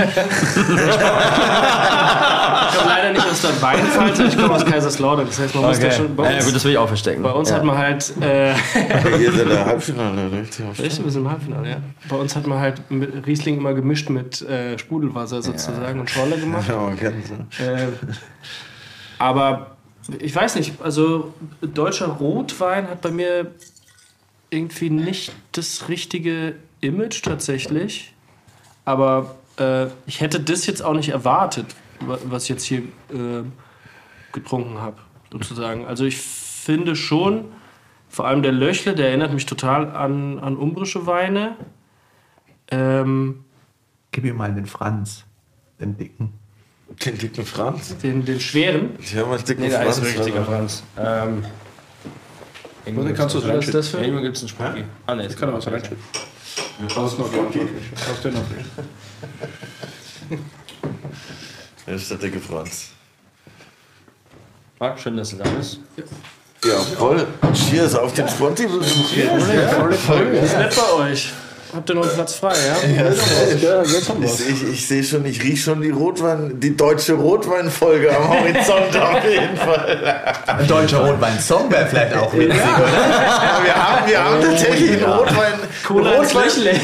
komme leider nicht aus der Weinpfalz, ich komme aus Kaiserslautern. Das heißt, man muss da schon bei Ja, uns, gut, das will ich auch verstecken. bei uns ja. hat man halt äh, Ihr seid der Halbfinale, richtig? Richtig, wir sind im Halbfinale, ja. Bei uns hat man halt mit Riesling immer gemischt mit äh, Sprudelwasser sozusagen und Schorle gemacht. Ja, man kennt es. Äh, aber ich weiß nicht, also deutscher Rotwein hat bei mir irgendwie nicht das richtige Image tatsächlich. Aber äh, ich hätte das jetzt auch nicht erwartet, wa- was ich jetzt hier äh, getrunken habe, sozusagen. Also ich finde schon, vor allem der Löchle, der erinnert mich total an, an umbrische Weine. Ähm, Gib ihm mal den Franz, den dicken. Den dicken Franz? den, den schweren. Ich habe mal einen dicken Nee, da Franz. ist ein richtiger Franz. Ähm, Oder kannst du es Was ist reinschütten? das für? Irgendwo gibt es einen Spucki. Ah, nee, Ich kann aber was reinschütten. Brauchst du noch Brauchst du noch Das ist der dicke Franz. Marc, schön, dass du da bist. Ja, voll. Cheers auf den Sponti. Voll ist nett bei euch. Habt ihr noch einen Platz frei, ja? Ja, jetzt haben wir Ich, ich, ich sehe schon, ich rieche schon die Rotwein, die deutsche Rotweinfolge am Horizont auf jeden Fall. Ein deutscher Rotwein-Song wäre vielleicht auch witzig, oder? Aber wir haben, wir haben tatsächlich einen Rotwein. Cola ins Rotwein Löchle.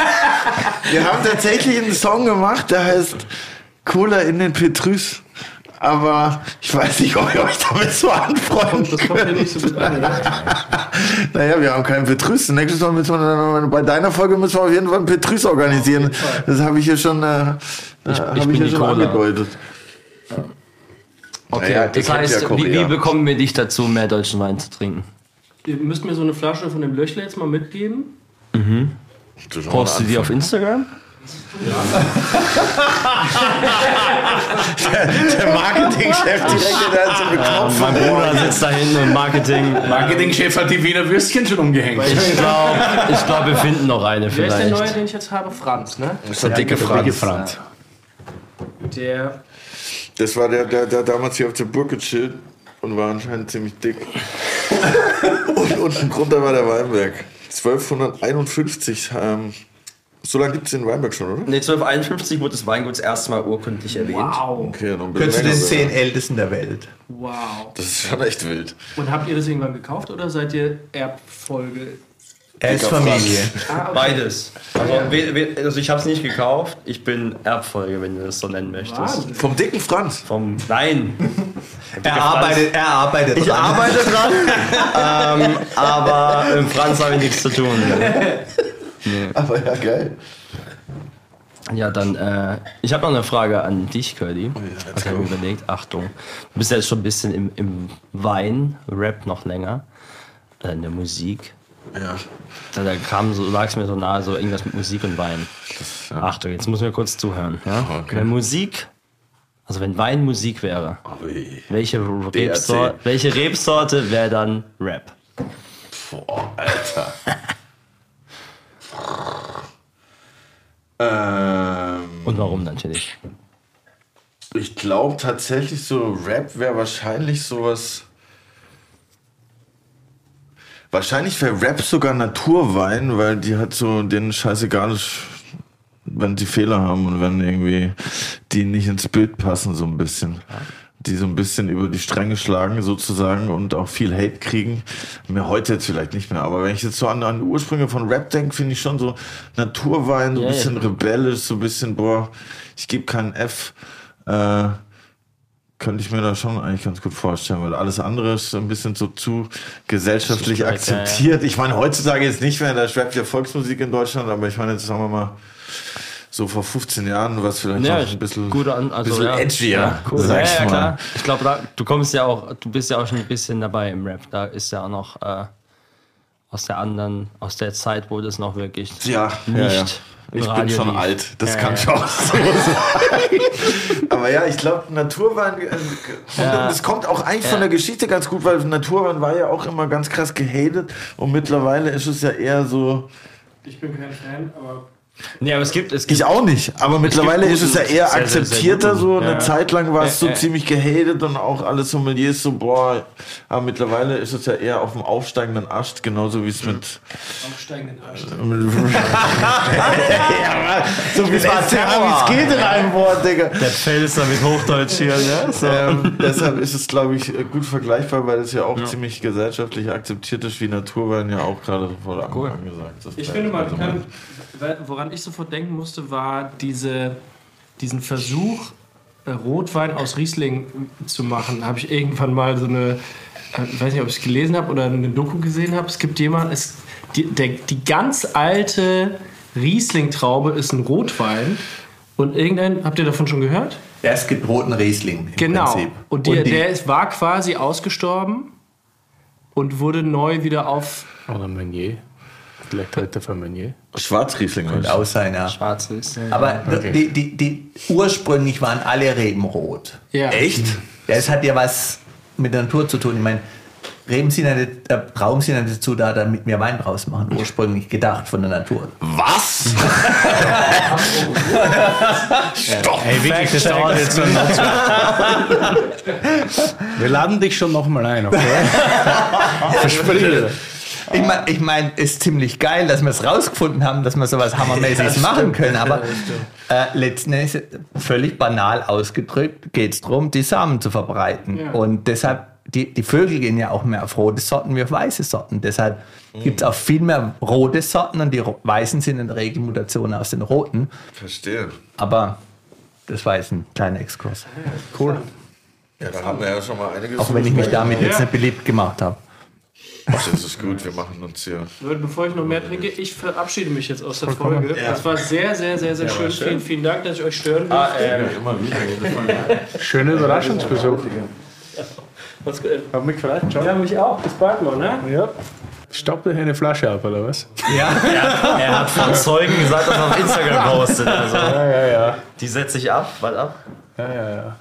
wir haben tatsächlich einen Song gemacht, der heißt Cola in den Petrus. aber ich weiß nicht, ob ihr euch damit so anfreundet. Das kommt ja nicht so gut an, oder? Naja, wir haben keinen Petrus. Nächstes Mal müssen wir dann, bei deiner Folge müssen wir auf jeden Fall einen Petrus organisieren. Das habe ich hier schon, äh, Ich, ich hab bin ich hier die schon Cola. angedeutet. Okay, Naja, ihr das kennt heißt, ja wie, Korea. wie bekommen wir dich dazu, mehr deutschen Wein zu trinken? Ihr müsst mir so eine Flasche von dem Löchler jetzt mal mitgeben. Postest du die auf Instagram? Der Marketingchef direkt der hat so einen Knopf. Mein Bruder sitzt da hinten und Marketing. Marketingchef hat die Wiener Würstchen schon umgehängt. Ich glaube, ich glaub, wir finden noch eine Wer ist der neue, vielleicht. den ich jetzt habe? Franz, ne? Das ist der dicke Franz. Der. Das war der, der, der damals hier auf der Burg gechillt und war anscheinend ziemlich dick. Und unten drunter war der Weinberg. zwölfhunderteinundfünfzig. Ähm, so lange gibt es den Weinberg schon, oder? Ne, zwölfhunderteinundfünfzig wurde das Weingut das erste Mal urkundlich erwähnt. Wow. Okay, noch ein bisschen Gehört zu länger den sogar. zehn Ältesten der Welt. Wow. Das ist schon echt wild. Und habt ihr das irgendwann gekauft oder seid ihr Erbfolge? Er ist Dicker Familie. Ah, okay. Beides. Also, we- we- also ich habe es nicht gekauft, ich bin Erbfolge, wenn du das so nennen möchtest. Wahnsinn. Vom dicken Franz. Vom Nein. Er arbeitet, er arbeitet Ich dran. arbeite dran, ähm, aber mit Franz habe ich nichts zu tun. Aber ja, geil. Ja, dann, äh, ich habe noch eine Frage an dich, Curdy. let's Ich habe mir überlegt, Achtung, du bist ja jetzt schon ein bisschen im, im Wein, Rap noch länger, äh, in der Musik. Ja. Da, da kam so, lag es mir so nahe, so irgendwas mit Musik und Wein. Achtung, jetzt muss mir kurz zuhören. Ja? Okay. Wenn Musik, also wenn Wein Musik wäre, Ui. welche, D R C. Rebsor welche Rebsorte wäre dann Rap? Boah, Alter. ähm, Und warum natürlich? ich glaube tatsächlich so Rap wäre wahrscheinlich sowas. Wahrscheinlich wäre Rap sogar Naturwein, weil die hat so denen scheißegal ist, wenn sie Fehler haben und wenn irgendwie die nicht ins Bild passen so ein bisschen. Die so ein bisschen über die Stränge schlagen sozusagen und auch viel Hate kriegen. Mir heute jetzt vielleicht nicht mehr, aber wenn ich jetzt so an, an Ursprünge von Rap denke, finde ich schon so Naturwein, so ein Ja, bisschen ja. rebellisch, so ein bisschen, boah, ich gebe keinen F. Äh, könnte ich mir da schon eigentlich ganz gut vorstellen, weil alles andere ist ein bisschen so zu gesellschaftlich Zu stark, akzeptiert. Ich meine, heutzutage jetzt nicht mehr, da schreibt ja Volksmusik in Deutschland, aber ich meine, jetzt sagen wir mal, so vor fünfzehn Jahren, was vielleicht Ja, noch ein bisschen, gute An also, bisschen ja. edgier, Ja, cool. sag Ja, ich ja, mal. klar. Ich glaube, da- du kommst ja auch, du bist ja auch schon ein bisschen dabei im Rap. Da ist ja auch noch äh, aus der anderen, aus der Zeit, wo das noch wirklich Ja, nicht ja, ja. im Ich bin Radio schon lief. alt, das Ja, kann ja. schon auch so sein. Aber ja, ich glaube, Naturwein, äh, Ja. das kommt auch eigentlich Ja. von der Geschichte ganz gut, weil Naturwein war ja auch immer ganz krass gehatet und mittlerweile ist es ja eher so, Ich bin kein Fan, aber. Nee, aber es gibt, es gibt ich auch nicht, aber mittlerweile gibt ist es ja guten- eher sehr, sehr, sehr akzeptierter guten. so, eine Ja. Zeit lang war es so Ja, ja. ziemlich gehatet und auch alle Sommeliers so, boah, aber mittlerweile ist es ja eher auf dem aufsteigenden Ast, genauso wie es mit Aufsteigenden Arsch. ja, so wie es geht in einem Wort, Digga. der Pfälzer mit Hochdeutsch hier, ne? So. Ähm, deshalb ist es, glaube ich, gut vergleichbar, weil es ja auch ziemlich gesellschaftlich akzeptiert ist, wie Naturwein ja auch gerade vor der Cool. angesagt ist. Ich finde, man Also kann, woran ich sofort denken musste, war diese, diesen Versuch, äh, Rotwein aus Riesling zu machen. Habe ich irgendwann mal so eine, äh, ich weiß nicht, ob ich es gelesen habe oder eine Doku gesehen habe. Es gibt jemanden, es, die, der, die ganz alte Riesling-Traube ist ein Rotwein. Und irgendein, habt ihr davon schon gehört? Ja, es gibt roten Riesling im Genau. Prinzip. Und, die, die- der ist, war quasi ausgestorben und wurde neu wieder auf. Oder Meunier. Vielleicht heute der von Meunier. Schwarzriesling. Könnte auch sein, ja. Schwarz ist. Ja. Aber die, die, die, ursprünglich waren alle Reben rot. Ja. Echt? Ja, es hat ja was mit der Natur zu tun. Ich meine, Reben sind ja nicht, äh, Trauben sind ja nicht dazu da, damit wir Wein draus machen. Ursprünglich gedacht von der Natur. Was? Stopp! Hey, wirklich, das dauert jetzt so ein Wir laden dich schon nochmal ein, okay? Verspreche. Ich meine, ich mein, ist ziemlich geil, dass wir es rausgefunden haben, dass wir sowas Hammermäßiges machen können, aber äh, letzten Endes, völlig banal ausgedrückt, geht es darum, die Samen zu verbreiten. Ja. Und deshalb, die, die Vögel gehen ja auch mehr auf rote Sorten wie auf weiße Sorten. Deshalb gibt es auch viel mehr rote Sorten und die ro- weißen sind in der Regel Mutationen aus den roten. Verstehe. Aber das war jetzt ein kleiner Exkurs. Cool. Ja, da haben wir ja schon mal einiges. Auch wenn ich mich damit jetzt nicht beliebt gemacht habe. Das ist gut, wir machen uns hier. Leute, bevor ich noch mehr trinke, ich verabschiede mich jetzt aus der Folge. Ja. Das war sehr, sehr, sehr, sehr ja, schön. schön. Vielen, vielen Dank, dass ich euch stören durfte. Ah, äh, ja, immer wieder. Schöne Überraschungsbesuch. Was gut. Hab mich gefreut, ciao. Ja, mich auch. Bis bald mal, ne? Ja. Staubt euch eine Flasche ab, oder was? Ja, er, er hat von Zeugen gesagt, dass er auf Instagram postet. Also, ja, ja, ja. Die setze ich ab, bald ab. Ja, ja, ja.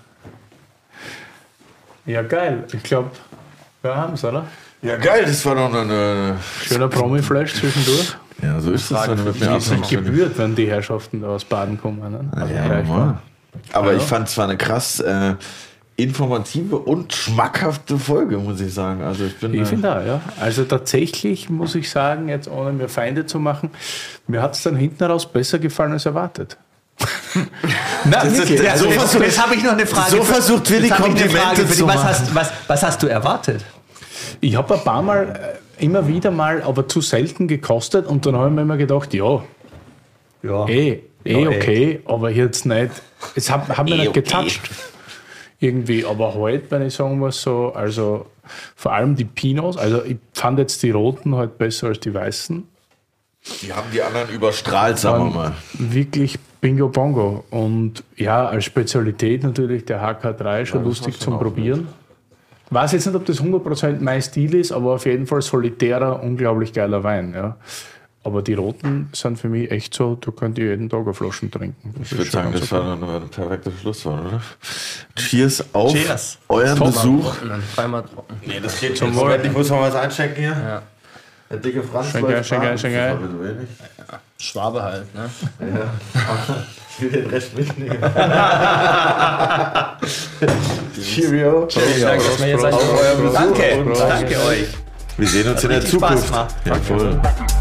Ja, geil. Ich glaube, wir haben es, oder? Ja, geil, das war doch eine. Schöner Promi-Flash zwischendurch. Ja, so ist es dann. Mit mir Wie es gebührt, wenn die Herrschaften da aus Baden kommen. Ne? Also ja, ja, aber ich fand es zwar eine krass äh, informative und schmackhafte Folge, muss ich sagen. Also ich bin. Ich äh, finde auch, ja. Also tatsächlich muss ich sagen, jetzt ohne mir Feinde zu machen, mir hat es dann hinten raus besser gefallen als erwartet. Na, das, ist, ja, so jetzt, jetzt habe ich noch eine Frage. So versucht Willi Komplimente zu was machen. hast, was, was hast du erwartet? Ich habe ein paar Mal, äh, immer wieder mal, aber zu selten gekostet und dann habe ich mir immer gedacht, ja, Ja. eh, eh Ja, okay, aber jetzt nicht, es hat, hat mich Eh nicht okay. getoucht. Irgendwie, aber heute, wenn ich sagen muss, so, also vor allem die Pinots, also ich fand jetzt die roten halt besser als die weißen. Die haben die anderen überstrahlt, sagen wir mal. Wirklich Bingo Bongo. Und ja, als Spezialität natürlich der H K drei, schon Ja, lustig zum Probieren. Ich weiß jetzt nicht, ob das hundert Prozent mein Stil ist, aber auf jeden Fall solitärer, unglaublich geiler Wein. Ja. Aber die roten sind für mich echt so, da könnt ihr jeden Tag eine Flaschen trinken. Das Ich würde sagen, das war dann ein perfektes Schlusswort, oder? Cheers auf Cheers. euren Top. Besuch. Zweimal trocken. Nee, das geht Zum schon. Wohl. Moment, ich muss mal was einchecken hier. Ja. Der dicke Franz. Schenke, läuft schenke, an. schenke. Das ist aber so wenig. Schwabe halt, ne? Ich will den Rest mitnehmen. Cheerio. Danke, dass wir hier seid. Auf euren Besuch. Danke, Und danke euch. wir sehen uns in der richtig Spaß Zukunft. gemacht. Ja, voll.